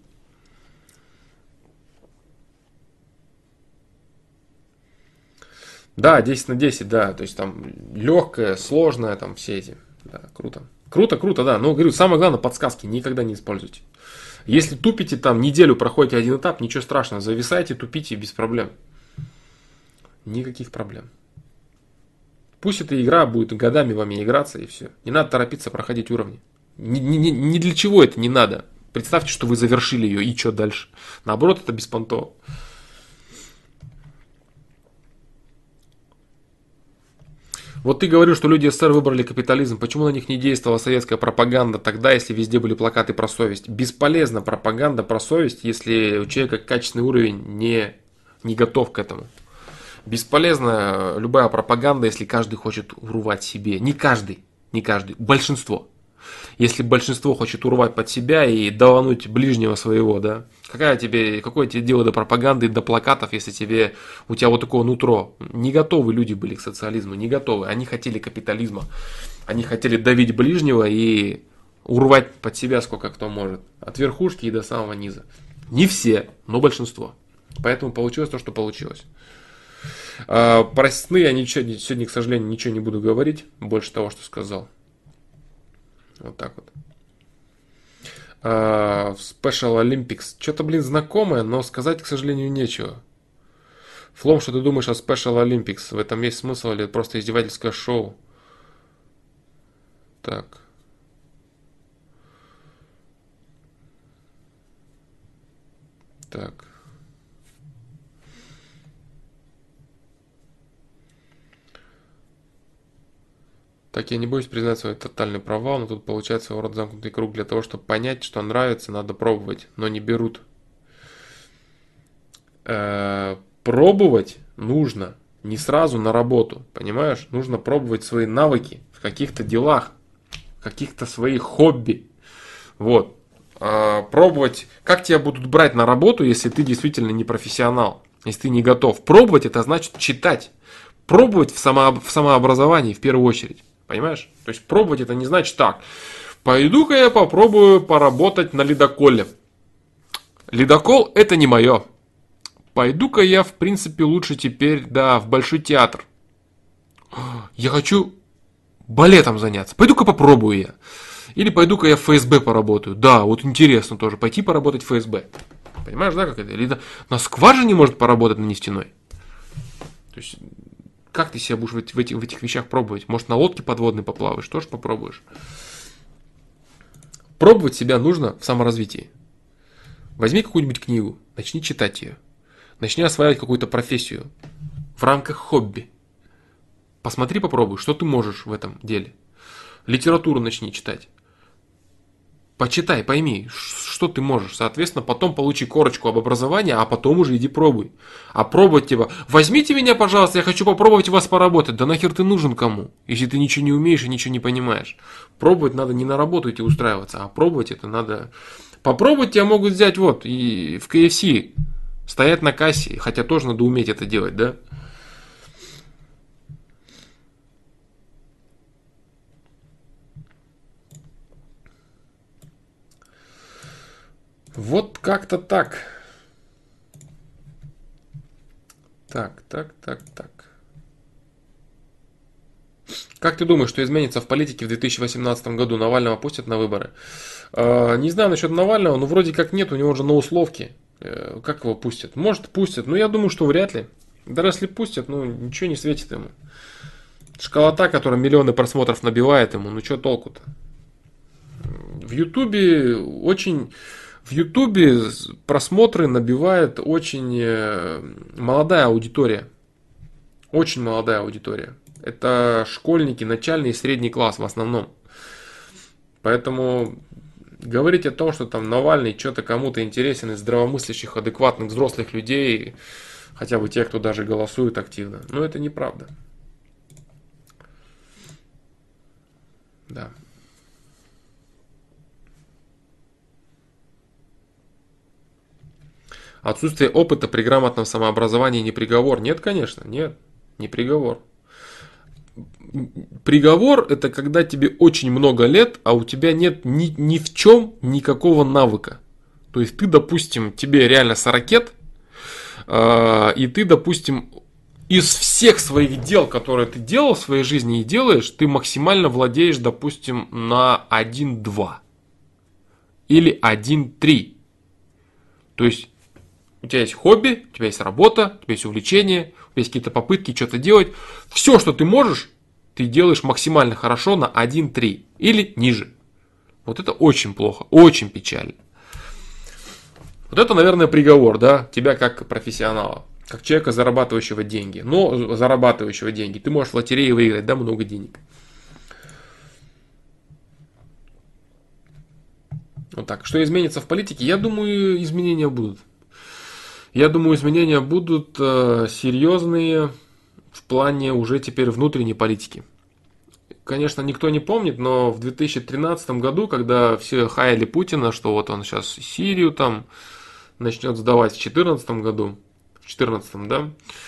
Да, 10 на 10, да, то есть там легкое, сложное, там все эти, да, круто. Круто, да, но говорю, самое главное, подсказки никогда не используйте. Если тупите там неделю, проходите один этап, ничего страшного, зависайте, тупите без проблем. Никаких проблем. Пусть эта игра будет годами вами играться и все. Не надо торопиться проходить уровни. Ни для чего это не надо. Представьте, что вы завершили ее и что дальше. Наоборот, это беспонтово. Вот ты говорил, что люди СССР выбрали капитализм. Почему на них не действовала советская пропаганда тогда, если везде были плакаты про совесть? Бесполезна пропаганда про совесть, если у человека качественный уровень не готов к этому. Бесполезна любая пропаганда, если каждый хочет урвать себе. Не каждый, большинство. Если большинство хочет урвать под себя и давануть ближнего своего, да, какое тебе дело до пропаганды, до плакатов, если у тебя вот такое нутро? Не готовы люди были к социализму, не готовы. Они хотели капитализма. Они хотели давить ближнего и урвать под себя сколько кто может. От верхушки и до самого низа. Не все, но большинство. Поэтому получилось то, что получилось. Про сны я сегодня, к сожалению, ничего не буду говорить. Больше того, что сказал. Вот так вот. Special Olympics. Что-то, знакомое, но сказать, к сожалению, нечего. Флом, что ты думаешь о Special Olympics? В этом есть смысл или просто издевательское шоу? Так. Так. Так, я не боюсь признать свой тотальный провал, но тут получается своего рода замкнутый круг. Для того, чтобы понять, что нравится, надо пробовать, но не берут. Пробовать нужно не сразу на работу, понимаешь? Нужно пробовать свои навыки в каких-то делах, в каких-то своих хобби. Вот. Пробовать, как тебя будут брать на работу, если ты действительно не профессионал, если ты не готов. Пробовать это значит читать. Пробовать в самообразовании в первую очередь. Понимаешь? То есть пробовать это не значит так. Пойду-ка я попробую поработать на ледоколе. Ледокол это не мое. Пойду-ка я, в принципе, лучше теперь, да, в Большой театр. Я хочу балетом заняться. Пойду-ка попробую я. Или пойду-ка я в ФСБ поработаю. Да, вот интересно тоже. Пойти поработать в ФСБ. Понимаешь, да, как это? Или на скважине может поработать на нефтяной. То есть, как ты себя будешь в этих вещах пробовать? Может, на лодке подводной поплаваешь? Тоже попробуешь. Пробовать себя нужно в саморазвитии. Возьми какую-нибудь книгу, начни читать ее. Начни осваивать какую-то профессию в рамках хобби. Посмотри, попробуй, что ты можешь в этом деле. Литературу начни читать. Почитай, пойми, что ты можешь. Соответственно, потом получи корочку об образовании, а потом уже иди пробуй. А пробовать тебя. Возьмите меня, пожалуйста, я хочу попробовать у вас поработать. Да нахер ты нужен кому, если ты ничего не умеешь и ничего не понимаешь. Пробовать надо не на работу идти устраиваться, а пробовать это надо... Попробовать тебя могут взять вот и в KFC. Стоять на кассе, хотя тоже надо уметь это делать, да? Вот как-то так. Так. Как ты думаешь, что изменится в политике в 2018 году? Навального пустят на выборы? Не знаю насчет Навального, но вроде как нет, у него же на условке. Как его пустят? Может пустят, но я думаю, что вряд ли. Даже если пустят, ну ничего не светит ему. Школота, которая миллионы просмотров набивает ему, ну что толку-то? В Ютубе В Ютубе просмотры набивает очень молодая аудитория. Очень молодая аудитория. Это школьники, начальный и средний класс в основном. Поэтому говорить о том, что там Навальный что-то кому-то интересен из здравомыслящих, адекватных взрослых людей, хотя бы тех, кто даже голосует активно, ну это неправда. Да. Отсутствие опыта при грамотном самообразовании не приговор. Нет, конечно, нет, не приговор. Приговор это когда тебе очень много лет, а у тебя нет ни в чем никакого навыка. То есть ты, допустим, тебе реально 40 лет, и ты, допустим, из всех своих дел, которые ты делал в своей жизни и делаешь, ты максимально владеешь, допустим, на 1-2 или 1-3. То есть у тебя есть хобби, у тебя есть работа, у тебя есть увлечение, у тебя есть какие-то попытки что-то делать. Все, что ты можешь, ты делаешь максимально хорошо на 1-3 или ниже. Вот это очень плохо, очень печально. Вот это, наверное, приговор, да, тебя как профессионала, как человека, зарабатывающего деньги. Но зарабатывающего деньги. Ты можешь в лотерее выиграть, да, много денег. Вот так. Что изменится в политике? Я думаю, изменения будут. Я думаю, изменения будут серьезные в плане уже теперь внутренней политики. Конечно, никто не помнит, но в 2013 году, когда все хаяли Путина, что вот он сейчас Сирию там начнет сдавать в 2014 году, в 2014, да,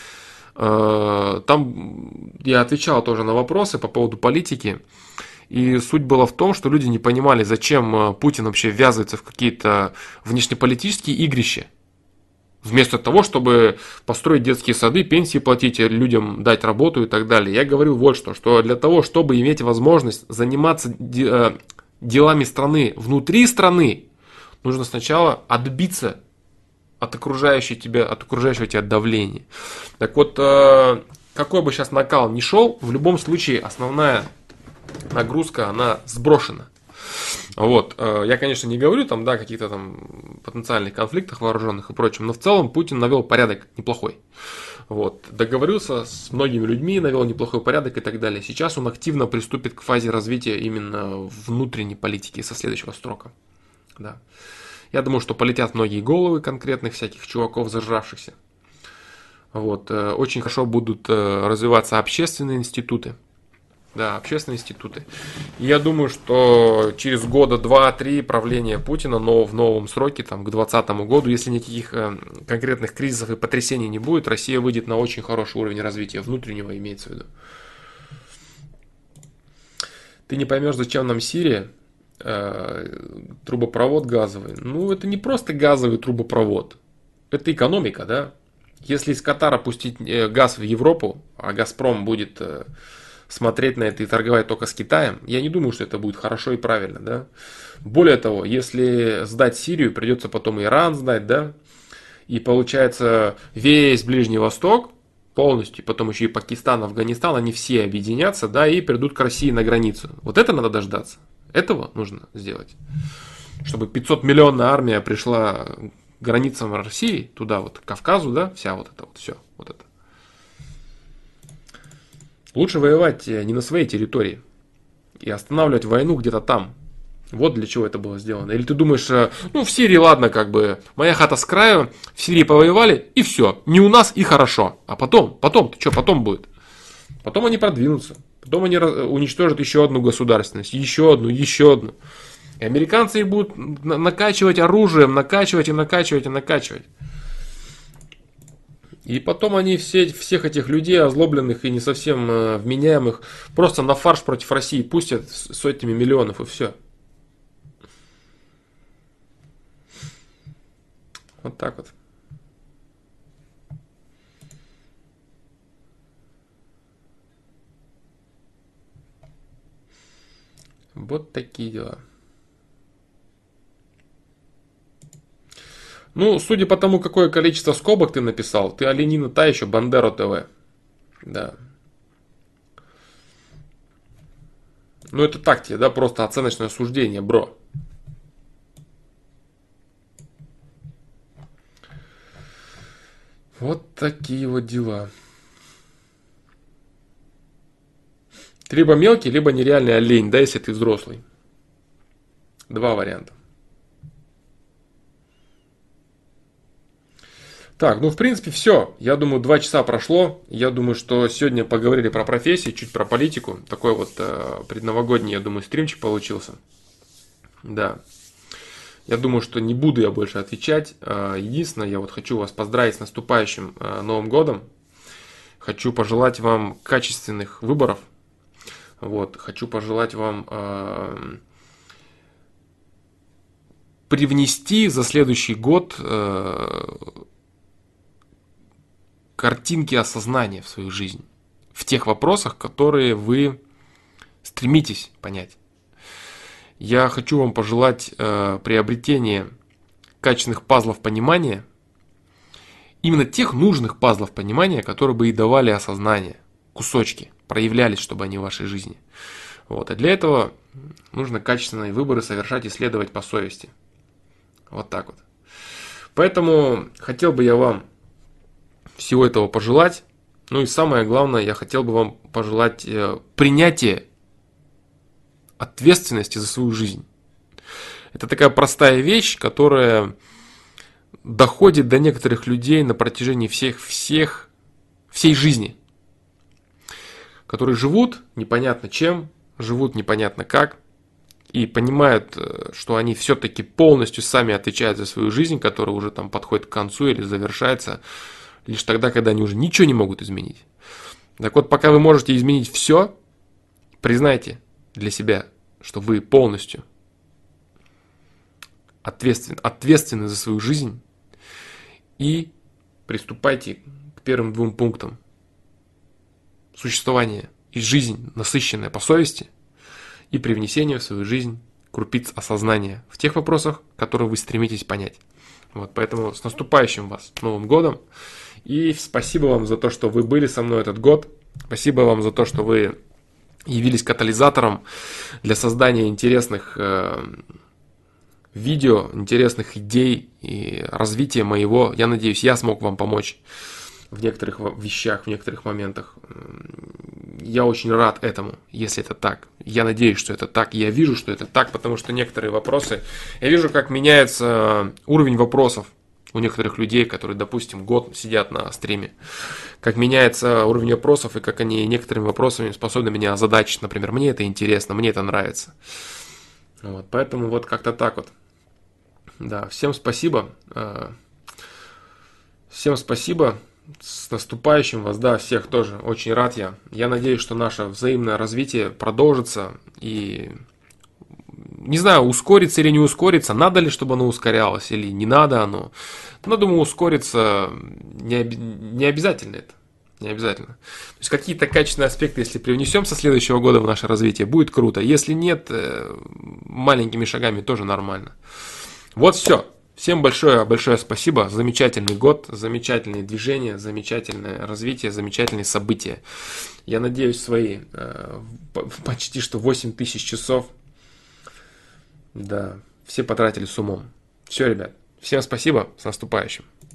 там я отвечал тоже на вопросы по поводу политики. И суть была в том, что люди не понимали, зачем Путин вообще ввязывается в какие-то внешнеполитические игрища. Вместо того, чтобы построить детские сады, пенсии платить, людям дать работу и так далее. Я говорю вот что для того, чтобы иметь возможность заниматься делами страны внутри страны, нужно сначала отбиться от окружающего тебя давления. Так вот, какой бы сейчас накал ни шел, в любом случае основная нагрузка, она сброшена. Вот. Я, конечно, не говорю там, да, о каких-то там потенциальных конфликтах вооруженных и прочем, но в целом Путин навел порядок неплохой. Вот. Договорился с многими людьми, навел неплохой порядок и так далее. Сейчас он активно приступит к фазе развития именно внутренней политики со следующего срока. Да. Я думаю, что полетят многие головы конкретных всяких чуваков зажравшихся. Вот. Очень хорошо будут развиваться общественные институты. Да, общественные институты. И я думаю, что через года 2-3 правления Путина, но в новом сроке, там, к 2020 году, если никаких конкретных кризисов и потрясений не будет, Россия выйдет на очень хороший уровень развития, внутреннего имеется в виду. Ты не поймешь, зачем нам Сирия, трубопровод газовый. Ну, это не просто газовый трубопровод, это экономика, да. Если из Катара пустить газ в Европу, а Газпром будет смотреть на это и торговать только с Китаем, я не думаю, что это будет хорошо и правильно, да. Более того, если сдать Сирию, придется потом Иран сдать, да, и получается весь Ближний Восток полностью, потом еще и Пакистан, Афганистан, они все объединятся, да, и придут к России на границу. Вот это надо дождаться. Этого нужно сделать. Чтобы 500-миллионная армия пришла к границам России, туда вот, к Кавказу, да, вся вот это вот, все, вот это. Лучше воевать не на своей территории и останавливать войну где-то там. Вот для чего это было сделано. Или ты думаешь, ну в Сирии ладно, как бы, моя хата с краю, в Сирии повоевали, и все. Не у нас, и хорошо. А потом, что потом будет? Потом они продвинутся. Потом они уничтожат еще одну государственность, еще одну. И американцы их будут накачивать оружием, накачивать. И потом они всех этих людей, озлобленных и не совсем вменяемых, просто на фарш против России пустят сотнями миллионов, и все. Вот так вот. Вот такие дела. Ну, судя по тому, какое количество скобок ты написал, ты оленина та еще, Бандера ТВ. Да. Ну, это так тебе, да, просто оценочное суждение, бро. Вот такие вот дела. Ты либо мелкий, либо нереальный олень, да, если ты взрослый. Два варианта. Так, ну в принципе все. Я думаю, 2 часа прошло. Я думаю, что сегодня поговорили про профессии, чуть про политику. Такой вот предновогодний, я думаю, стримчик получился. Да. Я думаю, что не буду я больше отвечать. Единственное, я вот хочу вас поздравить с наступающим Новым годом. Хочу пожелать вам качественных выборов. Вот. Хочу пожелать вам привнести за следующий год картинки осознания в свою жизнь. В тех вопросах, которые вы стремитесь понять. Я хочу вам пожелать приобретения качественных пазлов понимания, именно тех нужных пазлов понимания, которые бы и давали осознание, кусочки, проявлялись, чтобы они в вашей жизни. Вот. А для этого нужно качественные выборы совершать и следовать по совести. Вот так вот. Поэтому хотел бы я вам всего этого пожелать. Ну и самое главное, я хотел бы вам пожелать принятия ответственности за свою жизнь. Это такая простая вещь, которая доходит до некоторых людей на протяжении всей жизни. Которые живут непонятно чем, живут непонятно как, и понимают, что они все-таки полностью сами отвечают за свою жизнь, которая уже там подходит к концу или завершается, лишь тогда, когда они уже ничего не могут изменить. Так вот, пока вы можете изменить все, признайте для себя, что вы полностью ответственны за свою жизнь, и приступайте к первым 2 пунктам. Существование и жизнь, насыщенная по совести, и привнесение в свою жизнь крупиц осознания в тех вопросах, которые вы стремитесь понять. Вот, поэтому с наступающим вас Новым годом. И спасибо вам за то, что вы были со мной этот год. Спасибо вам за то, что вы явились катализатором для создания интересных видео, интересных идей и развития моего. Я надеюсь, я смог вам помочь в некоторых вещах, в некоторых моментах. Я очень рад этому, если это так. Я надеюсь, что это так. Я вижу, что это так, потому что некоторые вопросы... Я вижу, как меняется уровень вопросов у некоторых людей, которые, допустим, год сидят на стриме. Как меняется уровень вопросов и как они некоторыми вопросами способны меня озадачить. Например, мне это интересно, мне это нравится. Вот, поэтому вот как-то так вот. Да, всем спасибо. Всем спасибо. С наступающим вас, да, всех тоже. Очень рад я. Я надеюсь, что наше взаимное развитие продолжится. И не знаю, ускорится или не ускорится, надо ли, чтобы оно ускорялось, или не надо оно. Но, думаю, ускориться не обязательно это. Не обязательно. То есть какие-то качественные аспекты, если привнесем со следующего года в наше развитие, будет круто. Если нет, маленькими шагами тоже нормально. Вот все. Всем большое спасибо. Замечательный год, замечательные движения, замечательное развитие, замечательные события. Я надеюсь, свои почти что 8000 часов, да, все потратили с умом. Все, ребят. Всем спасибо. С наступающим.